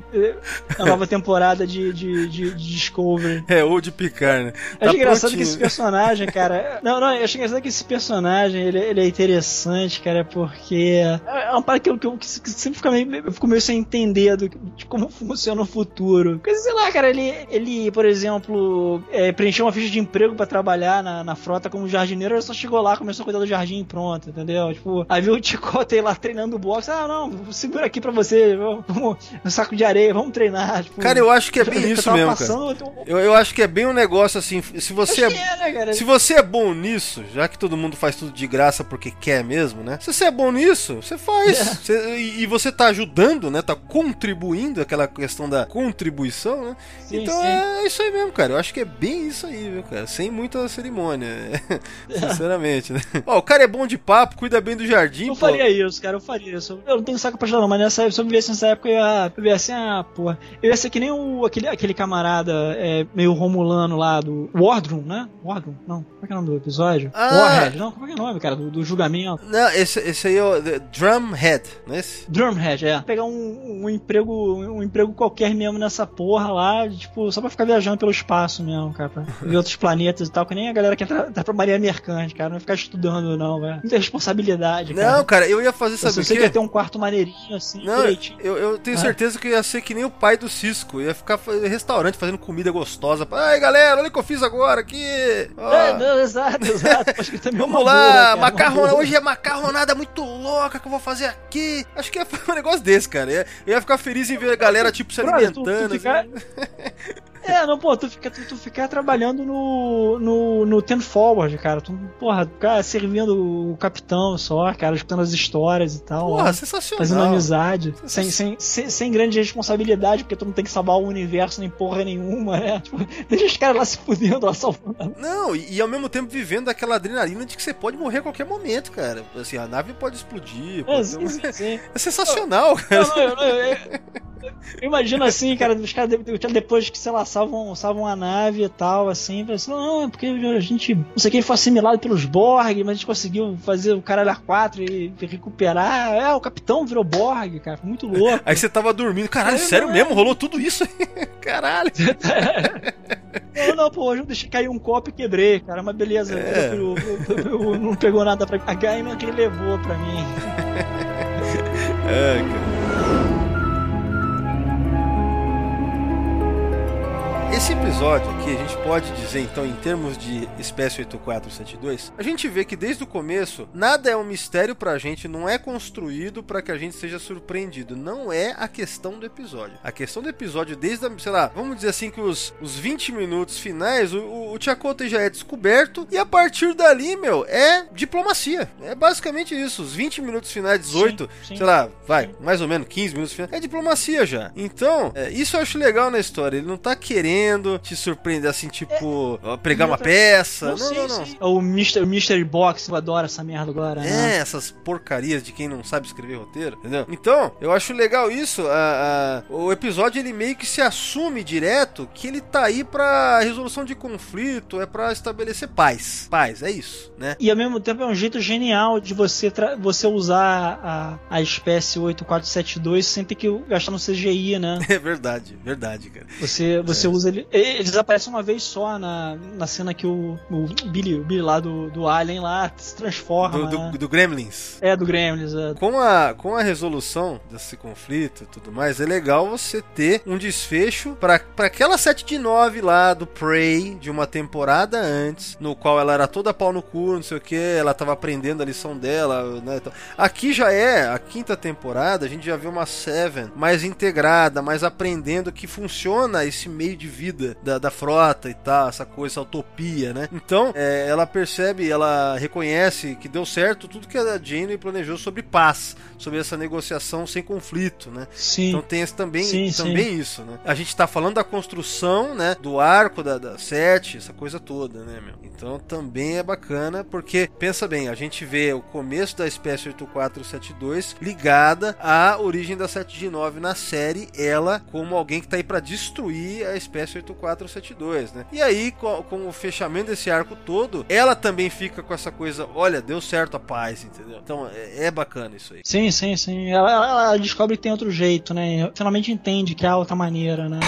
na nova temporada de, de, de, de Discovery. É, ou de Picard, né? Eu acho Tá engraçado prontinho. que esse personagem, cara... Não, não, eu acho engraçado que esse personagem, ele, ele é interessante, cara, porque... É uma parada que eu, que eu que sempre fico meio, eu fico meio sem entender do, de como funciona o futuro. Porque, sei lá, cara, ele, ele por exemplo, é, preencheu uma ficha de emprego pra trabalhar na, na frota como jardineiro, ele só chegou lá, começou a cuidar do jardim e pronto, entendeu? Tipo, aí viu o Chakotay lá treinando boxe, ah, não, segura aqui pra você, vamos, no saco de areia, vamos treinar. Tipo, cara, eu acho que é bem isso mesmo, passando, cara. Eu, eu acho que é bem um negócio assim, se você é, é, né, cara? se você é bom nisso, já que todo mundo faz tudo de graça porque quer mesmo, né? Se você é bom nisso, você faz. É. Você, e, e você tá ajudando, né? Tá contribuindo, aquela questão da contribuição, né? Sim, então sim. é isso aí mesmo, cara. Eu acho que é bem isso aí, viu, cara? Sem muita cerimônia. Sinceramente, né? Ó, o cara é bom de papo, cuida bem do jardim. Eu pô. faria isso, cara, eu faria isso. Eu não tenho saco pra ajudar, não, mas nessa época, se eu vivesse nessa época, eu ia, eu ia assim, ah, porra. Eu ia ser que nem o, aquele, aquele camarada é, meio romulano lá do Wardroom, né? Wardroom? Não. Como é que é o nome do episódio? Ah. Warhead. Não, como é que é o nome, cara? Do, do julgamento. Não, esse, esse aí é o the Drumhead, não é esse? Drumhead, é. Pegar um, um emprego um emprego qualquer mesmo nessa porra lá, tipo, só pra ficar viajando pelo espaço mesmo, cara. Pra ver outros planetas e tal, que nem a galera que entra, entra pra Marinha Mercante, cara. Não vai ficar estudando, não, velho. Muita responsabilidade, cara. Não, cara, eu ia fazer, sabe o quê? Você quer ter um quarto maneirinho, assim, Não, direitinho. eu, eu tenho Ah. certeza que eu ia ser que nem o pai do Cisco. Eu ia ficar fazendo restaurante, fazendo comida gostosa. Ai, galera, olha o que eu fiz agora aqui. Ó. É, não, exato, exato. Acho que também é Vamos uma lá, boa, cara, macarrona. uma boa. Hoje é macarronada muito louca que eu vou fazer aqui. Acho que ia fazer um negócio desse, cara. Eu ia, eu ia ficar feliz em ver a galera, tipo, se Brother, tu- tu alimentando. ficar- assim. É, não, pô, tu fica, tu, tu ficar trabalhando no, no, no Ten Forward, cara. Tu, porra, ficar servindo o capitão só, cara, escutando as histórias e tal. Porra, ó, sensacional. fazendo amizade, Sensacional. sem, sem, sem, sem grande responsabilidade, porque tu não tem que salvar o universo nem porra nenhuma, né? Tipo, deixa os caras lá se fudendo, lá salvando. Não, e, e ao mesmo tempo vivendo aquela adrenalina de que você pode morrer a qualquer momento, cara. Assim, a nave pode explodir. É, Pode sim, ter um- sim, sim. É sensacional, cara. Não, não, eu, eu, eu, eu imagino assim, cara, os caras de- depois que, sei lá, salvam, salvam a nave e tal, assim, assim, não, é porque a gente, não sei quem foi assimilado pelos Borg, mas a gente conseguiu fazer o caralho a quatro e recuperar. É, o capitão virou Borg, cara, foi muito louco. Aí você tava dormindo. Caralho, É, sério não, mesmo? é. Rolou tudo isso aí? Caralho. Não, não, pô, hoje eu deixei cair um copo e quebrei, cara, mas beleza, É. eu, eu- eu- eu não pegou nada pra a Gaiman que ele levou pra mim. É, cara. Esse episódio aqui, a gente pode dizer, então, em termos de espécie oito quatro sete dois, a gente vê que desde o começo, nada é um mistério pra gente, não é construído pra que a gente seja surpreendido. Não é a questão do episódio. A questão do episódio, desde, a, sei lá, vamos dizer assim que os, os vinte minutos finais, o, o, o Chakotay já é descoberto, e a partir dali, meu, é diplomacia. É basicamente isso. Os vinte minutos finais, dezoito, Sim, sim. sei lá, vai, mais ou menos quinze minutos finais, é diplomacia já. Então, é, isso eu acho legal na história. Ele não tá querendo te surpreender assim, tipo, ó, pregar uma peça. Não, sim, não, não. sim. O Mister o Mystery Box, eu adoro essa merda agora, né? É, essas porcarias de quem não sabe escrever roteiro, entendeu? Então, eu acho legal isso. A, a- o episódio, ele meio que se assume direto que ele tá aí pra resolução de conflito, é pra estabelecer paz. Paz, é isso, né? E ao mesmo tempo é um jeito genial de você, tra- você usar a, a espécie oito quatro sete dois sem ter que gastar no C G I, né? É verdade, verdade, cara. Você, você É. usa ele. Eles aparecem uma vez só na, na cena que o, o Billy, o Billy lá do, do Alien lá se transforma. Do, né? do, do Gremlins. É, do Gremlins. É. Com a, com a resolução desse conflito e tudo mais, é legal você ter um desfecho pra, pra aquela sete de nove lá do Prey, de uma temporada antes, no qual ela era toda pau no cu, não sei o que, ela tava aprendendo a lição dela, né? Então, aqui já é a quinta temporada, a gente já vê uma Seven mais integrada, mais aprendendo que funciona esse meio de vida vida da, da frota e tal, essa coisa, essa utopia, né? Então, é, ela percebe, ela reconhece que deu certo tudo que a Janeway planejou sobre paz, sobre essa negociação sem conflito, né? Sim. Então tem esse também, sim, também sim. isso, né? A gente tá falando da construção, né, do arco da, da sete, essa coisa toda, né, meu? Então também é bacana, porque, pensa bem, a gente vê o começo da espécie oito quatro sete dois ligada à origem da sete G nove na série, ela como alguém que tá aí pra destruir a espécie oito quatro sete dois, né? E aí, com, com o fechamento desse arco todo, ela também fica com essa coisa, olha, deu certo a paz, entendeu? Então é, é bacana isso aí. Sim, sim, sim. Ela, ela descobre que tem outro jeito, né? Finalmente entende que há outra maneira, né?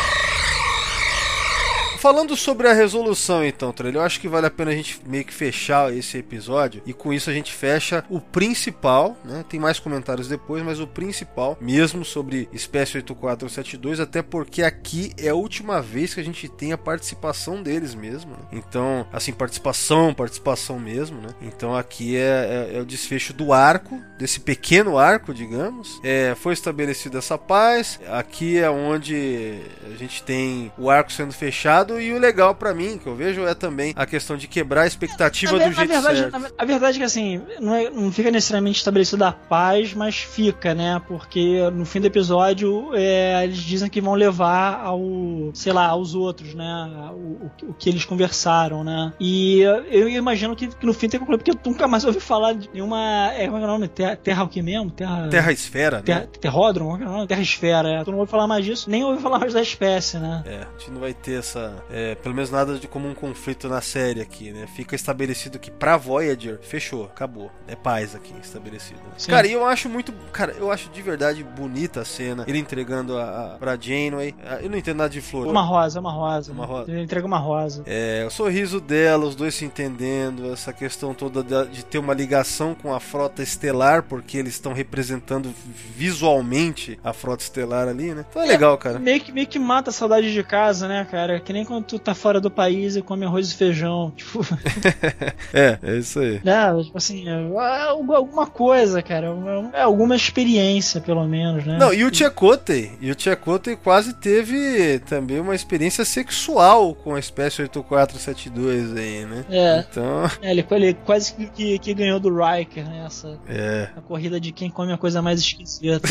Falando sobre a resolução, então, Trelho, eu acho que vale a pena a gente meio que fechar esse episódio, e com isso a gente fecha o principal, né? Tem mais comentários depois, mas o principal mesmo sobre espécie oito quatro sete dois, até porque aqui é a última vez que a gente tem a participação deles mesmo, né? Então, assim, participação, participação mesmo, né? Então aqui é, é, é o desfecho do arco, desse pequeno arco, digamos. É, foi estabelecida essa paz, aqui é onde a gente tem o arco sendo fechado. E o legal pra mim, que eu vejo, é também a questão de quebrar a expectativa na, do jeito na verdade, certo. Na, a verdade é que assim, não, é, não fica necessariamente estabelecida a paz, mas fica, né? Porque no fim do episódio é, eles dizem que vão levar ao, sei lá, aos outros, né? O, o, o que eles conversaram, né? E eu imagino que, que no fim tem concluído, porque eu nunca mais ouvi falar de nenhuma. É, como é que é o nome? Terra, terra o que mesmo? Terra, terra esfera, terra, né? Terródromo, como é que é o nome? Terra esfera. É. Tu não ouve falar mais disso, nem ouvi falar mais da espécie, né? É, a gente não vai ter essa. É, pelo menos nada de como um conflito na série aqui, né? Fica estabelecido que pra Voyager, fechou, acabou. É paz aqui estabelecido. Sim. Cara, e eu acho muito. Cara, eu acho de verdade bonita a cena. Ele entregando a, a, pra Janeway. Eu não entendo nada de flor. Uma rosa, uma rosa. Uma rosa. Ele entrega uma rosa. É, o sorriso dela, os dois se entendendo, essa questão toda de, de ter uma ligação com a frota estelar, porque eles estão representando visualmente a frota estelar ali, né? Então é, é legal, cara. Meio que, meio que mata a saudade de casa, né, cara? Que nem quando tu tá fora do país e come arroz e feijão. Tipo. é, é isso aí. É, tipo assim, é, alguma coisa, cara. É alguma experiência, pelo menos, né? Não, e o Chakotay, e o Chakotay quase teve também uma experiência sexual com a espécie oito quatro sete dois aí, né? É. Então. É, ele, ele quase que, que, que ganhou do Riker, né? Essa, é. A corrida de quem come a coisa mais esquisita.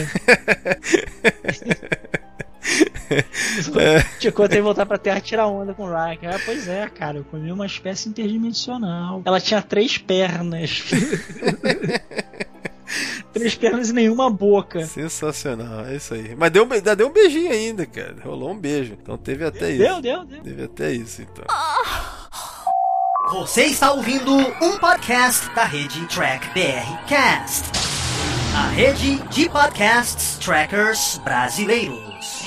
É. Chakotay tem que voltar pra Terra e tirar onda com o Riker. Ah, pois é, cara, eu comi uma espécie interdimensional. Ela tinha três pernas. Três pernas e nenhuma boca. Sensacional, é isso aí. Mas deu, ainda deu um beijinho ainda, cara. Rolou um beijo. Então teve até deu, isso. Deu, deu, deu. Teve até isso, então. Você está ouvindo um podcast da rede Track B R Cast, a rede de podcasts trackers brasileiros.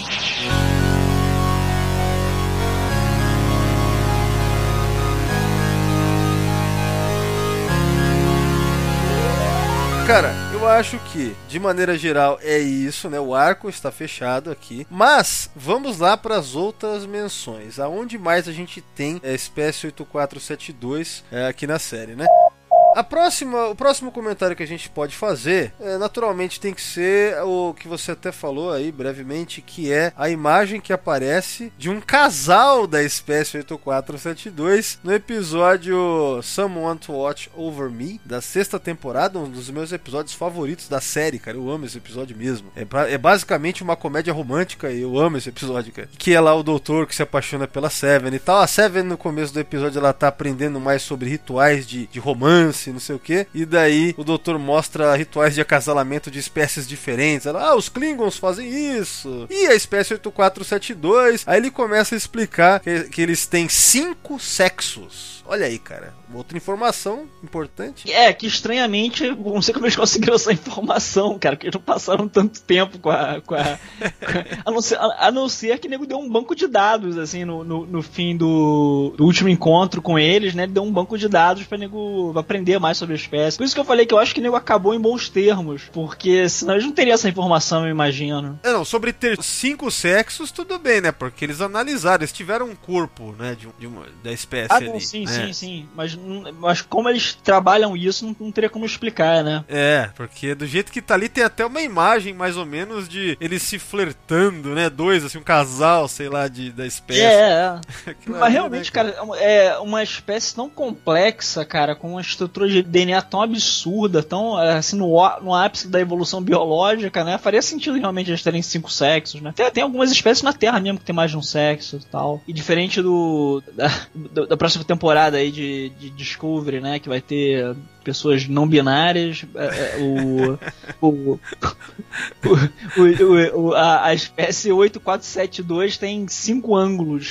Cara, eu acho que, de maneira geral, é isso, né? O arco está fechado aqui. Mas, vamos lá para as outras menções. Aonde mais a gente tem a espécie oito quatro sete dois é, aqui na série, né? A próxima, o próximo comentário que a gente pode fazer, é, naturalmente tem que ser o que você até falou aí brevemente, que é a imagem que aparece de um casal da espécie oito quatro sete dois no episódio Someone to Watch Over Me, da sexta temporada, um dos meus episódios favoritos da série, cara. Eu amo esse episódio mesmo. É, pra, é basicamente uma comédia romântica e eu amo esse episódio, cara. Que é lá o doutor que se apaixona pela Seven e tal. A Seven, no começo do episódio, ela tá aprendendo mais sobre rituais de, de romance, não sei o que, e daí o doutor mostra rituais de acasalamento de espécies diferentes. Ela, ah, os Klingons fazem isso, e a espécie oito quatro sete dois, aí ele começa a explicar que, que eles têm cinco sexos. Olha aí, cara, outra informação importante. É, que estranhamente, não sei como eles conseguiram essa informação, cara, porque eles não passaram tanto tempo com a... Com a, com a, a, não ser, a, a não ser que o nego deu um banco de dados, assim, no, no, no fim do, do último encontro com eles, né, ele deu um banco de dados pra nego aprender saber mais sobre a espécie. Por isso que eu falei que eu acho que o nego acabou em bons termos, porque senão eles não teriam essa informação, eu imagino. É, não, sobre ter cinco sexos, tudo bem, né? Porque eles analisaram, eles tiveram um corpo, né, de, de uma, da espécie ah, ali. Não, sim, né? sim, sim. Mas, mas como eles trabalham isso, não, não teria como explicar, né? É, porque do jeito que tá ali, tem até uma imagem, mais ou menos, de eles se flertando, né? Dois, assim, um casal, sei lá, de, da espécie. É, é. Mas ali, realmente, né, cara? cara, é uma espécie tão complexa, cara, com uma estrutura de D N A tão absurda, tão, assim, no, no ápice da evolução biológica, né? Faria sentido realmente eles terem cinco sexos, né? Tem, tem algumas espécies na Terra mesmo que tem mais de um sexo e tal. E diferente do da, da próxima temporada aí de, de Discovery, né? Que vai ter pessoas não binárias, é, o, o, o, o, o a, a espécie oito quatro sete dois tem cinco ângulos.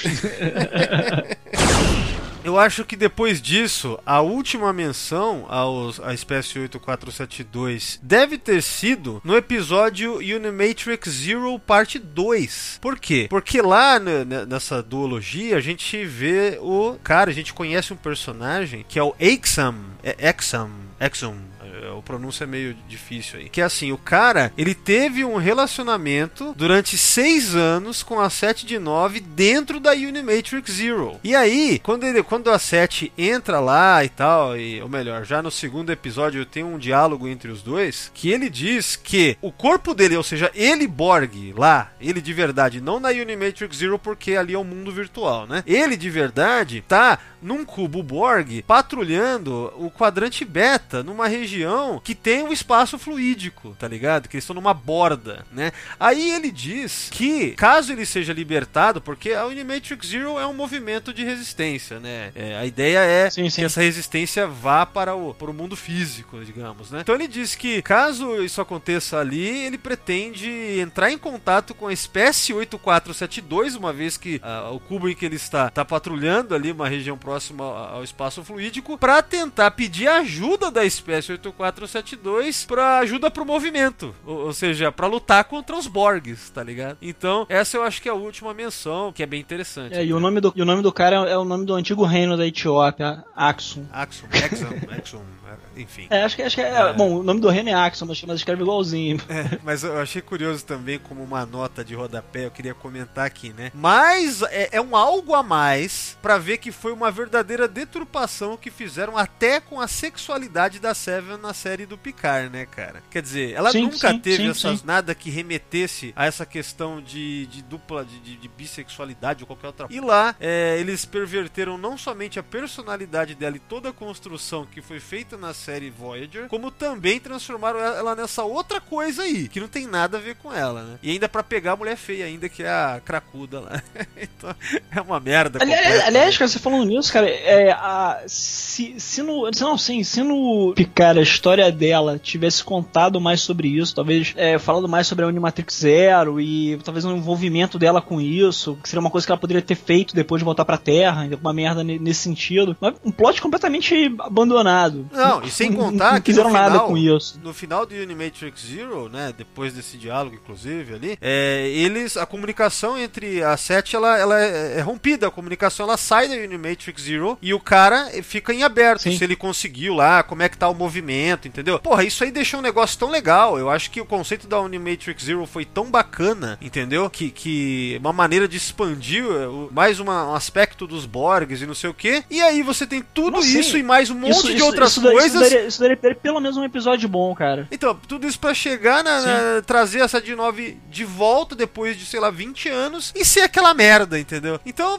Eu acho que depois disso, a última menção aos, à espécie oito quatro sete dois deve ter sido no episódio Unimatrix Zero Parte dois. Por quê? Porque lá né, nessa duologia a gente vê o... Cara, a gente conhece um personagem que é o Exum. É Exum. Exum. O pronúncio é meio difícil aí. Que é assim, o cara, ele teve um relacionamento durante seis anos com a sete de nove dentro da Unimatrix Zero. E aí, quando, ele, quando a sete entra lá e tal, e, ou melhor, já no segundo episódio tem um diálogo entre os dois, que ele diz que o corpo dele, ou seja, ele Borg lá, ele de verdade, não na Unimatrix Zero porque ali é um mundo virtual, né? Ele de verdade tá num cubo Borg patrulhando o quadrante beta numa região que tem um espaço fluídico, tá ligado? Que eles estão numa borda, né? Aí ele diz que, caso ele seja libertado, porque a Unimatrix Zero é um movimento de resistência, né? É, a ideia é sim, sim. que essa resistência vá para o, para o mundo físico, digamos, né? Então ele diz que, caso isso aconteça ali, ele pretende entrar em contato com a espécie oito quatro sete dois, uma vez que uh, o cubo em que ele está está patrulhando ali uma região próxima ao, ao espaço fluídico, para tentar pedir ajuda da espécie oito quatro sete dois para ajuda pro movimento, ou, ou seja, para lutar contra os Borgs, tá ligado? Então, essa eu acho que é a última menção, que é bem interessante. É, e, o nome do, e o nome do cara é, é o nome do antigo reino da Etiópia, Axum. Axum, Exum, Exum, enfim. É, acho que, acho que é, é. Bom, o nome do reino é Axum, mas escreve igualzinho. É, mas eu achei curioso também, como uma nota de rodapé, eu queria comentar aqui, né? Mas é, é um algo a mais pra ver que foi uma verdadeira deturpação que fizeram até com a sexualidade da Seven na série do Picard, né, cara? Quer dizer, ela sim, nunca sim, teve sim, essas, sim. nada que remetesse a essa questão de, de dupla, de, de, de bissexualidade ou qualquer outra. E lá, é, eles perverteram não somente a personalidade dela e toda a construção que foi feita na série Voyager, como também transformaram ela nessa outra coisa aí, que não tem nada a ver com ela, né? E ainda pra pegar a mulher feia ainda, que é a cracuda lá. Então, é uma merda. Aliás, completa, aliás né? cara, você falando nisso, cara, é, a, se, se no. Não, sim, se no Picard a história dela tivesse contado mais sobre isso, talvez é, falado mais sobre a Unimatrix Zero e talvez um envolvimento dela com isso, que seria uma coisa que ela poderia ter feito depois de voltar pra Terra, uma merda nesse sentido. Mas um plot completamente abandonado. Não, e sem contar não, não que fizeram no final, nada com isso. No final de Unimatrix Zero, né, depois desse diálogo, inclusive, ali, é, eles, a comunicação entre a sete, ela, ela é, é rompida, a comunicação, ela sai da Unimatrix Zero e o cara fica em aberto, Sim. se ele conseguiu lá, como é que tá o movimento, entendeu? Porra, isso aí deixou um negócio tão legal, eu acho que o conceito da Unimatrix Zero foi tão bacana, entendeu? Que, que uma maneira de expandir o, mais uma, um aspecto dos Borgs e não sei o que, e aí você tem tudo Nossa, isso sim. e mais um monte Isso, de isso, outras isso, coisas. Isso daria, isso daria pelo menos um episódio bom, cara. Então, tudo isso pra chegar na, na trazer essa de nove de volta depois de, sei lá, vinte anos e ser aquela merda, entendeu? Então,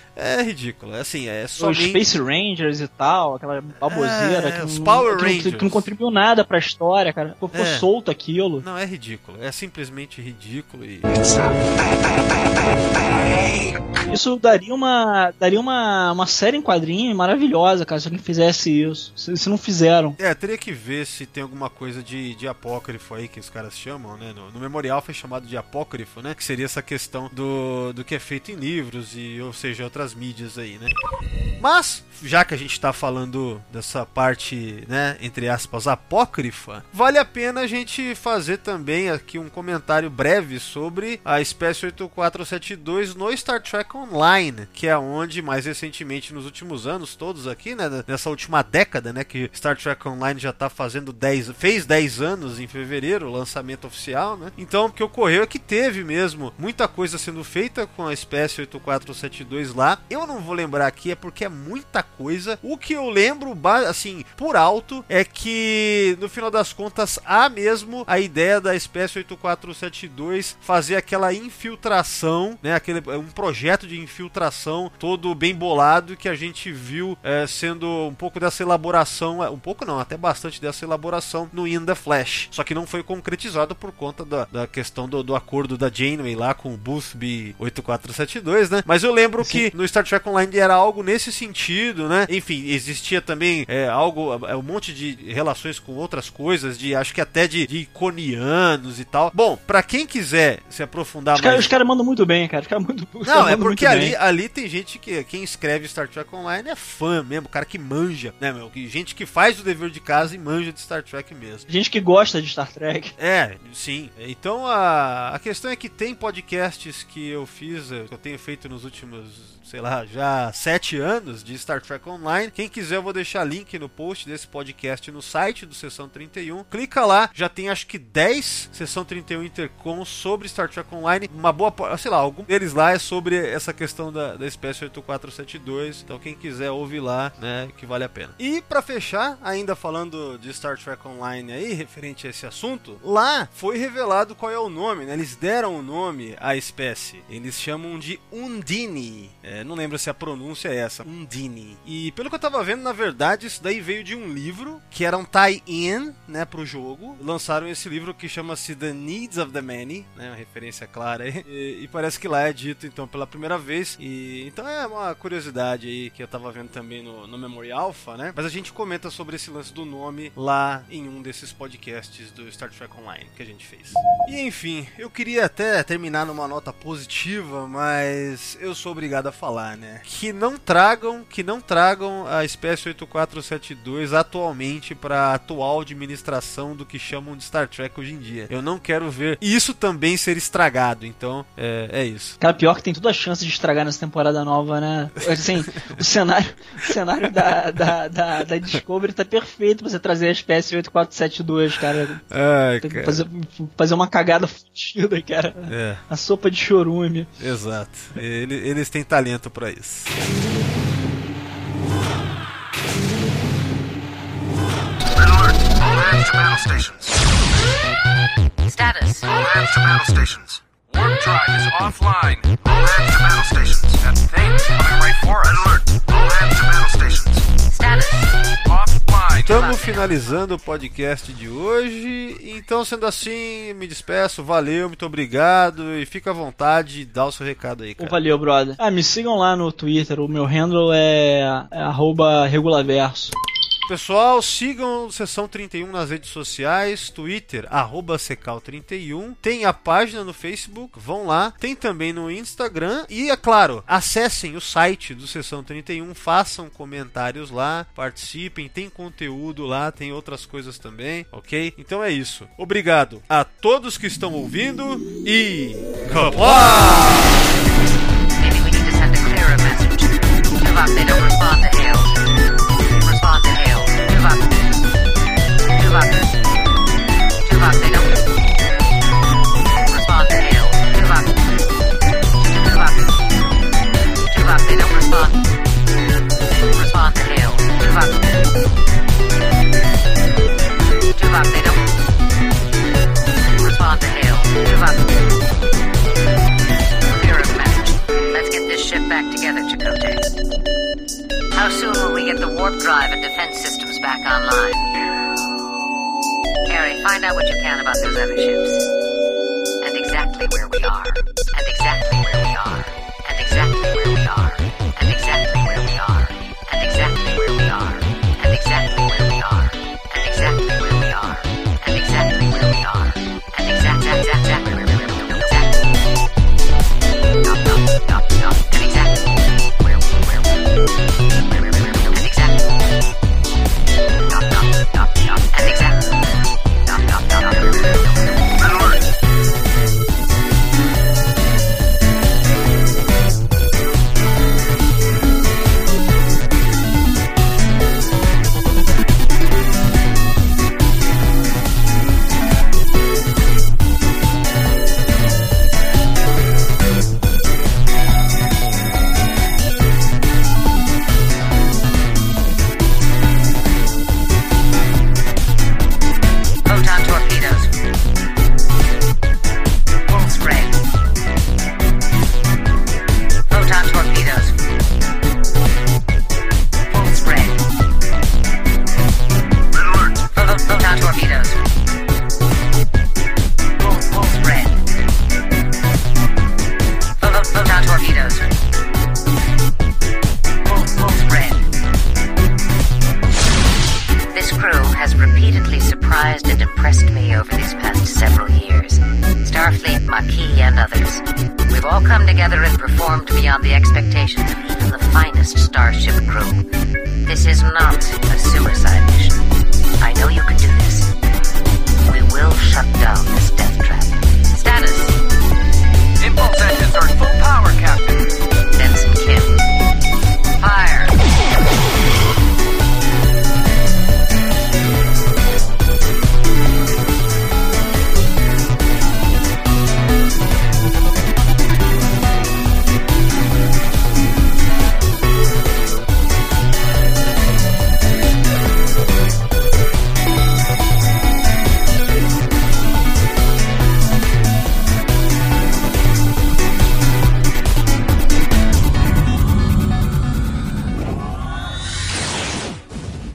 é ridículo. Assim, é só Os Space Rangers e tal, aquela baboseira É, que, os não, Power que, não, Rangers. que não contribuiu nada pra história, cara. Ficou É. solto aquilo. Não, é ridículo. É simplesmente ridículo e... Isso daria uma daria uma, uma série em quadrinho maravilhosa, cara, se alguém fizesse isso. Se, se não fizeram. É, teria que ver se tem alguma coisa de, de apócrifo aí que os caras chamam, né? No, no Memorial foi chamado de apócrifo, né? Que seria essa questão do, do que é feito em livros e, ou seja, outras mídias aí, né? Mas, já que a gente tá falando dessa parte, né, entre aspas, apócrifa, vale a pena a gente fazer também aqui um comentário breve sobre a espécie oito quatro sete dois no Star Trek Online, que é onde mais recentemente nos últimos anos todos aqui, né, nessa última década, né, que Star Trek Online já tá fazendo dez, fez dez anos em fevereiro, o lançamento oficial, né? Então o que ocorreu é que teve mesmo muita coisa sendo feita com a espécie oito quatro sete dois lá. Eu não vou lembrar aqui, é porque é muita coisa. O que eu lembro, assim, por alto, é que no final das contas há mesmo a ideia da espécie oito quatro sete dois fazer aquela infiltração, né, aquele, um projeto de infiltração todo bem bolado que a gente viu é, sendo um pouco dessa elaboração, um pouco não, até bastante dessa elaboração no In The Flash, só que não foi concretizado por conta da, da questão do, do acordo da Janeway lá com o Boothby oito quatro sete dois, né, mas eu lembro Sim. que no Star Trek Online era algo nesse sentido, né, enfim, existia também é, algo, é, um monte de relações com outras coisas, de acho que até de, de iconianos e tal. Bom, pra quem quiser se aprofundar os mais... Cara, os caras mandam muito bem, cara. Os cara muito, os não, cara é porque ali, bem. ali tem gente que... Quem escreve Star Trek Online é fã mesmo, cara que manja, né, meu? Gente que faz o dever de casa e manja de Star Trek mesmo. Gente que gosta de Star Trek. É, sim. Então, a, a questão é que tem podcasts que eu fiz, que eu tenho feito nos últimos... sei lá, já sete anos de Star Trek Online. Quem quiser, eu vou deixar link no post desse podcast no site do Sessão trinta e um. Clica lá, já tem acho que dez Sessão trinta e um Intercom sobre Star Trek Online. Uma boa, sei lá, algum deles lá é sobre essa questão da, da espécie oito quatro sete dois. Então quem quiser, ouve lá, né, que vale a pena. E pra fechar, ainda falando de Star Trek Online aí, referente a esse assunto, lá foi revelado qual é o nome, né? Eles deram o nome à espécie. Eles chamam de Undine. É, não lembro se a pronúncia é essa, Undine. E pelo que eu tava vendo, na verdade, isso daí veio de um livro, que era um tie-in, né, pro jogo. Lançaram esse livro que chama-se The Needs of the Many, né, uma referência clara aí. E, e parece que lá é dito, então, pela primeira vez. E então é uma curiosidade aí que eu tava vendo também no, no Memory Alpha, né. Mas a gente comenta sobre esse lance do nome lá em um desses podcasts do Star Trek Online que a gente fez. E enfim, eu queria até terminar numa nota positiva, mas eu sou obrigado a falar, né? Que não tragam, que não tragam a espécie oito quatro sete dois atualmente para a atual administração do que chamam de Star Trek hoje em dia. Eu não quero ver isso também ser estragado, então é, é isso. Cara, pior que tem toda a chance de estragar nessa temporada nova, né? Assim, o cenário, o cenário da, da, da, da Discovery tá perfeito pra você trazer a espécie oito quatro sete dois, cara. Ai, tem que cara. fazer, fazer uma cagada fodida, cara. É. A sopa de chorume. Exato. Ele, eles têm talento pra isso. Alert! All hands to battle stations. Status. All hands to battle stations. Warp drive is offline. All hands to battle stations. That thing's coming right for us. Alert! All hands to battle stations. Status. Offline. Estamos finalizando o podcast de hoje. Então, sendo assim, me despeço. Valeu, muito obrigado. E fica à vontade, dá o seu recado aí, cara. Valeu, brother. Ah, me sigam lá no Twitter. O meu handle é, é arroba regulaverso. Pessoal, sigam Sessão trinta e um nas redes sociais, Twitter, arroba secal trinta e um, tem a página no Facebook, vão lá, tem também no Instagram e, é claro, acessem o site do Sessão trinta e um, façam comentários lá, participem, tem conteúdo lá, tem outras coisas também, ok? Então é isso. Obrigado a todos que estão ouvindo e... Kapla! Maybe we need to send a clearer message. Give up, they don't respond to hail. Respond to hail. Give up. Give up. Give up, they don't respond to hail. Give up. Give up. Give up, they don't respond. Respond to hail. Give up. Give up, they don't respond to hail. Give up. Clearer message. Let's get this ship back together, Chakotay. How soon will we get the warp drive and defense systems back online? Harry, find out what you can about those other ships. And exactly where we are. And exactly where we are. And exactly where we are. And exactly where we are. And exactly where we are. And exactly where we are. And exactly where we are. And exactly where we are. And exact, exact, exact, exactly where we are. No, no, no, no. And exactly where we, where we, where we, where we, and exactly. No, no, no, no. And exactly. No, no, no, no. Alert! torpedoes. Full, full spread. Pho- Photon torpedoes. Full, full spread. This crew has repeatedly surprised and impressed me over these past several years. Starfleet, Maquis, and others. We've all come together and performed beyond the expectations of even the finest starship crew. This is not a suicide mission. I know you can do this.